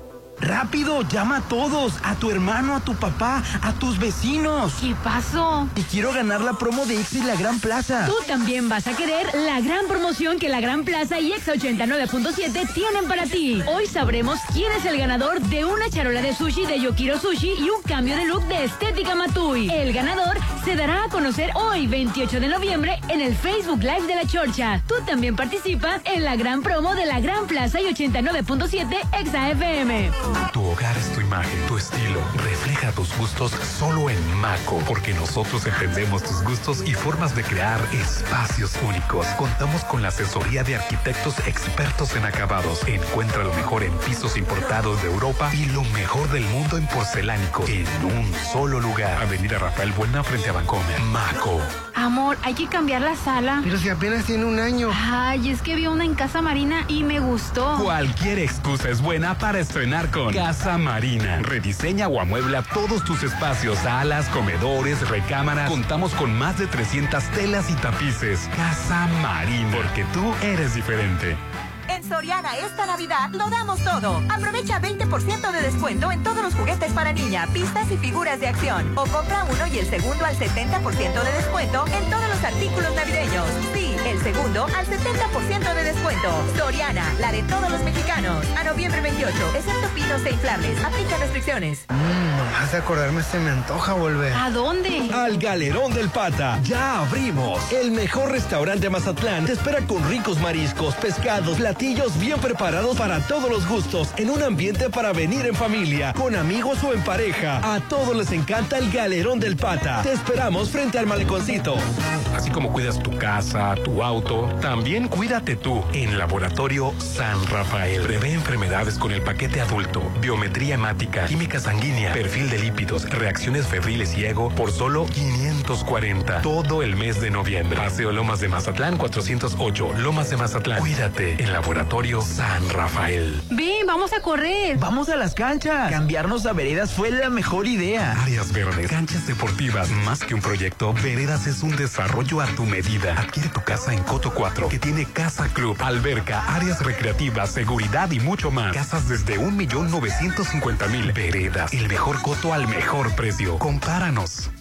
Rápido, llama a todos, a tu hermano, a tu papá, a tus vecinos. ¿Qué pasó? Y quiero ganar la promo de Exa y la Gran Plaza. Tú también vas a querer la gran promoción que la Gran Plaza y Exa ochenta y nueve punto siete tienen para ti. Hoy sabremos quién es el ganador de una charola de sushi de Yokiro Sushi y un cambio de look de Estética Matui. El ganador se dará a conocer hoy, veintiocho de noviembre, en el Facebook Live de La Chorcha. Tú también participa en la gran promo de la Gran Plaza y ochenta y nueve punto siete Exa F M. Tu hogar es tu imagen, tu estilo. Refleja tus gustos solo en Maco, porque nosotros entendemos tus gustos y formas de crear espacios únicos. Contamos con la asesoría de arquitectos expertos en acabados. Encuentra lo mejor en pisos importados de Europa y lo mejor del mundo en porcelánico en un solo lugar. Avenida Rafael Buena frente a Vancomer. Maco. Amor, hay que cambiar la sala. Pero si apenas tiene un año. Ay, es que vi una en Casa Marina y me gustó. Cualquier excusa es buena para estrenar con Casa Marina. Rediseña o amuebla todos tus espacios, salas, comedores, recámaras. Contamos con más de trescientas telas y tapices. Casa Marina, porque tú eres diferente. En Soriana esta Navidad lo damos todo. Aprovecha veinte por ciento de descuento en todos los juguetes para niña, pistas y figuras de acción. O compra uno y el segundo al setenta por ciento de descuento en todos los artículos navideños. Sí, el segundo al setenta por ciento de descuento. Soriana, la de todos los mexicanos. A noviembre veintiocho, excepto pinos e inflables. Aplica restricciones. Mmm, nomás de acordarme se me antoja volver. ¿A dónde? Al Galerón del Pata. Ya abrimos. El mejor restaurante de Mazatlán te espera con ricos mariscos, pescados, platillos bien preparados para todos los gustos, en un ambiente para venir en familia, con amigos o en pareja. A todos les encanta el Galerón del Pata. Te esperamos frente al Maleconcito. Así como cuidas tu casa, tu auto, también cuídate tú en Laboratorio San Rafael. Prevé enfermedades con el paquete adulto, biometría hemática, química sanguínea, perfil de lípidos, reacciones febriles y ego por solo quinientos cuarenta. Todo el mes de noviembre. Paseo Lomas de Mazatlán cuatrocientos ocho, Lomas de Mazatlán. Cuídate en Laboratorio San Rafael. Ven, vamos a correr. Vamos a las canchas. Cambiarnos a veredas fue la mejor idea. Áreas verdes, canchas deportivas, más que un proyecto, Veredas es un desarrollo a tu medida. Adquiere tu casa en Coto cuatro, que tiene casa club, alberca, áreas recreativas, seguridad y mucho más. Casas desde un millón novecientos cincuenta mil. Veredas, el mejor coto al mejor precio. Compáranos.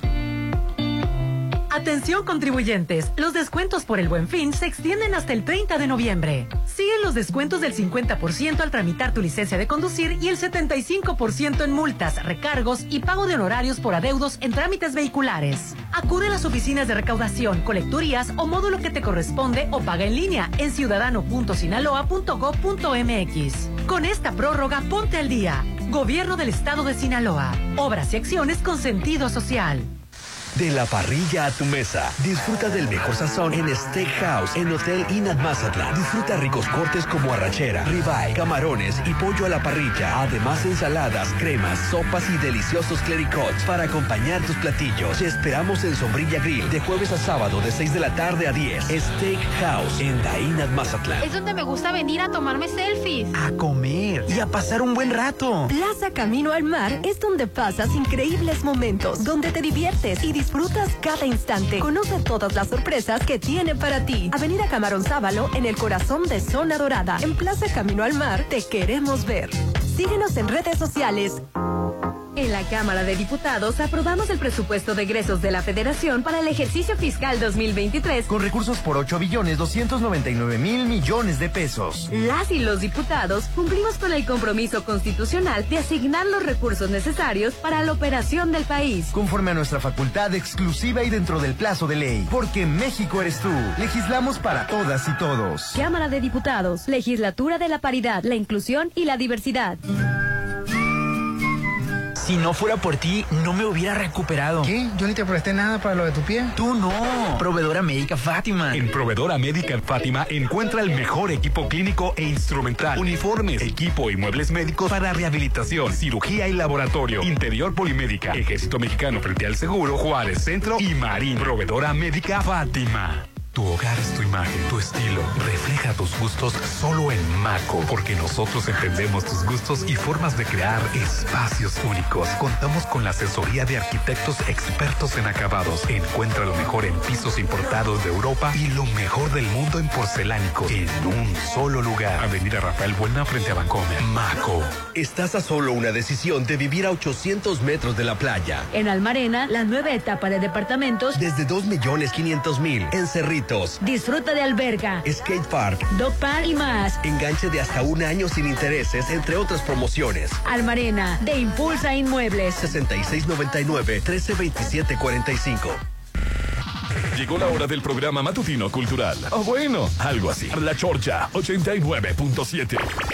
Atención contribuyentes, los descuentos por el Buen Fin se extienden hasta el treinta de noviembre. Siguen los descuentos del cincuenta por ciento al tramitar tu licencia de conducir y el setenta y cinco por ciento en multas, recargos y pago de honorarios por adeudos en trámites vehiculares. Acude a las oficinas de recaudación, colecturías o módulo que te corresponde o paga en línea en ciudadano punto sinaloa punto gob punto mx. Con esta prórroga, ponte al día. Gobierno del Estado de Sinaloa. Obras y acciones con sentido social. De la parrilla a tu mesa. Disfruta del mejor sazón en Steakhouse, en Hotel Inat Mazatlán. Disfruta ricos cortes como arrachera, ribeye, camarones y pollo a la parrilla. Además, ensaladas, cremas, sopas y deliciosos clericots para acompañar tus platillos. Te esperamos en Sombrilla Grill de jueves a sábado de seis de la tarde a diez. Steakhouse en Inat Mazatlán. Es donde me gusta venir a tomarme selfies. A comer y a pasar un buen rato. Plaza Camino al Mar es donde pasas increíbles momentos, donde te diviertes y disfrutas cada instante. Conoce todas las sorpresas que tiene para ti. Avenida Camarón Sábalo, en el corazón de Zona Dorada. En Plaza Camino al Mar, te queremos ver. Síguenos en redes sociales. En la Cámara de Diputados aprobamos el presupuesto de egresos de la Federación para el ejercicio fiscal dos mil veintitrés con recursos por ocho billones doscientos noventa y nueve mil millones de pesos. Las y los diputados cumplimos con el compromiso constitucional de asignar los recursos necesarios para la operación del país. Conforme a nuestra facultad exclusiva y dentro del plazo de ley. Porque México eres tú. Legislamos para todas y todos. Cámara de Diputados, Legislatura de la Paridad, la Inclusión y la Diversidad. Si no fuera por ti, no me hubiera recuperado. ¿Qué? Yo ni te presté nada para lo de tu pie. Tú no. Proveedora Médica Fátima. En Proveedora Médica Fátima encuentra el mejor equipo clínico e instrumental, uniformes, equipo y muebles médicos para rehabilitación, cirugía y laboratorio, interior polimédica, Ejército Mexicano frente al Seguro, Juárez Centro y Marín. Proveedora Médica Fátima. Tu hogar es tu imagen, tu estilo. Refleja tus gustos solo en Maco, porque nosotros entendemos tus gustos y formas de crear espacios únicos. Contamos con la asesoría de arquitectos expertos en acabados. Encuentra lo mejor en pisos importados de Europa y lo mejor del mundo en porcelánicos en un solo lugar. Avenida Rafael Buena frente a Bancomer. Maco. Estás a solo una decisión de vivir a ochocientos metros de la playa. En Almarena, la nueva etapa de departamentos desde dos millones quinientos mil. En Cerritos. Disfruta de alberca, skate park, dog park y más. Enganche de hasta un año sin intereses, entre otras promociones. Almarena, de Impulsa Inmuebles. sesenta y seis noventa y nueve, trece veintisiete cuarenta y cinco. Llegó la hora del programa matutino cultural. O oh, bueno, algo así. La Chorcha ochenta y nueve punto siete.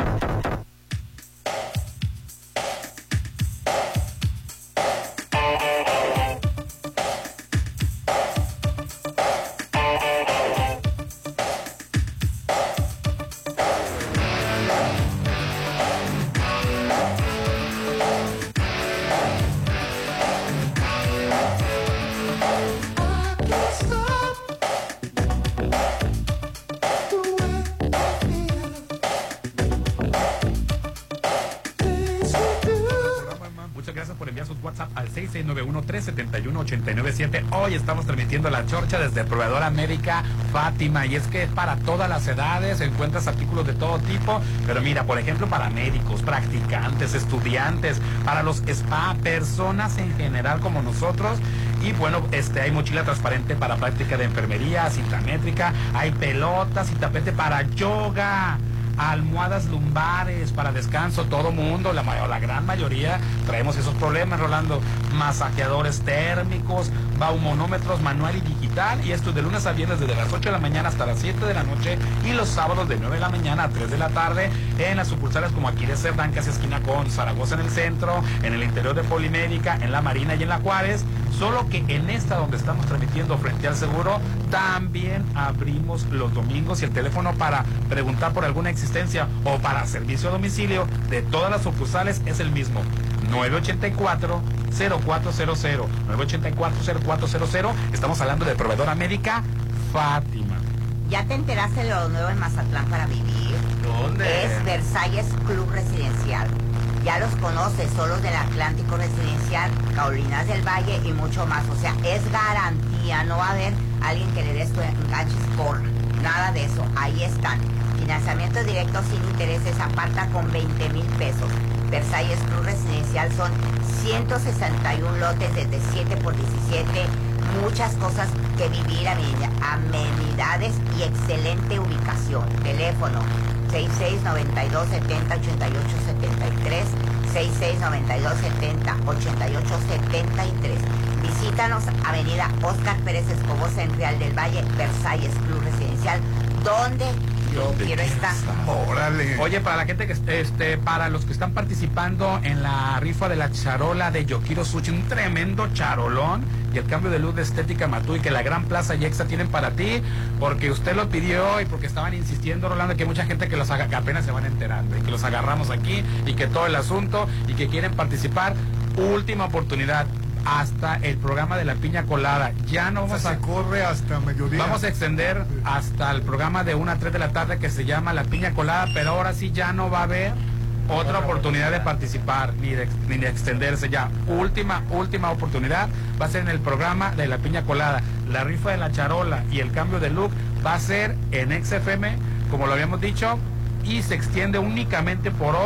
ochenta y nueve siete. Hoy estamos transmitiendo la Chorcha desde Proveedora Médica Fátima, y es que es para todas las edades, encuentras artículos de todo tipo, pero mira, por ejemplo, para médicos, practicantes, estudiantes, para los spa, personas en general como nosotros. Y bueno, este hay mochila transparente para práctica de enfermería, cinta métrica, hay pelotas y tapete para yoga, almohadas lumbares para descanso. Todo mundo, la, la gran mayoría traemos esos problemas, Rolando. Masajeadores térmicos, baumonómetros manual y digital, y esto de lunes a viernes desde las ocho de la mañana hasta las siete de la noche, y los sábados de nueve de la mañana a tres de la tarde en las sucursales como aquí de Cerdán, casi esquina con Zaragoza en el centro, en el interior de Polimédica, en la Marina y en la Juárez. Solo que en esta donde estamos transmitiendo frente al Seguro, también abrimos los domingos, y el teléfono para preguntar por alguna existencia o para servicio a domicilio de todas las sucursales es el mismo: nueve ochenta y cuatro, cero cuatro cero cero, nueve ochenta y cuatro, cero cuatro cero cero. Estamos hablando de Proveedora Médica Fátima. ¿Ya te enteraste de lo nuevo en Mazatlán para vivir? ¿Dónde? Es Versalles Club Residencial. Ya los conoces, son los del Atlántico Residencial, Carolinas del Valle y mucho más. O sea, es garantía, no va a haber alguien que le dé estos enganches por nada de eso. Ahí están. Financiamiento directo sin intereses, aparta con veinte mil pesos. Versalles Club Residencial son ciento sesenta y uno lotes desde siete por diecisiete, muchas cosas que vivir, amenidades y excelente ubicación. Teléfono seis seis nueve dos, siete cero, ocho ocho siete tres, seis seis nueve dos, siete cero, ocho ocho siete tres. Visítanos, Avenida Óscar Pérez Escobosa en Real del Valle, Versalles Club Residencial, donde yo quiero estar. Órale. Oye, para la gente que este, para los que están participando en la rifa de la charola de Yokiro Sushi, un tremendo charolón, y el cambio de luz de Estética Matú, y que la Gran Plaza y Exa tienen para ti, porque usted lo pidió y porque estaban insistiendo, Rolando, que hay mucha gente que los haga, que apenas se van enterando, y que los agarramos aquí, y que todo el asunto, y que quieren participar. Última oportunidad. Hasta el programa de la piña colada. Ya no vamos se a... corre hasta mediodía. Vamos a extender hasta el programa de una a tres de la tarde que se llama la piña colada, pero ahora sí ya no va a haber otra oportunidad de participar ni de, ni de extenderse. Ya última, última oportunidad va a ser en el programa de la piña colada. La rifa de la charola y el cambio de look va a ser en X F M, como lo habíamos dicho, y se extiende únicamente por hoy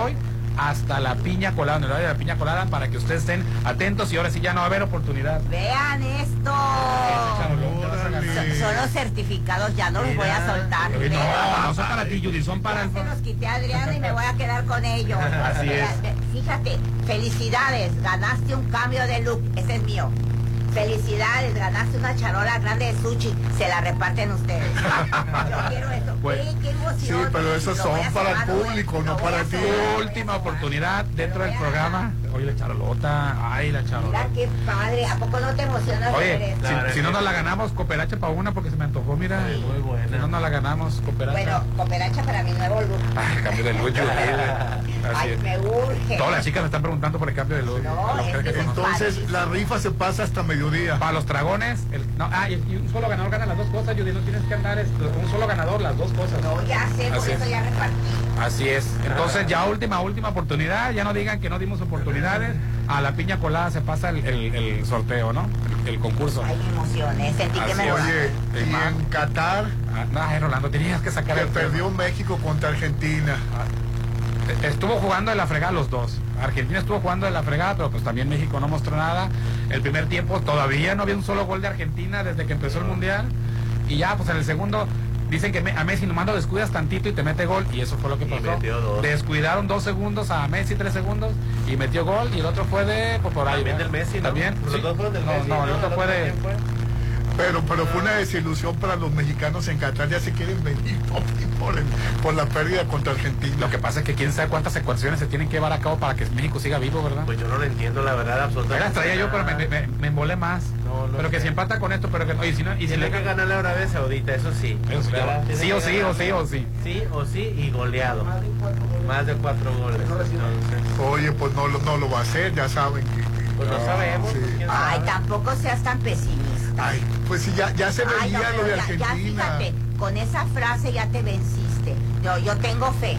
hasta la piña colada, en el horario de la piña colada, para que ustedes estén atentos y ahora sí ya no va a haber oportunidad. Vean esto. Son, son los certificados, ya no los voy a soltar. No, no son para ti, Judy, son para el... Se los quité a Adriana y me voy a quedar con ellos. Así es. Fíjate, felicidades, ganaste un cambio de look, ese es mío. Felicidades, ganaste una charola grande de sushi, se la reparten ustedes. Yo quiero eso. Pues, qué, qué emoción. Sí, pero esos son para el público, no para ti. Última oportunidad dentro del programa. Oye, la charolota, ay, la charolota. Mira qué padre, ¿a poco no te emocionas? Oye, si, si no nos la ganamos, cooperacha para una porque se me antojó, mira. Sí, muy buena. Si no nos la ganamos, cooperacha. Bueno, cooperacha para mi nuevo look. Ay, cambio de look. Así Ay, es. me urge. Todas las chicas me están preguntando por el cambio de look. No, Los es que- que que- Entonces, la rifa se pasa hasta mediodía. Para los dragones, el, no, ah, y, y un solo ganador gana las dos cosas, Judy, no tienes que andar, es, un solo ganador, las dos cosas. No, ya sé, por Así eso es. ya repartí. Así es. Entonces ya última, última oportunidad, ya no digan que no dimos oportunidades, a la piña colada se pasa el, el, el sorteo, ¿no? El, el concurso. Ay, me emocioné, sentí que Así me es. Oye, El y man- en Qatar, Ah, ay, Rolando, tenías que sacar que el tema. perdió México contra Argentina. Estuvo jugando de la fregada los dos. Argentina estuvo jugando de la fregada, pero pues también México no mostró nada. El primer tiempo todavía no había un solo gol de Argentina desde que empezó el Mundial. Y ya, pues en el segundo, dicen que a Messi nomás lo descuidas tantito y te mete gol. Y eso fue lo que pasó. metió dos. Descuidaron dos segundos a Messi, tres segundos, y metió gol. Y el otro fue de... Pues, por ahí, También ¿verdad? del Messi, ¿no? También. Los sí. dos fueron del no, Messi, No, el ¿no? otro ¿El fue otro de... quién fue? Pero, pero fue una desilusión para los mexicanos en Qatar, ya se quieren venir por, por, el- por la pérdida contra Argentina. Lo que pasa es que quién sabe cuántas ecuaciones se tienen que llevar a cabo para que México siga vivo, ¿verdad? Pues yo no lo entiendo, la verdad, absolutamente. Las traía yo, pero me, me, me embolé más. No, no pero que sé. si empata con esto, pero que oye, si no, y si Tiene le que ganar la Arabia Saudita, eso sí. Eso sí, ¿verdad? Tiene sí que o sí, ganar. o sí, o sí. Sí o sí, y goleado. Más de cuatro goles. Entonces, Oye, pues no, lo- no lo va a hacer, ya saben que... que- pues no sabemos. Sí. ¿quién Ay, sabe? tampoco seas tan pesimista. Ay, pues sí, ya, ya se Ay, veía no, lo pero de ya, ya Argentina. fíjate, con esa frase ya te venciste. Yo, yo tengo fe.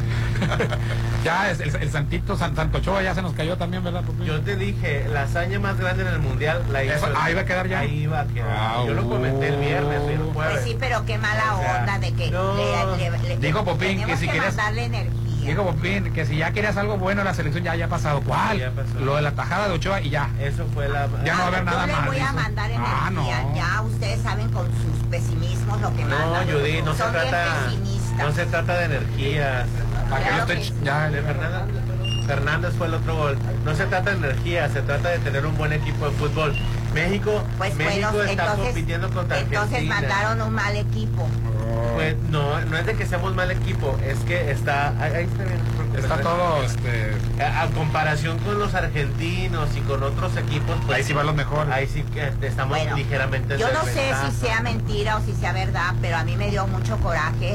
Ya es el, el Santito, San, Santo Ochoa ya se nos cayó también, ¿verdad? Pupi? Yo te dije, la hazaña más grande en el mundial la hizo. Eso, el- ahí va a quedar ya. Ahí va a quedar. Ah, Yo lo comenté el viernes y el jueves. Pues sí, pero qué mala O sea, onda de que no. le, le- le- Dijo Popín tenemos que si querías- mandarle energía. Dijo Popín que si ya querías algo bueno en la selección ya haya pasado. ¿Cuál? Ya pasó. Lo de la tajada de Ochoa y ya. Eso fue la. Ya no va a haber Yo nada le más. voy a dice. mandar energía. Ah, no. Ya ustedes saben con sus pesimismos lo que No, mandan. Judy, no se Son bien trata. pesimistas. No se trata de energía. Para que yo Claro esté que ch- sí. ya, De Fernández, Fernández fue el otro gol. No se trata de energía, se trata de tener un buen equipo de fútbol. México, Pues México bueno, está entonces, compitiendo contra entonces Argentina. mandaron un mal equipo. Pues no, no es de que seamos mal equipo, es que está, ahí, ahí está bien. Está todo, este... A, a comparación con los argentinos y con otros equipos, pues Ahí sí van los mejores. Ahí sí que estamos Bueno, ligeramente en yo no sé desventaja. si sea mentira o si sea verdad, pero a mí me dio mucho coraje.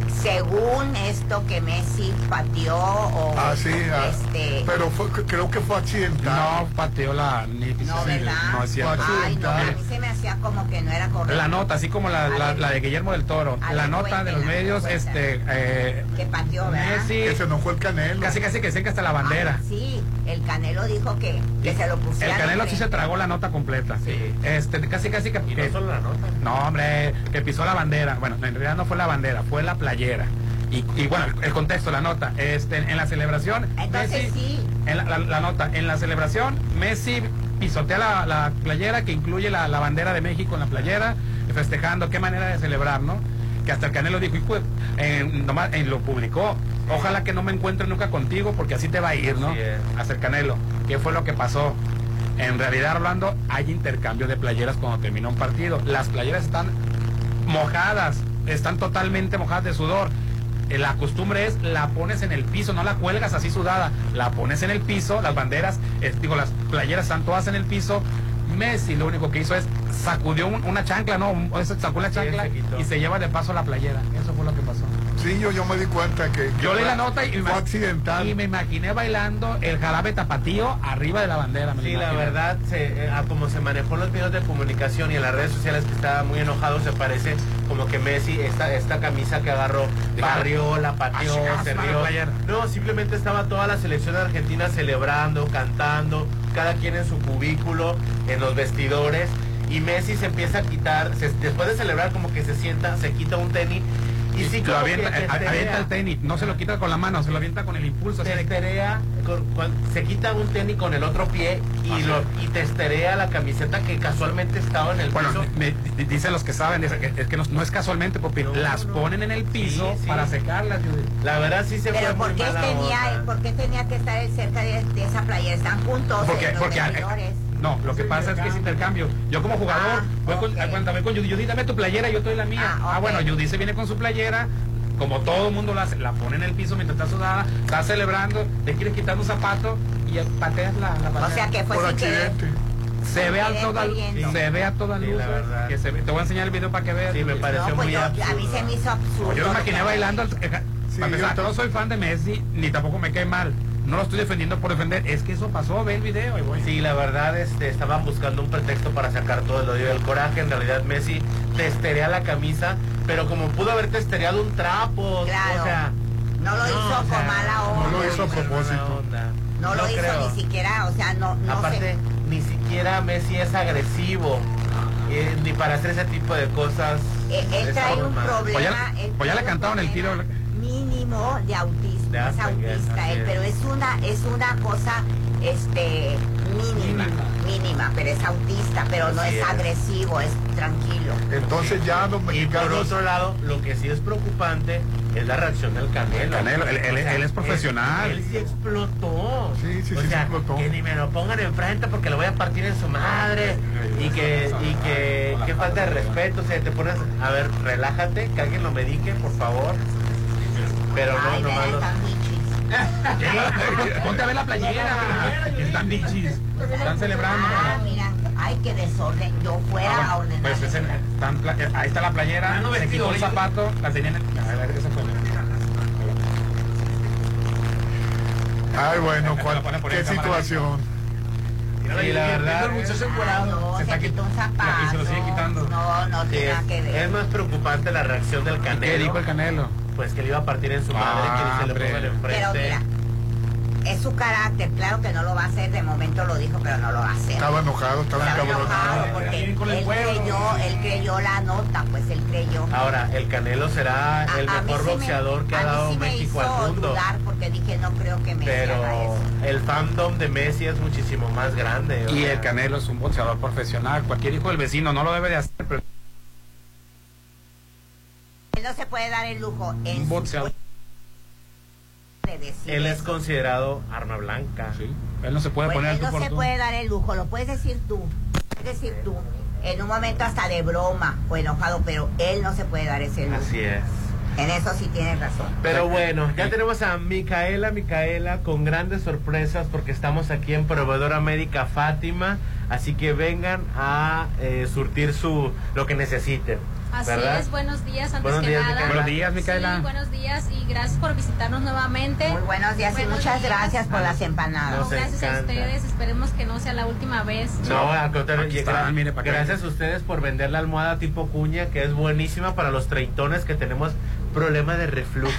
Según esto que Messi pateó o Ah, sí, ah, este pero fue, creo que fue accidental. No, pateó la... Ni, no, sí, ¿verdad? no es cierto. Ay, no, a mí se me hacía como que no era correcto. La nota, así como la, la, la de Guillermo del Toro, A la ver, nota de los cuéntela, medios, cuéntela. este, eh, Que pateó, ¿verdad? Messi, Que se enojó el Canelo. casi casi que dicen que hasta la bandera. Ah, sí, el Canelo dijo que, que se lo El pusiera. Canelo sí se enfrente. tragó la nota completa. Sí. Este, casi casi que, Y que- no solo la nota. no, hombre, que pisó la bandera. Bueno, en realidad no fue la bandera, fue la playera. Y, y bueno, el, el contexto, la nota, este, en la celebración, Entonces Messi, sí. en la, la- la nota, en la celebración, Messi pisotea la, la playera que incluye la, la bandera de México en la playera, festejando, qué manera de celebrar, ¿no? Que hasta el Canelo dijo, hijo, en, nomás, en lo publicó, ojalá que no me encuentre nunca contigo porque así te va a ir, ¿no? Así es. Hasta el Canelo. ¿Qué fue lo que pasó? En realidad, Orlando, hay intercambio de playeras cuando termina un partido. Las playeras están mojadas, están totalmente mojadas de sudor. Eh, La costumbre es, la pones en el piso, no la cuelgas así sudada, la pones en el piso, las banderas, eh, digo, las playeras están todas en el piso. Messi lo único que hizo es sacudió un- una chancla, ¿no? Un- sacó una Sí, chancla se quitó. y se lleva de paso la playera. Eso fue lo que pasó. Sí, yo, yo me di cuenta que... que Yo leí fue- la nota y, fue accidental. y me imaginé bailando el jarabe tapatío arriba de la bandera. me lo Sí, la imaginé. verdad, se, eh, a como se manejó en los medios de comunicación y en las redes sociales que estaba muy enojado, se parece como que Messi, esta, esta camisa que agarró, barrió, la pateó, Ah, se sí, rió. playera. No, simplemente estaba toda la selección argentina celebrando, cantando, cada quien en su cubículo, en los vestidores, y Messi se empieza a quitar, se- después de celebrar como que se sienta, se quita un tenis Y sí, lo avienta, que avienta el tenis, no se lo quita con la mano, se lo avienta con el impulso. Testerea, con, con, se quita un tenis con el otro pie y, lo, y testerea la camiseta que casualmente estaba en el bueno, piso. Me, me, dicen los que saben, es que, es que no, no es casualmente, porque no, las no. ponen en el piso sí, sí. para secarlas. La verdad sí se Pero fue ¿por muy qué tenía, ¿por qué tenía que estar cerca de, de esa playa? Están juntos porque, los porque, vestidores. No, lo que pasa es que es intercambio. Yo como jugador, ah, voy okay. con, cuando voy con Judy, Judy, dame tu playera, yo estoy la mía. Ah, okay. ah bueno, Judy se viene con su playera, como todo el mundo la hace, la pone en el piso mientras está sudada, está celebrando, le quieres quitar un zapato y pateas la, la patea. O sea que fue sin querer. Se ve a toda luz, se ve a toda luz, sí, que se ve. Te voy a enseñar el video para que veas. Sí, me pareció no, pues muy yo, absurdo. A mí se me hizo absurdo. Yo me imaginé bailando. Sí, para empezar, no soy fan de Messi, ni tampoco me cae mal. No lo estoy defendiendo por defender, es que eso pasó, ve el video y voy. Sí, la verdad, este, estaban buscando un pretexto para sacar todo el odio del coraje. En realidad Messi testerea la camisa, pero como pudo haber testereado un trapo. Claro. O sea, no lo no, hizo o sea, con mala onda. No lo hizo a propósito. No, no lo hizo creo. ni siquiera, o sea, no, no Aparte, sé. ni siquiera Messi es agresivo. Eh, ni para hacer ese tipo de cosas. Eh, él trae un problema. Pues ya, pues ya le cantaron el tiro. Mínimo de autismo, de es autista él, pero es una, es una cosa este mínima, mínima, pero es autista, pero no es, es agresivo, es tranquilo. Entonces ya los mexicanos... Y por otro lado, lo que sí es preocupante es la reacción del Canelo. Canelo, él, él, o sea, él es profesional. Él, él sí explotó. Sí, sí, o sí, sea, explotó. Que ni me lo pongan enfrente porque lo voy a partir en su madre. Y que, y que, que falta de respeto. O sea, te pones, a ver, relájate, que alguien lo medique, por favor. Pero no, Ay, no malo. Ponte a ver la playera. Están bichis. Están celebrando. Ah, mira. Ay, qué desorden. Yo fuera ah, a ordenar. Pues ese, están, ahí está la playera. No, se quitó el zapato. La tenían. A ver, esa fue. Ay, bueno, ¿cuál, ¿qué situación? Sí, la verdad. No, se, se quitó un zapato. Y se lo sigue quitando. No, no tiene nada que ver. Es más preocupante la reacción del Canelo. ¿Qué dijo el Canelo? Pues que le iba a partir en su madre, ah, que se le ponga enfrente. Pero mira, es su carácter, claro que no lo va a hacer, de momento lo dijo, pero no lo va a hacer. Estaba enojado, estaba, estaba enojado. Porque él creyó, él creyó la nota, pues él creyó. Ahora, el Canelo será a, el a mejor boxeador me, que ha dado sí México al mundo. Dudar porque dije, no creo que Messi pero haga eso. El fandom de Messi es muchísimo más grande. Y sea. El Canelo es un boxeador profesional, cualquier hijo del vecino no lo debe de hacer, pero... Él no se puede dar el lujo. En un boxeador. Él es considerado arma blanca. Sí. Él no se puede pues poner él no por se tú. puede dar el lujo, lo puedes decir tú. Puedes decir tú. En un momento hasta de broma o enojado, pero él no se puede dar ese lujo. Así es. En eso sí tienes razón. Pero bueno, ya tenemos a Micaela, Micaela con grandes sorpresas porque estamos aquí en Proveedora Médica Fátima, así que vengan a eh, surtir su lo que necesiten. Así ¿verdad? es, buenos días, antes buenos que días, nada. Micaela. Buenos días, Micaela. Sí, buenos días y gracias por visitarnos nuevamente. Muy buenos días buenos y muchas días. gracias por las empanadas. No, gracias encanta. a ustedes, esperemos que no sea la última vez. No, al contrario, está, mire, gracias a ustedes por vender la almohada tipo cuña, que es buenísima para los treintones que tenemos problema de reflujo.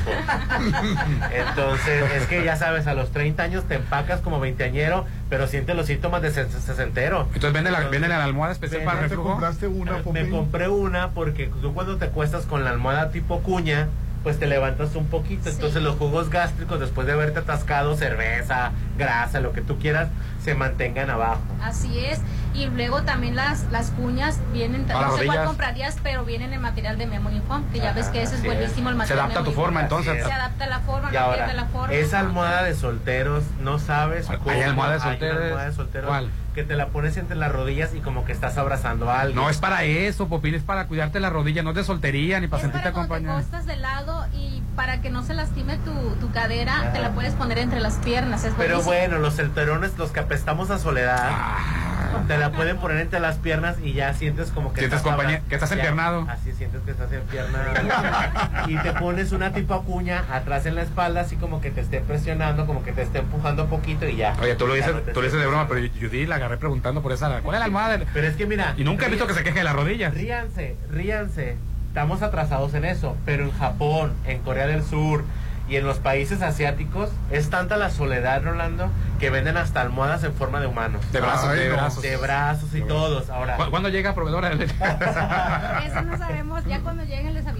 Entonces, es que ya sabes, a los treinta años te empacas como veinteañero, pero sientes los síntomas de sesentero. Entonces, vende la, vende la almohada especial para ¿Te reflujo. compraste una, Me Popín? compré una porque tú cuando te acuestas con la almohada tipo cuña, pues te levantas un poquito, sí. Entonces los jugos gástricos, después de haberte atascado cerveza, grasa, lo que tú quieras, se mantengan abajo. Así es, y luego también las las cuñas vienen, Para no sé rodillas. cuál comprarías, pero vienen en material de Memory Foam, que ya Ajá, ves que ese es buenísimo, el Se material adapta a tu Memory forma, Foam. entonces. Se adapta a la forma, Y no ahora, pierde la forma. esa almohada de solteros, no sabes cómo. ¿Hay almohada de hay una solteros? almohada de solteros ¿Cuál? Que te la pones entre las rodillas y como que estás abrazando a alguien. No es para eso, Popín, es para cuidarte la rodilla, no es de soltería ni para Es sentirte para cuando acompañado. te acostas de lado y para que no se lastime tu, tu cadera, Ajá. te la puedes poner entre las piernas. Es Pero buenísimo. bueno, los solterones, los que apestamos a soledad, Ah. te la pueden poner entre las piernas y ya sientes como que Sientes estás compañía, abra- que estás ya, empiernado. Así sientes que estás empiernado. Y te pones una tipo acuña atrás en la espalda, así como que te esté presionando, como que te esté empujando un poquito y ya. Oye, tú lo Ya dices, no te tú lo dices de estés broma, pero Judy la agarré preguntando por esa. ¿Cuál es la almohada? De... Pero es que mira. Y nunca he visto que se queje de las rodillas. Ríanse, ríanse. Estamos atrasados en eso. Pero en Japón, en Corea del Sur y en los países asiáticos es tanta la soledad, Rolando, que venden hasta almohadas en forma de humanos. De brazos, Ay, de no, brazos. De brazos y todos. Ahora. ¿Cu- ¿Cuándo llega proveedora? Eso no sabemos, ya cuando lleguen les avisamos.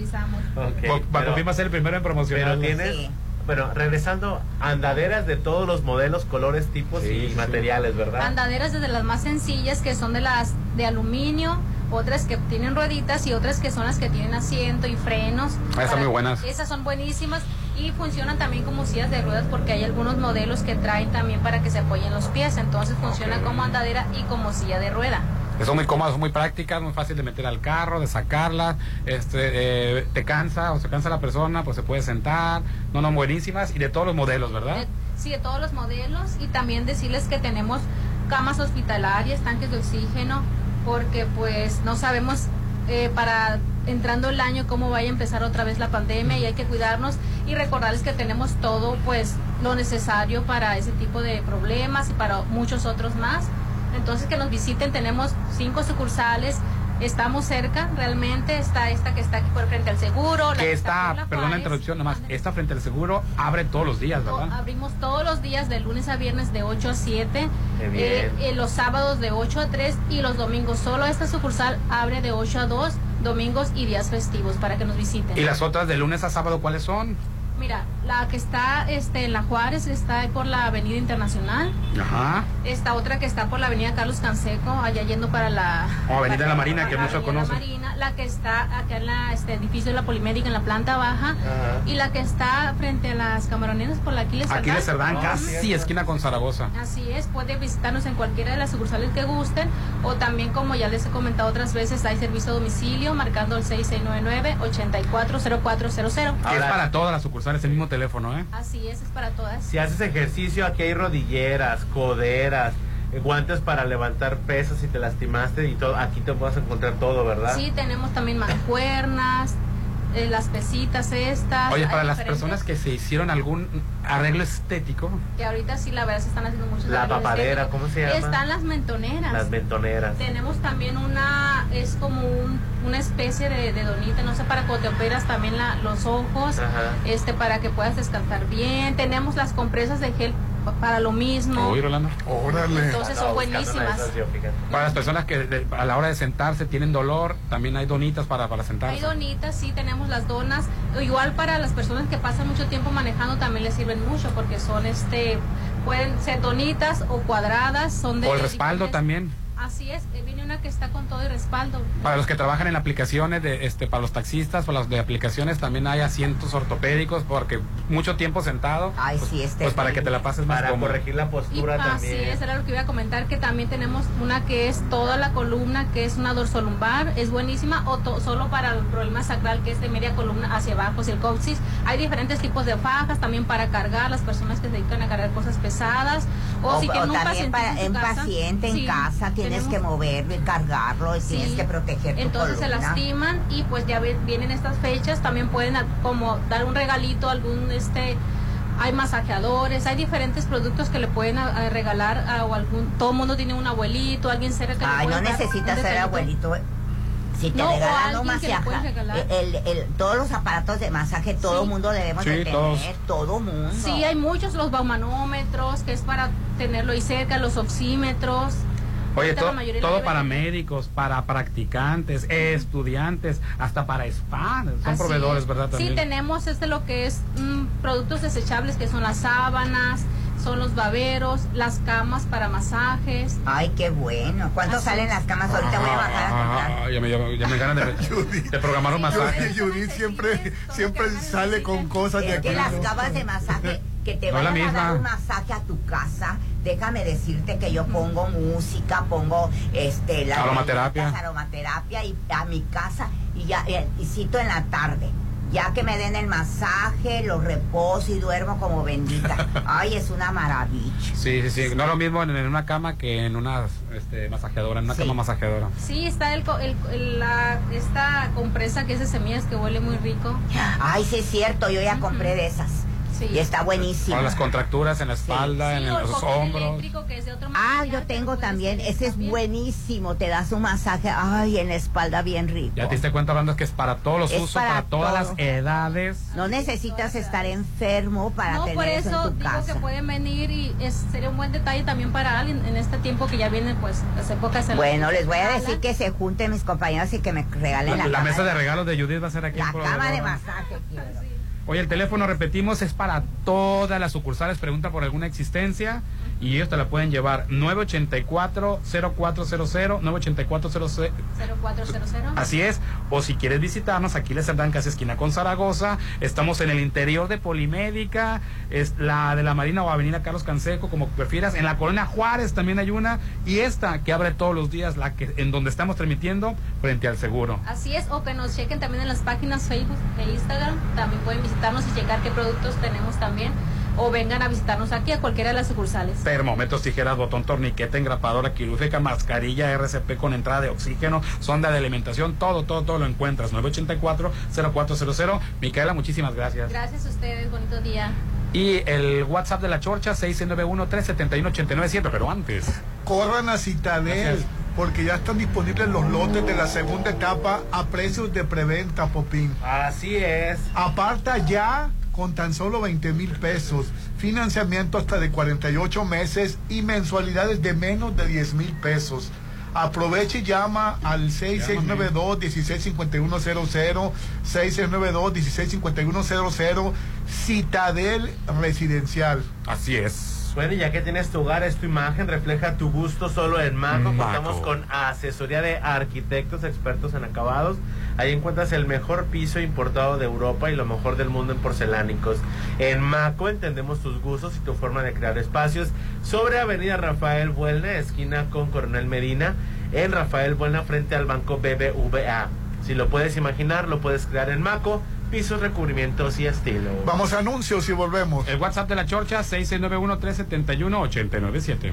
utilizamos. Okay, Bacofim va a ser el primero en promocionar. Pero tienes, Sí. bueno, regresando, andaderas de todos los modelos, colores, tipos Sí, y sí, materiales, ¿verdad? Andaderas desde las más sencillas, que son de las de aluminio, otras que tienen rueditas y otras que son las que tienen asiento y frenos. Ah, están muy buenas. Esas son buenísimas y funcionan también como sillas de ruedas porque hay algunos modelos que traen también para que se apoyen los pies, entonces funciona Ok. como andadera y como silla de rueda. Son muy cómodas, son muy prácticas, muy fácil de meter al carro, de sacarlas, este, eh, te cansa o se cansa la persona, pues se puede sentar, no, no, buenísimas y de todos los modelos, ¿verdad? De- sí, de todos los modelos y también decirles que tenemos camas hospitalarias, tanques de oxígeno, porque pues no sabemos eh, para entrando el año cómo vaya a empezar otra vez la pandemia y hay que cuidarnos y recordarles que tenemos todo pues lo necesario para ese tipo de problemas y para muchos otros más. Entonces que nos visiten, tenemos cinco sucursales, estamos cerca, realmente está esta que está aquí por frente al seguro. La Que está está, por la perdón la Juárez. interrupción, nomás, esta frente al seguro abre todos los días, No, ¿verdad? abrimos todos los días de lunes a viernes de ocho a siete, Qué bien. eh, eh, los sábados de ocho a tres y los domingos. Solo esta sucursal abre de ocho a dos, domingos y días festivos para que nos visiten. ¿Y las otras de lunes a sábado cuáles son? Mira, la que está este, en la Juárez está ahí por la Avenida Internacional. Ajá. Esta otra que está por la Avenida Carlos Canseco, allá yendo para la... Oh, Avenida para- La Marina, que para muchos Avenida La conocen. Marina, la que está acá en la, este edificio de la Polimédica en la planta baja. Ajá. Y la que está frente a las Camaroneras por la Aquiles Cerdán. Aquiles Cerdán, Oh, casi esquina con Zaragoza. Así es, puede visitarnos en cualquiera de las sucursales que gusten o también, como ya les he comentado otras veces, hay servicio a domicilio marcando el seis seis nueve nueve, ocho cuatro cero cuatro cero cero. Que es para todas las sucursales, el mismo teléfono, ¿eh? Así es, es para todas. Si haces ejercicio, aquí hay rodilleras, coderas, eh, guantes para levantar pesas si te lastimaste y todo. Aquí te puedes encontrar todo, ¿verdad? Sí, tenemos también mancuernas, eh, las pesitas estas. Oye, hay para las diferentes personas que se hicieron algún arreglo estético, que ahorita sí, la verdad, se están haciendo muchos La arreglos papadera, estéticos. ¿cómo se llama? Están las mentoneras. Las mentoneras. Tenemos también una, es como un, una especie de, de donita, no sé, para cuando te operas también la, los ojos, Ajá. este para que puedas descansar bien. Tenemos las compresas de gel pa- para lo mismo. Uy, Rolando. Órale. Entonces son buenísimas. para las personas que de- a la hora de sentarse tienen dolor, también hay donitas para, para sentarse. Hay donitas, sí, tenemos las donas. Igual para las personas que pasan mucho tiempo manejando también les sirven mucho porque son, este, pueden ser donitas o cuadradas, son de... O el respaldo diferentes- también. Así es, eh, viene una que está con todo el respaldo. Para los que trabajan en aplicaciones, de, este, para los taxistas, para los de aplicaciones también hay asientos ortopédicos porque mucho tiempo sentado. Ay, pues, sí, este pues para que te la pases más Para cómodo. corregir la Y postura así también. es, era lo que iba a comentar, que también tenemos una que es toda la columna, que es una dorsolumbar, es buenísima, o to- solo para el problema sacral, que es de media columna hacia abajo, es el coxis. Hay diferentes tipos de fajas, también para cargar, las personas que se dedican a cargar cosas pesadas, o, O, si o tienen un también paciente para en, su en casa, paciente en sí, casa tienes tenemos- que moverlo y cargarlo y tienes Sí. que proteger tu Entonces se columna. lastiman y pues ya ve- vienen estas fechas, también pueden a- como dar un regalito, algún este hay masajeadores, hay diferentes productos que le pueden a- a regalar a, o algún, todo el mundo tiene un abuelito, alguien cerca que le Ay, no puede dar un necesitas ser detallito. abuelito. Si te No, o regalan un alguien que le pueden masaje, regalar. el, el- todos los aparatos de masaje, todo Sí. mundo debemos Sí, de tener, todos. todo mundo. Sí, hay muchos, los baumanómetros, que es para tenerlo ahí cerca, los oxímetros. Oye, Ahorita to- la mayoría todo lo para llevan. médicos, para practicantes, estudiantes, hasta para spa. Son Así proveedores, es. ¿verdad? También. Sí, tenemos este lo que es mm, productos desechables, que son las sábanas, son los baberos, las camas para masajes. Ay, qué bueno. ¿Cuánto Así salen es. las camas? Ahorita voy a bajar a comprar. Ah, ya me, ya, ya me ganan de, de programar un masaje. Judith siempre, siempre sale con cosas de Es aquí. que las camas de masaje, que te No es la vayan a misma. dar un masaje a tu casa, déjame decirte que yo pongo música, pongo este las Aromaterapia. velitas, aromaterapia y a mi casa y ya eh, y cito en la tarde. Ya que me den el masaje, lo reposo y duermo como bendita. Ay, es una maravilla. Sí, sí, sí. No es lo mismo en, en una cama que en una este, masajeadora, en una Sí. cama masajeadora. Sí, está el, co- el- el- la, esta compresa que es de semillas que huele muy rico. Ay, sí es cierto, yo ya compré de esas. Sí. Y está buenísimo. Para las contracturas en la espalda, sí. Sí, en los hombros. Que es de otro ah, yo tengo también. Ese es también. Buenísimo. Te das un masaje, ay, en la espalda bien rico. Ya te diste cuenta, hablando que es para todos los es usos, para, para todas todo. Las edades. No necesitas estar enfermo para no, tener eso, eso en tu digo casa. Que pueden venir y es, sería un buen detalle también para alguien en este tiempo que ya vienen, pues, las épocas. Bueno, les voy a decir que se junten mis compañeros y que me regalen la, la, la mesa de, de regalos de Judith va a ser aquí. La cama de masaje quiero. Oye, el teléfono, repetimos, es para todas las sucursales. Pregunta por alguna existencia y ellos te la pueden llevar. nueve ochenta y cuatro, cero cuatro cero cero, nueve ochenta y cuatro, cero cuatro cero cero. Así es. O si quieres visitarnos, aquí les dan casi esquina con Zaragoza. Estamos en el interior de Polimédica, es la de la Marina o Avenida Carlos Canseco, como prefieras. En la Colonia Juárez también hay una. Y esta que abre todos los días, la que en donde estamos transmitiendo, frente al Seguro. Así es. O que nos chequen también en las páginas Facebook e Instagram. También pueden visitarnos y checar qué productos tenemos también. O vengan a visitarnos aquí a cualquiera de las sucursales. Termómetros, tijeras, botón, torniquete, engrapadora quirúrgica, mascarilla, R C P con entrada de oxígeno, sonda de alimentación, todo, todo, todo lo encuentras. nueve ochenta y cuatro, cero cuatro cero cero. Micaela, muchísimas gracias. Gracias a ustedes, bonito día. Y el WhatsApp de la Chorcha, seis nueve uno, tres siete uno, ocho nueve siete, pero antes. Corran a Citadel, gracias. Porque ya están disponibles los lotes de la segunda etapa a precios de preventa, Popín. Así es. Aparta ya con tan solo veinte mil pesos, financiamiento hasta de cuarenta y ocho meses y mensualidades de menos de diez mil pesos. Aproveche y llama al seis seis nueve dos, uno seis cinco uno cero cero, seis seis nueve dos, uno seis cinco uno cero cero, Citadel Residencial. Así es. Bueno, y ya que tienes tu hogar, es tu imagen, refleja tu gusto solo en Maco. Contamos con asesoría de arquitectos expertos en acabados. Ahí encuentras el mejor piso importado de Europa y lo mejor del mundo en porcelánicos. En Maco entendemos tus gustos y tu forma de crear espacios. Sobre Avenida Rafael Buelna, esquina con Coronel Medina, en Rafael Buelna, frente al Banco B B V A. Si lo puedes imaginar, lo puedes crear en Maco. Pisos, recubrimientos y estilo. Vamos a anuncios y volvemos. El WhatsApp de la Chorcha, seis nueve uno, tres siete uno, ocho nueve siete.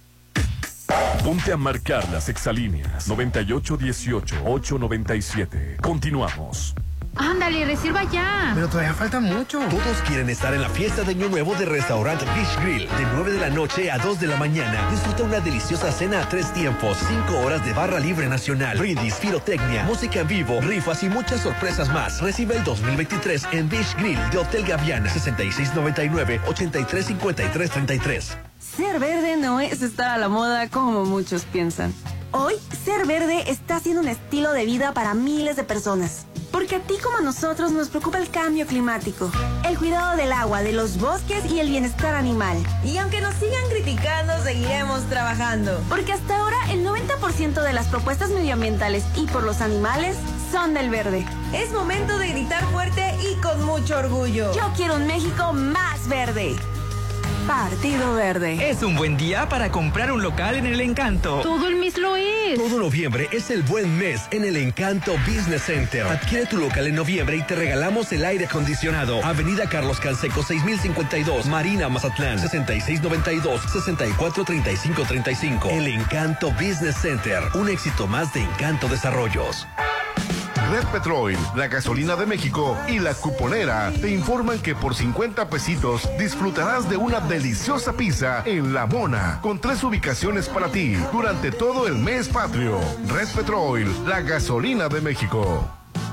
Ponte a marcar las exalíneas noventa y ocho dieciocho, ocho noventa y siete. Continuamos. Ándale, reserva ya. Pero todavía falta mucho. Todos quieren estar en la fiesta de Año Nuevo de Restaurante Beach Grill. De nueve de la noche a dos de la mañana. Disfruta una deliciosa cena a tres tiempos. cinco horas de barra libre nacional. Brindis, pirotecnia, música en vivo, rifas y muchas sorpresas más. Recibe el dos mil veintitrés en Beach Grill de Hotel Gaviana. sesenta y seis noventa y nueve, ochenta y tres cincuenta y tres treinta y tres. Ser verde no es estar a la moda como muchos piensan. Hoy, ser verde está siendo un estilo de vida para miles de personas. Porque a ti como a nosotros nos preocupa el cambio climático, el cuidado del agua, de los bosques y el bienestar animal. Y aunque nos sigan criticando, seguiremos trabajando. Porque hasta ahora el noventa por ciento de las propuestas medioambientales y por los animales son del verde. Es momento de gritar fuerte y con mucho orgullo. Yo quiero un México más verde. Partido Verde. Es un buen día para comprar un local en El Encanto. Todo el mes lo es. Todo noviembre es el buen mes en El Encanto Business Center. Adquiere tu local en noviembre y te regalamos el aire acondicionado. Avenida Carlos Canseco, seis mil cincuenta y dos, Marina, Mazatlán, sesenta y seis noventa y dos, sesenta y cuatro treinta y cinco treinta y cinco. El Encanto Business Center. Un éxito más de Encanto Desarrollos. Red Petrol, la gasolina de México y La Cuponera te informan que por cincuenta pesitos disfrutarás de una deliciosa pizza en La Mona, con tres ubicaciones para ti durante todo el mes patrio. Red Petrol, la gasolina de México.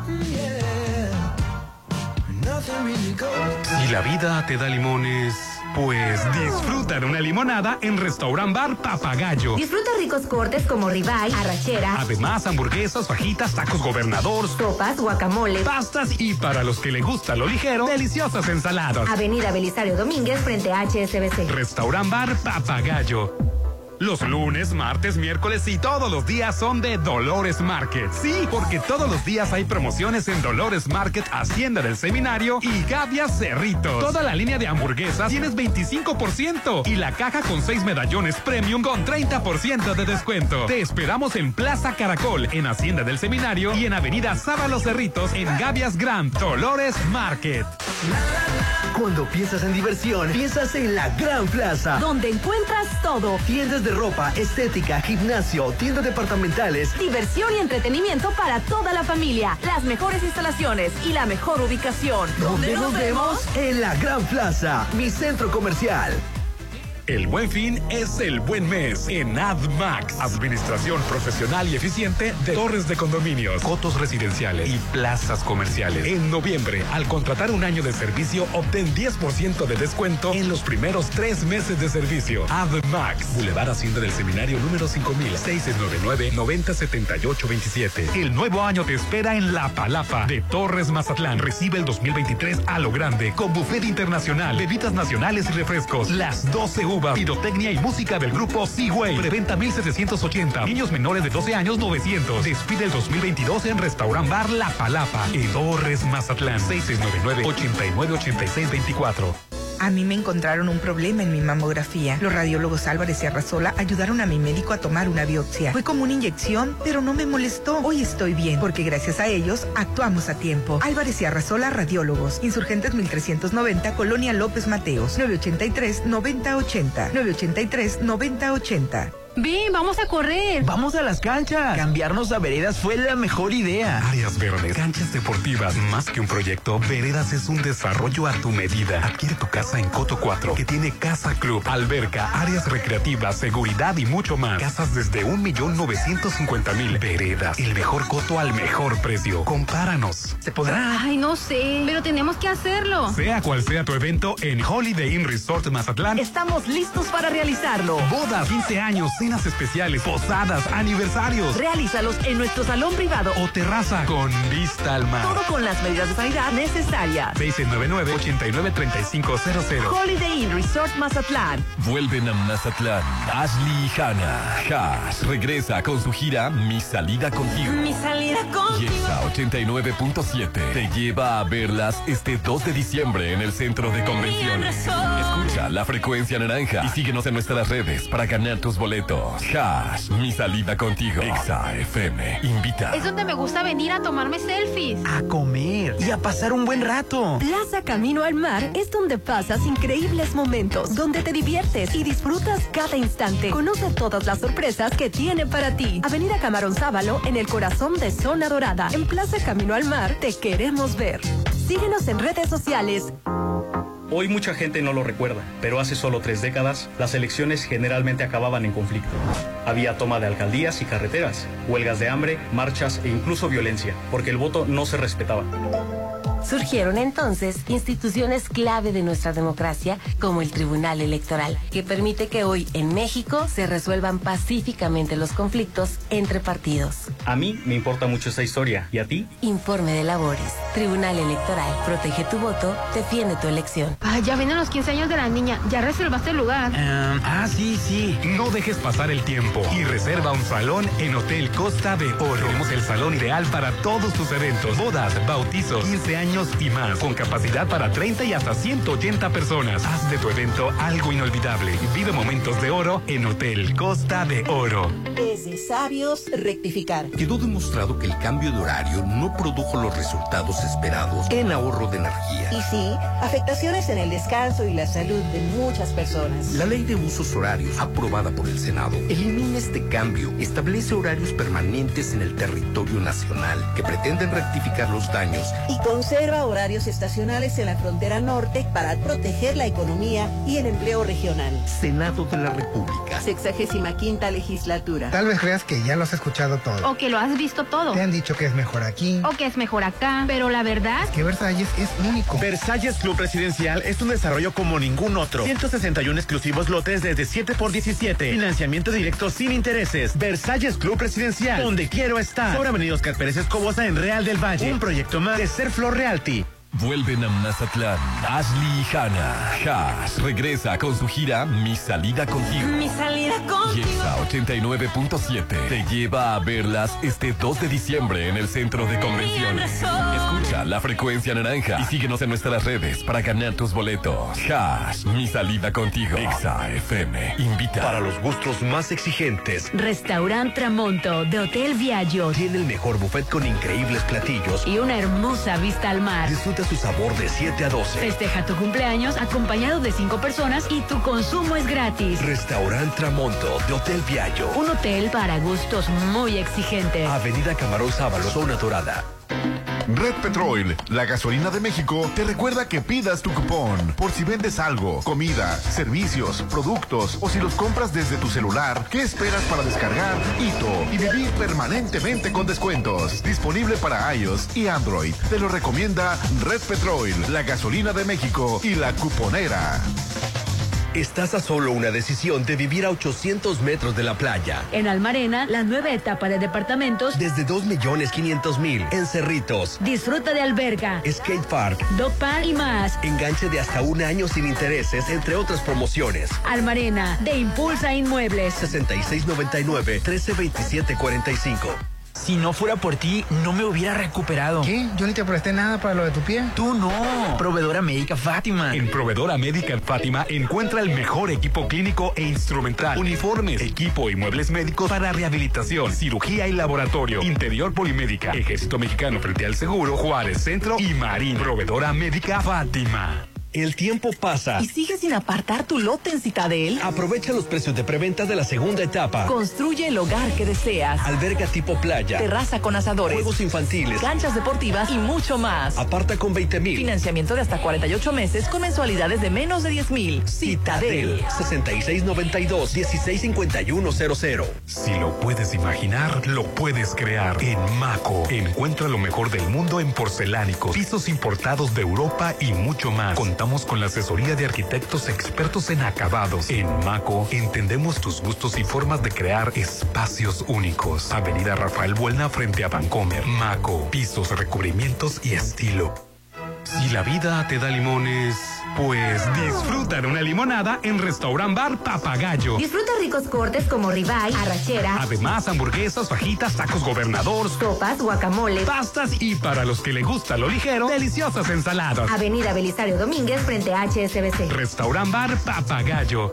Si la vida te da limones, pues disfruta de una limonada en Restaurant Bar Papagayo. Disfruta ricos cortes como ribeye, arrachera. Además, hamburguesas, fajitas, tacos gobernador, sopas, guacamole, pastas y para los que le gusta lo ligero, deliciosas ensaladas. Avenida Belisario Domínguez frente a H S B C. Restaurant Bar Papagayo. Los lunes, martes, miércoles y todos los días son de Dolores Market. Sí, porque todos los días hay promociones en Dolores Market, Hacienda del Seminario y Gavia Cerritos. Toda la línea de hamburguesas tienes veinticinco por ciento y la caja con seis medallones premium con treinta por ciento de descuento. Te esperamos en Plaza Caracol, en Hacienda del Seminario y en Avenida Sábalo Cerritos en Gavias Grand. Dolores Market. Cuando piensas en diversión, piensas en la Gran Plaza, donde encuentras todo. Tiendas de de ropa, estética, gimnasio, tiendas departamentales. Diversión y entretenimiento para toda la familia. Las mejores instalaciones y la mejor ubicación. ¿Dónde nos vemos? En la Gran Plaza, mi centro comercial. El Buen Fin es el buen mes en AdMax. Administración profesional y eficiente de torres de condominios, cotos residenciales y plazas comerciales. En noviembre, al contratar un año de servicio, obtén diez por ciento de descuento en los primeros tres meses de servicio. AdMax. Boulevard Hacienda del Seminario número cinco mil, seis nueve nueve, noventa setenta y ocho veintisiete. El nuevo año te espera en La Palapa de Torres Mazatlán. Recibe el dos mil veintitrés a lo grande con buffet internacional, bebidas nacionales y refrescos. Las doce uvas, pirotecnia y música del grupo Seaway. Preventa mil setecientos ochenta. Niños menores de doce años novecientos. Despide el dos mil veintidós en Restaurant Bar La Palapa en Torres Mazatlán. seis seis nueve nueve, ocho nueve ocho seis dos cuatro. A mí me encontraron un problema en mi mamografía. Los radiólogos Álvarez y Arrasola ayudaron a mi médico a tomar una biopsia. Fue como una inyección, pero no me molestó. Hoy estoy bien, porque gracias a ellos actuamos a tiempo. Álvarez y Arrasola Radiólogos. Insurgentes mil trescientos noventa, Colonia López Mateos. nueve ochenta y tres, noventa ochenta. nueve ochenta y tres, noventa ochenta. Ven, vamos a correr. Vamos a las canchas. Cambiarnos a veredas fue la mejor idea. Áreas verdes, canchas deportivas, más que un proyecto, Veredas es un desarrollo a tu medida. Adquiere tu casa en Coto cuatro, que tiene casa club, alberca, áreas recreativas, seguridad y mucho más. Casas desde un millón novecientos cincuenta mil. Veredas, el mejor coto al mejor precio. Compáranos. ¿Se podrá? Ay, no sé, pero tenemos que hacerlo. Sea cual sea tu evento, en Holiday Inn Resort Mazatlán estamos listos para realizarlo. Bodas, quince años, cenas especiales, posadas, aniversarios. Realízalos en nuestro salón privado o terraza con vista al mar. Todo con las medidas de sanidad necesarias. seis nueve nueve, ocho nueve tres cinco cero cero. Holiday Inn Resort Mazatlán. Vuelven a Mazatlán Ashley y Hannah. Hash regresa con su gira Mi Salida Contigo. Mi salida contigo. Y Exa ochenta y nueve punto siete te lleva a verlas este dos de diciembre en el Centro de Convenciones. Escucha la frecuencia naranja y síguenos en nuestras redes para ganar tus boletos. Hash, Mi Salida Contigo. Exa F M invita. Es donde me gusta venir a tomarme selfies. A comer y a pasar un buen rato. Plaza Camino al Mar es donde pasas increíbles momentos, donde te diviertes y disfrutas cada instante. Conoce todas las sorpresas que tiene para ti. Avenida Camarón Sábalo, en el corazón de Zona Dorada. En Plaza Camino al Mar te queremos ver. Síguenos en redes sociales. Hoy mucha gente no lo recuerda, pero hace solo tres décadas las elecciones generalmente acababan en conflicto. Había toma de alcaldías y carreteras, huelgas de hambre, marchas e incluso violencia, porque el voto no se respetaba. Surgieron entonces instituciones clave de nuestra democracia, como el Tribunal Electoral, que permite que hoy en México se resuelvan pacíficamente los conflictos entre partidos. A mí me importa mucho esta historia, ¿y a ti? Informe de labores. Tribunal Electoral. Protege tu voto, defiende tu elección. Ay, ya vienen los quince años de la niña. ¿Ya reservaste el lugar? Um, ah, sí, sí. No dejes pasar el tiempo y reserva un salón en Hotel Costa de Oro. Tenemos el salón ideal para todos tus eventos, bodas, bautizos, quince años y más, con capacidad para treinta y hasta ciento ochenta personas. Haz de tu evento algo inolvidable. Vive momentos de oro en Hotel Costa de Oro. Es de sabios rectificar. Quedó demostrado que el cambio de horario no produjo los resultados esperados en ahorro de energía. Y sí, afectaciones en el descanso y la salud de muchas personas. La ley de usos horarios, aprobada por el Senado, elimina este cambio, establece horarios permanentes en el territorio nacional que pretenden rectificar los daños y conserva horarios estacionales en la frontera norte para proteger la economía y el empleo regional. Senado de la República. Sexagésima quinta legislatura. Tal vez creas que ya lo has escuchado todo. O que lo has visto todo. Te han dicho que es mejor aquí. O que es mejor acá. Pero la verdad... que Versalles es único. Versalles Club Residencial es un desarrollo como ningún otro. ciento sesenta y uno exclusivos lotes desde siete por diecisiete. Financiamiento directo sin intereses. Versalles Club Residencial, donde quiero estar. Sobre Avenida Oscar Pérez Escobosa en Real del Valle. Un proyecto más de Ser Flor Realty. Vuelven a Mazatlán Ashley y Hannah. Hash regresa con su gira Mi Salida Contigo. Mi salida contigo. Y Exa ochenta y nueve punto siete te lleva a verlas este dos de diciembre en el Centro de Convenciones. Escucha la frecuencia naranja y síguenos en nuestras redes para ganar tus boletos. Hash, Mi Salida Contigo. Exa F M invita. Para los gustos más exigentes, Restaurant Tramonto de Hotel Viaggio tiene el mejor buffet con increíbles platillos y una hermosa vista al mar. Disfruta Disfruta su sabor de siete a doce. Festeja tu cumpleaños acompañado de cinco personas y tu consumo es gratis. Restaurant Tramonto de Hotel Viallo. Un hotel para gustos muy exigentes. Avenida Camarón Sábalo, Zona Dorada. Red Petrol, la gasolina de México, te recuerda que pidas tu cupón por si vendes algo, comida, servicios, productos o si los compras desde tu celular. ¿Qué esperas para descargar Hito y vivir permanentemente con descuentos? Disponible para iOS y Android. Te lo recomienda Red Petrol, la gasolina de México y la cuponera. Estás a solo una decisión de vivir a ochocientos metros de la playa. En Almarena, la nueva etapa de departamentos desde dos millones quinientos mil en Cerritos. Disfruta de alberga, skate park, dog park y más. Enganche de hasta un año sin intereses, entre otras promociones. Almarena, de Impulsa Inmuebles. sesenta y seis noventa y nueve, trece veintisiete cuarenta y cinco. Si no fuera por ti, no me hubiera recuperado. ¿Qué? Yo ni te presté nada para lo de tu pie. Tú no. Proveedora Médica Fátima. En Proveedora Médica Fátima encuentra el mejor equipo clínico e instrumental, uniformes, equipo y muebles médicos para rehabilitación, cirugía y laboratorio, interior polimédica, Ejército Mexicano frente al Seguro, Juárez Centro y Marín. Proveedora Médica Fátima. El tiempo pasa. ¿Y sigues sin apartar tu lote en Citadel? Aprovecha los precios de preventa de la segunda etapa. Construye el hogar que deseas. Alberga tipo playa. Terraza con asadores. Juegos infantiles. Canchas deportivas y mucho más. Aparta con veinte mil. Financiamiento de hasta cuarenta y ocho meses con mensualidades de menos de diez mil. Citadel. sesenta y seis noventa y dos, dieciséis cincuenta y uno cero cero. Si lo puedes imaginar, lo puedes crear. En Maco. Encuentra lo mejor del mundo en porcelánicos, pisos importados de Europa y mucho más. Contamos con la asesoría de arquitectos expertos en acabados. En Maco entendemos tus gustos y formas de crear espacios únicos. Avenida Rafael Buelna frente a Vancomer. Maco, pisos, recubrimientos y estilo. Si la vida te da limones, pues disfruta de una limonada en Restaurant Bar Papagayo. Disfruta ricos cortes como ribeye, arrachera. Además, hamburguesas, fajitas, tacos gobernador, sopas, guacamole, pastas y para los que le gusta lo ligero, deliciosas ensaladas. Avenida Belisario Domínguez frente a H S B C. Restaurant Bar Papagayo.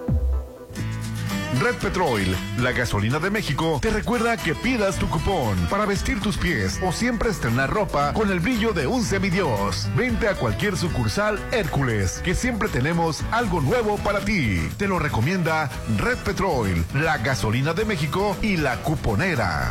Red Petrol, la gasolina de México, te recuerda que pidas tu cupón para vestir tus pies o siempre estrenar ropa con el brillo de un semidios. Vente a cualquier sucursal Hércules, que siempre tenemos algo nuevo para ti. Te lo recomienda Red Petrol, la gasolina de México y la cuponera.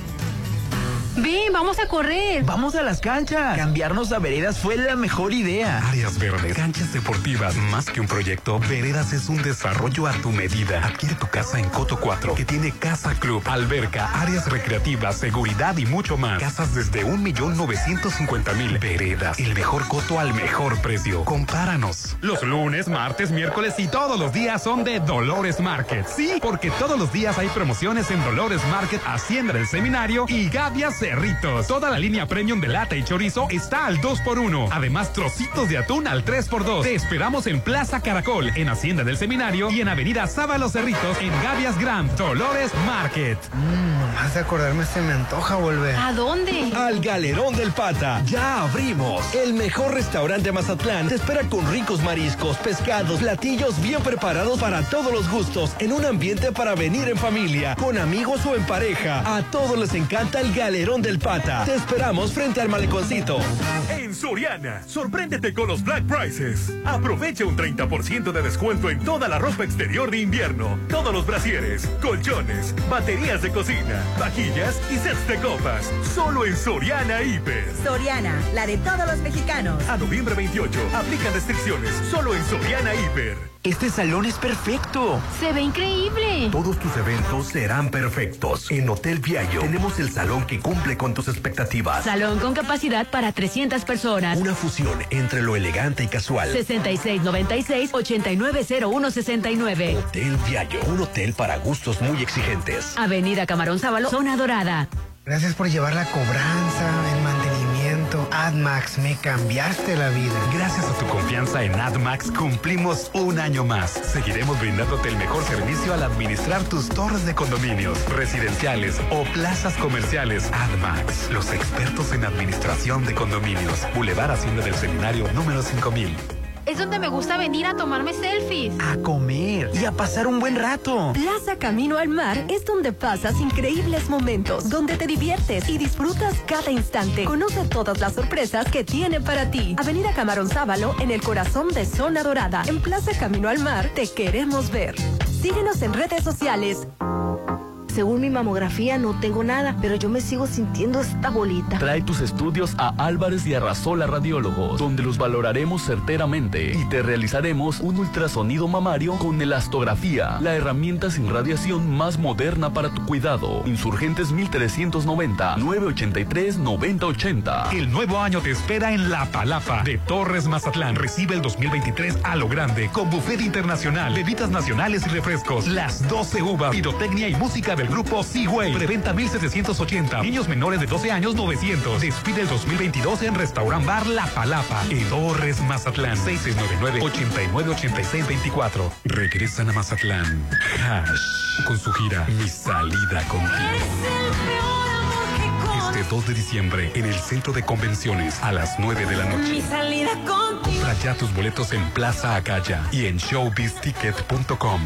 Ven, vamos a correr. Vamos a las canchas. Cambiarnos a veredas fue la mejor idea. Áreas verdes, canchas deportivas, más que un proyecto, Veredas es un desarrollo a tu medida. Adquiere tu casa en Coto cuatro, que tiene casa club, alberca, áreas recreativas, seguridad y mucho más. Casas desde un millón novecientos cincuenta mil. Veredas, el mejor coto al mejor precio. Compáranos. Los lunes, martes, miércoles y todos los días son de Dolores Market. Sí, porque todos los días hay promociones en Dolores Market, Hacienda del Seminario y Gavias Cerritos. Toda la línea premium de lata y chorizo está al dos por uno. Además, trocitos de atún al tres por dos. Te esperamos en Plaza Caracol, en Hacienda del Seminario y en Avenida Sábalo Cerritos, en Gavias Grand. Dolores Market. Mmm, nomás de acordarme se me antoja volver. ¿A dónde? Al Galerón del Pata. Ya abrimos. El mejor restaurante de Mazatlán te espera con ricos mariscos, pescados, platillos bien preparados para todos los gustos, en un ambiente para venir en familia, con amigos o en pareja. A todos les encanta el Galerón del Pata. Te esperamos frente al Maleconcito. En Soriana, sorpréndete con los Black Prices. Aprovecha un treinta por ciento de descuento en toda la ropa exterior de invierno, todos los brasieres, colchones, baterías de cocina, vajillas y sets de copas. Solo en Soriana Hiper. Soriana, la de todos los mexicanos. A noviembre veintiocho, aplican restricciones. Solo en Soriana Hiper. Este salón es perfecto. Se ve increíble. Todos tus eventos serán perfectos. En Hotel Viallo tenemos el salón que cumple con tus expectativas. Salón con capacidad para trescientas personas. Una fusión entre lo elegante y casual. sesenta y seis noventa y seis, ochenta y nueve cero uno sesenta y nueve. Hotel Viallo, un hotel para gustos muy exigentes. Avenida Camarón Sábalo, Zona Dorada. Gracias por llevar la cobranza, el mantenimiento. AdMax, me cambiaste la vida. Gracias a tu confianza en AdMax cumplimos un año más. Seguiremos brindándote el mejor servicio al administrar tus torres de condominios, residenciales o plazas comerciales. AdMax, los expertos en administración de condominios. Boulevard Hacienda del Seminario número cinco mil. es donde me gusta venir a tomarme selfies. A comer y a pasar un buen rato. Plaza Camino al Mar es donde pasas increíbles momentos, donde te diviertes y disfrutas cada instante. Conoce todas las sorpresas que tiene para ti. Avenida Camarón Sábalo, en el corazón de Zona Dorada. En Plaza Camino al Mar, te queremos ver. Síguenos en redes sociales. Según mi mamografía no tengo nada, pero yo me sigo sintiendo esta bolita. Trae tus estudios a Álvarez y Arrasola Radiólogos, donde los valoraremos certeramente y te realizaremos un ultrasonido mamario con elastografía, la herramienta sin radiación más moderna para tu cuidado. Insurgentes mil trescientos noventa, nueve ochenta y tres, noventa ochenta. El nuevo año te espera en La Palapa de Torres Mazatlán. Recibe el dos mil veintitrés a lo grande con buffet internacional, bebidas nacionales y refrescos, las doce uvas, pirotecnia y música del grupo Seaway. Preventa mil setecientos ochenta. Niños menores de doce años novecientos. Despide el dos mil veintidós en Restaurant Bar La Palapa en Torres Mazatlán. seis seis nueve nueve, ocho nueve ocho seis dos cuatro. Regresan a Mazatlán Hash con su gira Mi Salida Contigo. Este dos de diciembre en el Centro de Convenciones a las nueve de la noche. Mi salida contigo. Compra ya tus boletos en Plaza Acaya y en showbiz ticket punto com.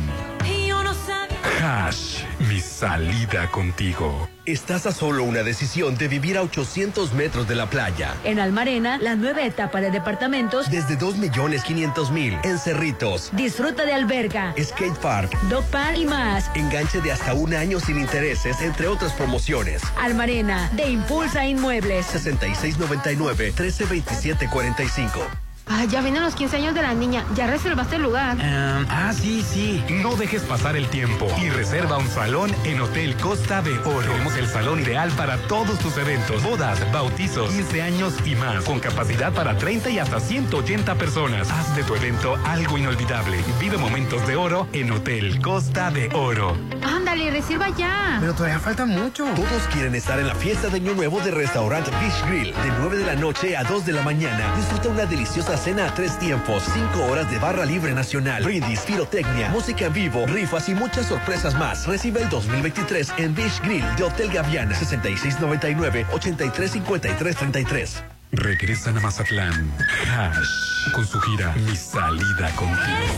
Hash, mi salida contigo. Estás a solo una decisión de vivir a ochocientos metros de la playa. En Almarena, la nueva etapa de departamentos desde dos millones quinientos mil. En Cerritos, disfruta de alberga, skate park, dog park y más. Enganche de hasta un año sin intereses, entre otras promociones. Almarena, de Impulsa Inmuebles. sesenta y seis noventa y nueve, trece veintisiete cuarenta y cinco. Ah, ya vienen los quince años de la niña. ¿Ya reservaste el lugar? Um, ah, sí, sí. No dejes pasar el tiempo y reserva un salón en Hotel Costa de Oro. Tenemos el salón ideal para todos tus eventos, bodas, bautizos, quince años y más, con capacidad para treinta y hasta ciento ochenta personas. Haz de tu evento algo inolvidable. Vive momentos de oro en Hotel Costa de Oro. Ándale, reserva ya. Pero todavía falta mucho. Todos quieren estar en la fiesta de Año Nuevo de Restaurant Beach Grill. De nueve de la noche a dos de la mañana. Disfruta una deliciosa cena a tres tiempos, cinco horas de barra libre nacional, brindis, pirotecnia, música en vivo, rifas y muchas sorpresas más. Recibe el dos mil veintitrés en Beach Grill de Hotel Gaviana. sesenta y seis noventa y nueve, ochenta y tres cincuenta y tres treinta y tres. Regresan a Mazatlán Hash con su gira Mi Salida Contigo.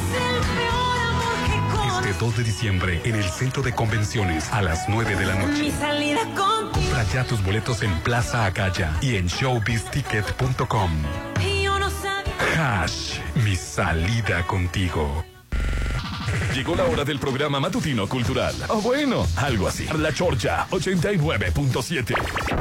Este dos de diciembre en el Centro de Convenciones a las nueve de la noche. Mi salida contigo. Compra ya tus boletos en Plaza Acaya y en showbiz ticket punto com. Hash, mi salida contigo. Llegó la hora del programa matutino cultural. O bueno, algo así. La Chorcha ochenta y nueve punto siete.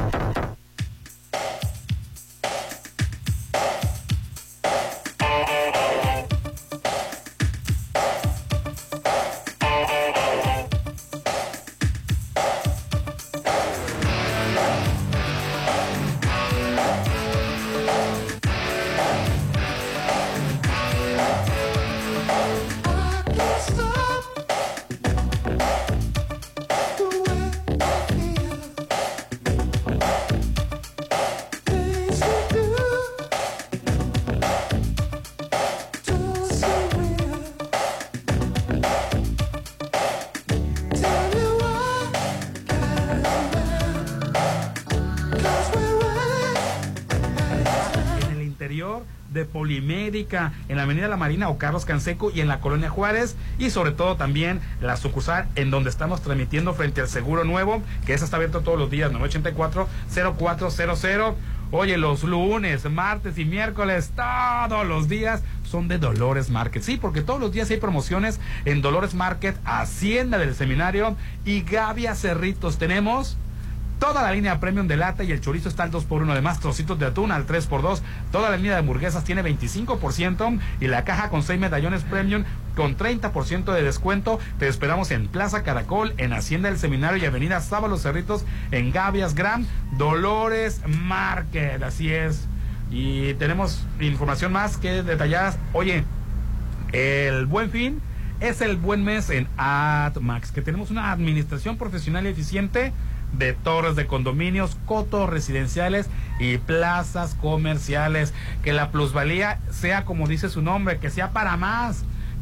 De Polimédica en la Avenida La Marina o Carlos Canseco y en la Colonia Juárez, y sobre todo también la sucursal en donde estamos transmitiendo frente al Seguro Nuevo, que esa está abierto todos los días, nueve ochenta y cuatro, cero cuatro cero cero. Oye, los lunes, martes y miércoles, todos los días son de Dolores Market. Sí, porque todos los días hay promociones en Dolores Market, Hacienda del Seminario y Gavia Cerritos. Tenemos toda la línea premium de lata y el chorizo está al dos por uno. Además, trocitos de atún al tres por dos. Toda la línea de hamburguesas tiene veinticinco por ciento y la caja con seis medallones premium con treinta por ciento de descuento. Te esperamos en Plaza Caracol, en Hacienda del Seminario y Avenida Sábalo Cerritos, en Gavias Gran, Dolores Market. Así es. Y tenemos información más que detalladas. Oye, el Buen Fin es el buen mes en AdMax, que tenemos una administración profesional y eficiente de torres de condominios, cotos residenciales y plazas comerciales. Que la plusvalía sea como dice su nombre, que sea para más,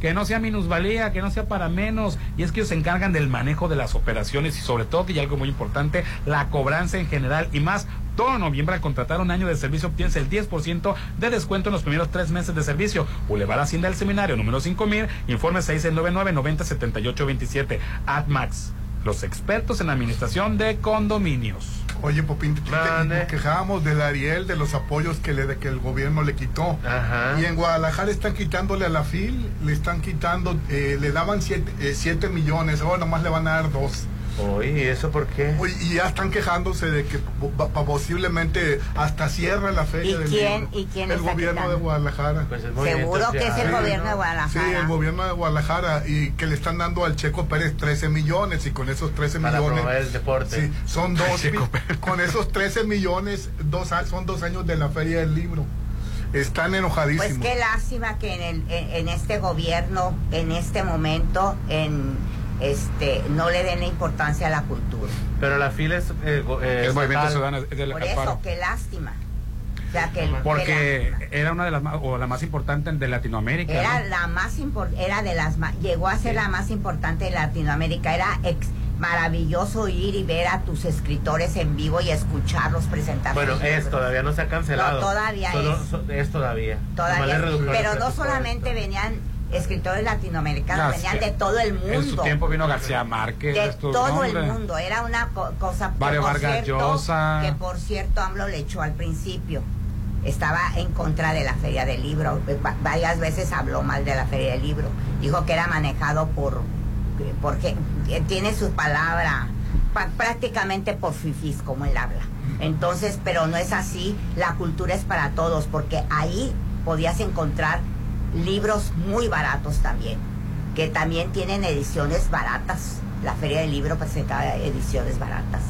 que no sea minusvalía, que no sea para menos, y es que ellos se encargan del manejo de las operaciones y sobre todo, y algo muy importante, la cobranza en general y más. Todo noviembre, al contratar un año de servicio, obtienes el diez por ciento de descuento en los primeros tres meses de servicio. Boulevard Hacienda del Seminario, número cinco mil, informe seis nueve nueve, noventa, setenta y ocho veintisiete. AdMax, los expertos en administración de condominios. Oye, Popín, nos quejábamos del Ariel, de los apoyos que, le, que el gobierno le quitó. Ajá. Y en Guadalajara están quitándole a la F I L, le están quitando, eh, le daban siete millones, ahora nomás le van a dar dos. Oye, ¿y eso por qué? Oye, y ya están quejándose de que posiblemente hasta cierra la feria del quién, libro. ¿Y quién El gobierno quitando? de Guadalajara. Pues es Seguro que es el gobierno de Guadalajara. Sí, el gobierno de Guadalajara, y que le están dando al Checo Pérez trece millones, y con esos trece Para millones... promover el deporte. Sí, son dos... con esos trece millones, dos, son dos años de la feria del libro. Están enojadísimos. Pues qué lástima que en, el, en, en este gobierno, en este momento, en... Este, no le den la importancia a la cultura. Pero la F I L es... Eh, eh, el movimiento ciudadano es del Por eso, qué lástima. O sea, que, porque era una de las más, o la más importante de Latinoamérica. Era ¿no? la más importante, era de las más, llegó a ser sí. la más importante de Latinoamérica. Era ex, maravilloso ir y ver a tus escritores en vivo y escucharlos presentar. Bueno, es, todavía no se ha cancelado. No, todavía Solo, es. So, es todavía. Todavía. Pero no solamente venían escritores latinoamericanos, Gracias. venían de todo el mundo. En su tiempo vino García Márquez. De estos, todo no, el mundo. Era una co cosa Mario que, por Vargas cierto, Llosa. que por cierto AMLO le echó al principio. Estaba en contra de la Feria del Libro. Varias veces habló mal de la Feria del Libro. Dijo que era manejado por... porque tiene su palabra prácticamente por fifís, como él habla. Entonces, pero no es así. La cultura es para todos, porque ahí podías encontrar libros muy baratos también, que también tienen ediciones baratas. La Feria del Libro presenta ediciones baratas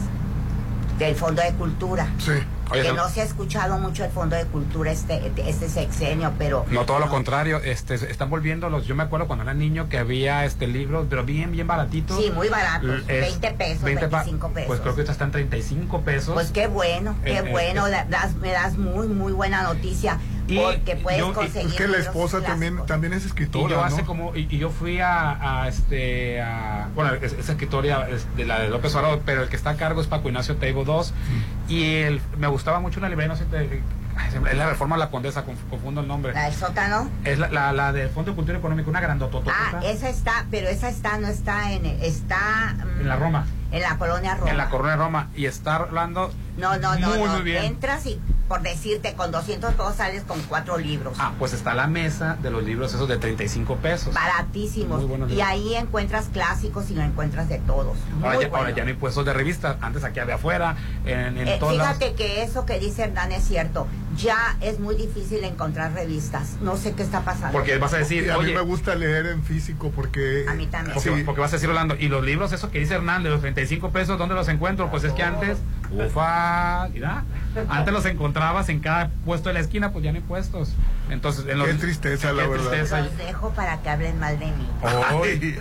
del Fondo de Cultura. Sí. Oye, que no se ha escuchado mucho el Fondo de Cultura este este sexenio, pero no, todo no. lo contrario, este están volviendo los, yo me acuerdo cuando era niño que había este libros, pero bien bien baratitos. Sí, muy baratos, es, veinte pesos, veinte veinticinco pesos. Pues creo que estos están treinta y cinco pesos. Pues qué bueno, qué eh, bueno, eh, das, me das muy muy buena noticia. Y porque puedes yo, conseguir. Es que la esposa también, también es escritora. Y yo hace ¿no? como y, y yo fui a, a este a, bueno, es, esa escritora es de la de López Obrador, pero el que está a cargo es Paco Ignacio Teibo dos. Sí. Y el, me gustaba mucho una librería, no sé, te, es la Reforma La Condesa, confundo el nombre. ¿La del Sótano? Es la, la, la del Fondo de Cultura Económica, una grandototota. Ah, esa está, pero esa está, no está en, está... En la Roma. En la colonia Roma. En la colonia Roma, y está hablando No, no, no, muy, no. muy bien. Entras y, por decirte, con doscientos pesos sales con cuatro libros. Ah, pues está la mesa de los libros esos de treinta y cinco pesos. Baratísimos. Y ahí encuentras clásicos y lo encuentras de todos. Ahora ya, bueno. ahora ya no hay puestos de revistas. Antes aquí había afuera, en, en eh, todas Fíjate las... que eso que dice Hernán es cierto. Ya es muy difícil encontrar revistas. No sé qué está pasando. Porque vas a decir, y a oye, mí me gusta leer en físico porque... A mí también. Porque, sí. porque vas a decir, Orlando, y los libros, eso que dice Hernán, de los treinta y cinco pesos, ¿dónde los encuentro? Pues es que antes, ufa, mira, antes los encontrabas en cada puesto de la esquina, pues ya no hay puestos. Entonces, en los, qué tristeza, qué la verdad. Tristeza. Los dejo para que hablen mal de mí. Ay,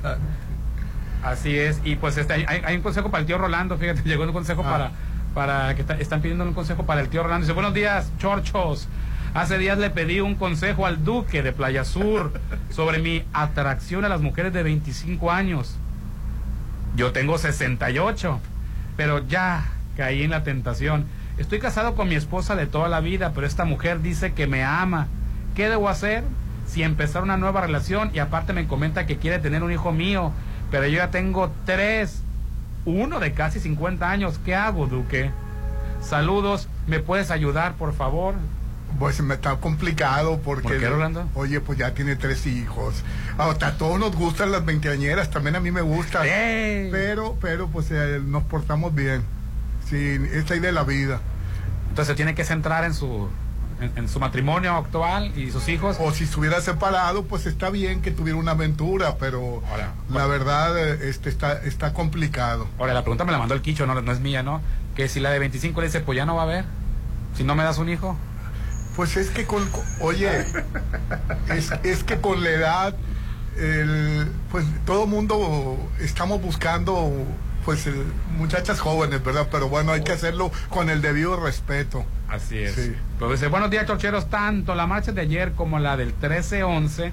así es, y pues este, hay, hay un consejo para el tío Rolando, fíjate, llegó un consejo ah. para, para que está, están pidiendo un consejo para el tío Rolando. Dice, buenos días, chorchos. Hace días le pedí un consejo al Duque de Playa Sur sobre mi atracción a las mujeres de veinticinco años. Yo tengo sesenta y ocho, pero ya caí en la tentación. Estoy casado con mi esposa de toda la vida, pero esta mujer dice que me ama. ¿Qué debo hacer? Si empezar una nueva relación y aparte me comenta que quiere tener un hijo mío, pero yo ya tengo tres, uno de casi cincuenta años. ¿Qué hago, Duque? Saludos, ¿me puedes ayudar, por favor? Pues me está complicado porque... ¿Por qué, Rolando? Oye, pues ya tiene tres hijos. Hasta a todos nos gustan las veinteañeras, también a mí me gustan. ¡Hey! Pero, pero pues eh, nos portamos bien. Sí, es la de la vida. Entonces tiene que centrar en su... En, en su matrimonio actual y sus hijos. O si estuviera separado, pues está bien que tuviera una aventura, pero ahora, la verdad este está está complicado. Ahora, la pregunta me la mandó el Quicho, no, no es mía, ¿no? Que si la de veinticinco le dice, pues ya no va a haber, si no me das un hijo. Pues es que con, con oye, es, es que con la edad, el, pues todo mundo estamos buscando, pues el, muchachas jóvenes, ¿verdad? Pero bueno, hay que hacerlo con el debido respeto. Así es. Sí. Pero dice, buenos días, chorcheros, tanto la marcha de ayer como la del trece once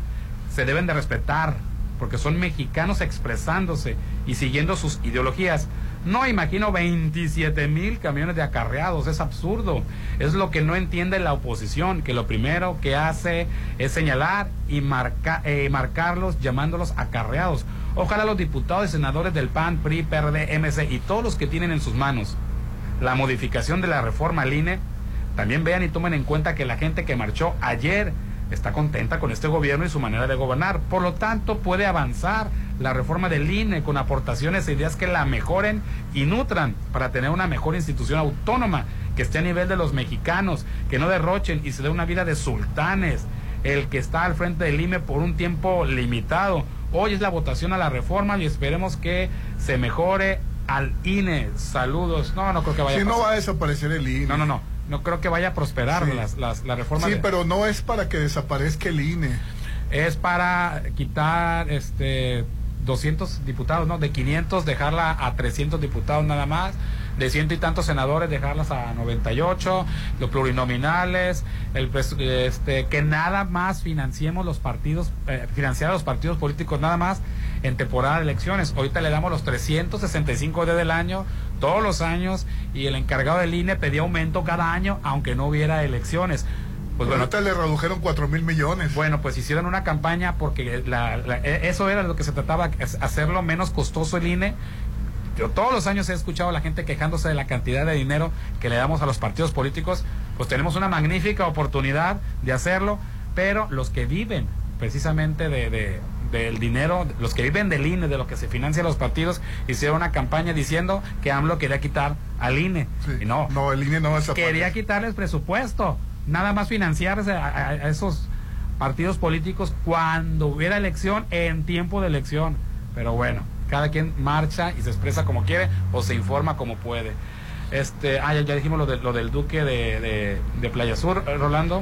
se deben de respetar, porque son mexicanos expresándose y siguiendo sus ideologías. No imagino veintisiete mil camiones de acarreados, es absurdo. Es lo que no entiende la oposición, que lo primero que hace es señalar y marca, eh, marcarlos llamándolos acarreados. Ojalá los diputados y senadores del P A N, P R I, P R D, M C y todos los que tienen en sus manos la modificación de la reforma al I N E también vean y tomen en cuenta que la gente que marchó ayer está contenta con este gobierno y su manera de gobernar. Por lo tanto, puede avanzar la reforma del I N E con aportaciones e ideas que la mejoren y nutran para tener una mejor institución autónoma que esté a nivel de los mexicanos, que no derrochen y se dé una vida de sultanes. El que está al frente del I N E por un tiempo limitado. Hoy es la votación a la reforma y esperemos que se mejore al I N E. Saludos. No, no creo que vaya sí, a pasar. no va a desaparecer el I N E. No, no, no. No creo que vaya a prosperar sí. las, las, la reforma. Sí, de... pero no es para que desaparezca el I N E. Es para quitar este doscientos diputados, ¿no? De quinientos dejarla a trescientos diputados nada más, de ciento y tantos senadores dejarlas a noventa y ocho, los plurinominales, el este que nada más financiemos los partidos, eh, financiar a los partidos políticos nada más en temporada de elecciones. Ahorita le damos los trescientos sesenta y cinco días del año, todos los años, y el encargado del I N E pedía aumento cada año, aunque no hubiera elecciones. Pues bueno, ahorita le redujeron cuatro mil millones. Bueno, pues hicieron una campaña porque la, la, eso era lo que se trataba, hacerlo menos costoso el I N E. Yo todos los años he escuchado a la gente quejándose de la cantidad de dinero que le damos a los partidos políticos. Pues tenemos una magnífica oportunidad de hacerlo, pero los que viven precisamente de, de del dinero, los que viven del I N E, de lo que se financia los partidos, hicieron una campaña diciendo que AMLO quería quitar al I N E. Sí, y no, no, el I N E no desaparece. Quería quitarles presupuesto, nada más financiarse a, a, a esos partidos políticos cuando hubiera elección, en tiempo de elección. Pero bueno, cada quien marcha y se expresa como quiere o se informa como puede. Este, ah, ya, ya dijimos lo, de, lo del Duque de, de, de Playa Sur, Rolando.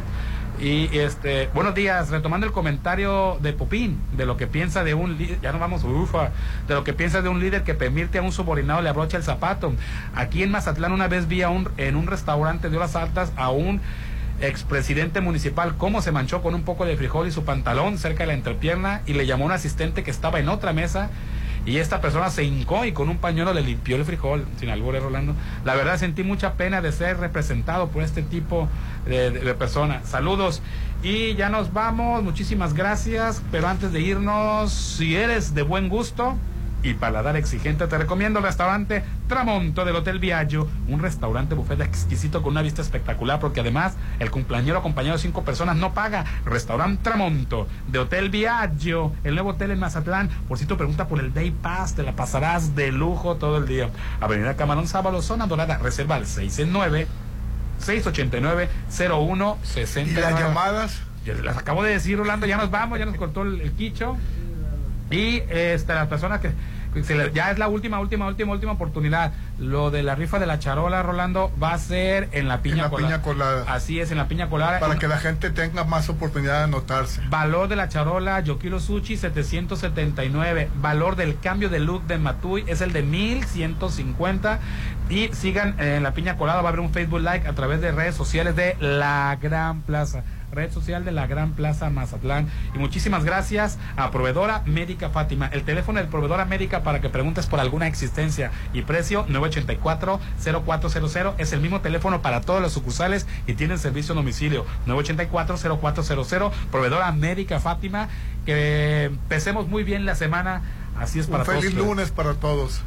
Y este, buenos días, retomando el comentario de Popín, de lo que piensa de un líder, ya nos vamos, ufa, de lo que piensa de un líder que permite a un subordinado le abrocha el zapato. Aquí en Mazatlán una vez vi a un, en un restaurante de horas altas a un expresidente municipal cómo se manchó con un poco de frijol y su pantalón cerca de la entrepierna y le llamó a un asistente que estaba en otra mesa y esta persona se hincó y con un pañuelo le limpió el frijol, sin albur, Rolando. La verdad sentí mucha pena de ser representado por este tipo de, de, de personas. Saludos y ya nos vamos, muchísimas gracias, pero antes de irnos, si eres de buen gusto y paladar exigente, te recomiendo el restaurante Tramonto del Hotel Viaggio, un restaurante buffet exquisito con una vista espectacular, porque además el cumpleañero acompañado de cinco personas no paga. Restaurante Tramonto de Hotel Viaggio, el nuevo hotel en Mazatlán. Por si tu pregunta por el Day Pass, te la pasarás de lujo todo el día. Avenida Camarón Sábalo, Zona Dorada, reserva al seis nueve, seis ocho nueve, cero uno seis nueve. ¿Y las llamadas? Ya las acabo de decir, Rolando, ya nos vamos, ya nos cortó el, el quicho. Y este, las personas que se le, ya es la última, última, última, última oportunidad. Lo de la rifa de la charola, Rolando, va a ser en la piña, en la colada. piña colada. Así es, en la piña colada. Para en, que la gente tenga más oportunidad de anotarse. Valor de la charola, Yokiro Sushi, setecientos setenta y nueve. Valor del cambio de look de Matui es el de mil ciento cincuenta. Y sigan en la piña colada, va a haber un Facebook Live a través de redes sociales de La Gran Plaza. Red social de La Gran Plaza Mazatlán. Y muchísimas gracias a Proveedora Médica Fátima. El teléfono de Proveedora Médica para que preguntes por alguna existencia y precio, nueve ocho cuatro, cero cuatro cero cero. Es el mismo teléfono para todas las sucursales y tienen servicio a domicilio, nueve ocho cuatro, cero cuatro cero cero. Proveedora Médica Fátima. Que empecemos muy bien la semana. Así es para todos. Un feliz todos. lunes para todos.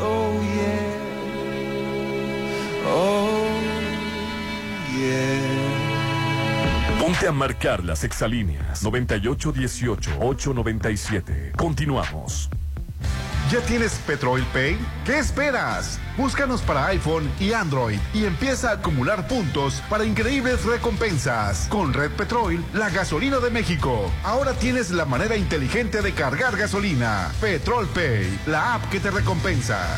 Oh yeah. Oh yeah. Ponte a marcar las exalíneas noventa y ocho dieciocho, ocho noventa y siete. Continuamos. ¿Ya tienes Petrol Pay? ¿Qué esperas? Búscanos para iPhone y Android y empieza a acumular puntos para increíbles recompensas. Con Red Petrol, la gasolina de México. Ahora tienes la manera inteligente de cargar gasolina. Petrol Pay, la app que te recompensa.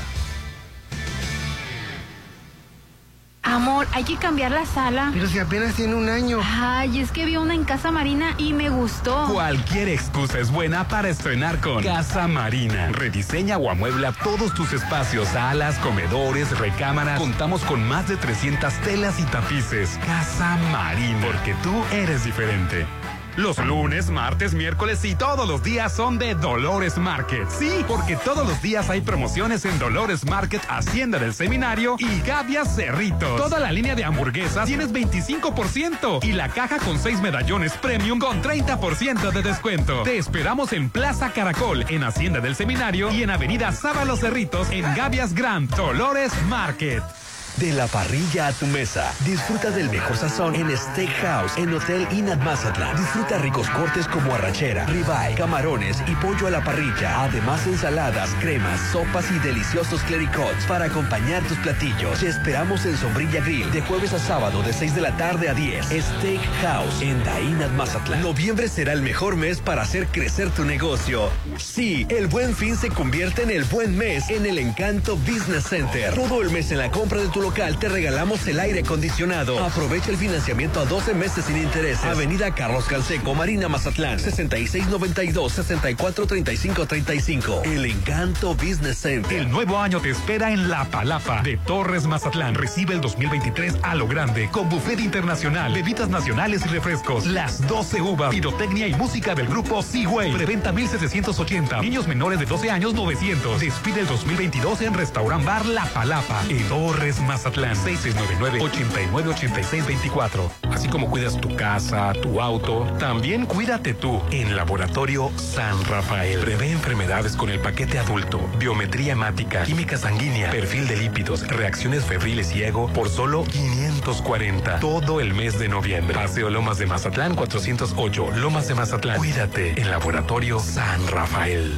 Amor, hay que cambiar la sala. Pero si apenas tiene un año. Ay, es que vi una en Casa Marina y me gustó. Cualquier excusa es buena para estrenar con Casa Marina. Rediseña o amuebla todos tus espacios, salas, comedores, recámaras. Contamos con más de trescientas telas y tapices. Casa Marina, porque tú eres diferente. Los lunes, martes, miércoles y todos los días son de Dolores Market. Sí, porque todos los días hay promociones en Dolores Market, Hacienda del Seminario y Gavias Cerritos. Toda la línea de hamburguesas tienes veinticinco por ciento y la caja con seis medallones premium con treinta por ciento de descuento. Te esperamos en Plaza Caracol, en Hacienda del Seminario y en Avenida Sábalo Cerritos en Gavias Grand. Dolores Market. De la parrilla a tu mesa. Disfruta del mejor sazón en Steakhouse, en Hotel Inat Mazatlán. Disfruta ricos cortes como arrachera, ribeye, camarones y pollo a la parrilla. Además, ensaladas, cremas, sopas y deliciosos clericots para acompañar tus platillos. Te esperamos en Sombrilla Grill, de jueves a sábado, de seis de la tarde a diez. Steakhouse, en Inat Mazatlán. Noviembre será el mejor mes para hacer crecer tu negocio. Sí, el Buen Fin se convierte en el buen mes en el Encanto Business Center. Todo el mes en la compra de tu local te regalamos el aire acondicionado. Aprovecha el financiamiento a doce meses sin intereses. Avenida Carlos Canseco, Marina Mazatlán, sesenta y seis noventa y dos, sesenta y cuatro treinta y cinco treinta y cinco. El Encanto Business Center. El nuevo año te espera en La Palapa de Torres Mazatlán. Recibe el dos mil veintitrés a lo grande con buffet internacional, bebidas nacionales y refrescos. Las doce uvas, pirotecnia y música del grupo Seaway. Preventa mil setecientos ochenta. Niños menores de doce años novecientos. Despide el dos mil veintidós en Restaurant Bar La Palapa en Torres Mazatlán. Mazatlán, seis seis nueve nueve, ocho nueve ocho seis dos cuatro. Así como cuidas tu casa, tu auto, también cuídate tú en Laboratorio San Rafael. Prevé enfermedades con el paquete adulto, biometría hemática, química sanguínea, perfil de lípidos, reacciones febriles y ego por solo quinientos cuarenta. Todo el mes de noviembre. Paseo Lomas de Mazatlán cuatrocientos ocho, Lomas de Mazatlán. Cuídate en Laboratorio San Rafael.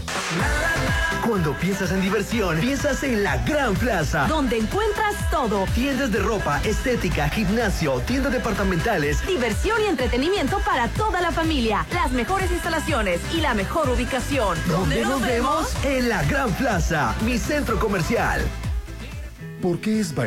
Cuando piensas en diversión, piensas en la Gran Plaza, donde encuentras todo. Tiendas de ropa, estética, gimnasio, tiendas departamentales, diversión y entretenimiento para toda la familia, las mejores instalaciones y la mejor ubicación. ¿Dónde nos vemos? En la Gran Plaza, mi centro comercial. ¿Por qué es valioso?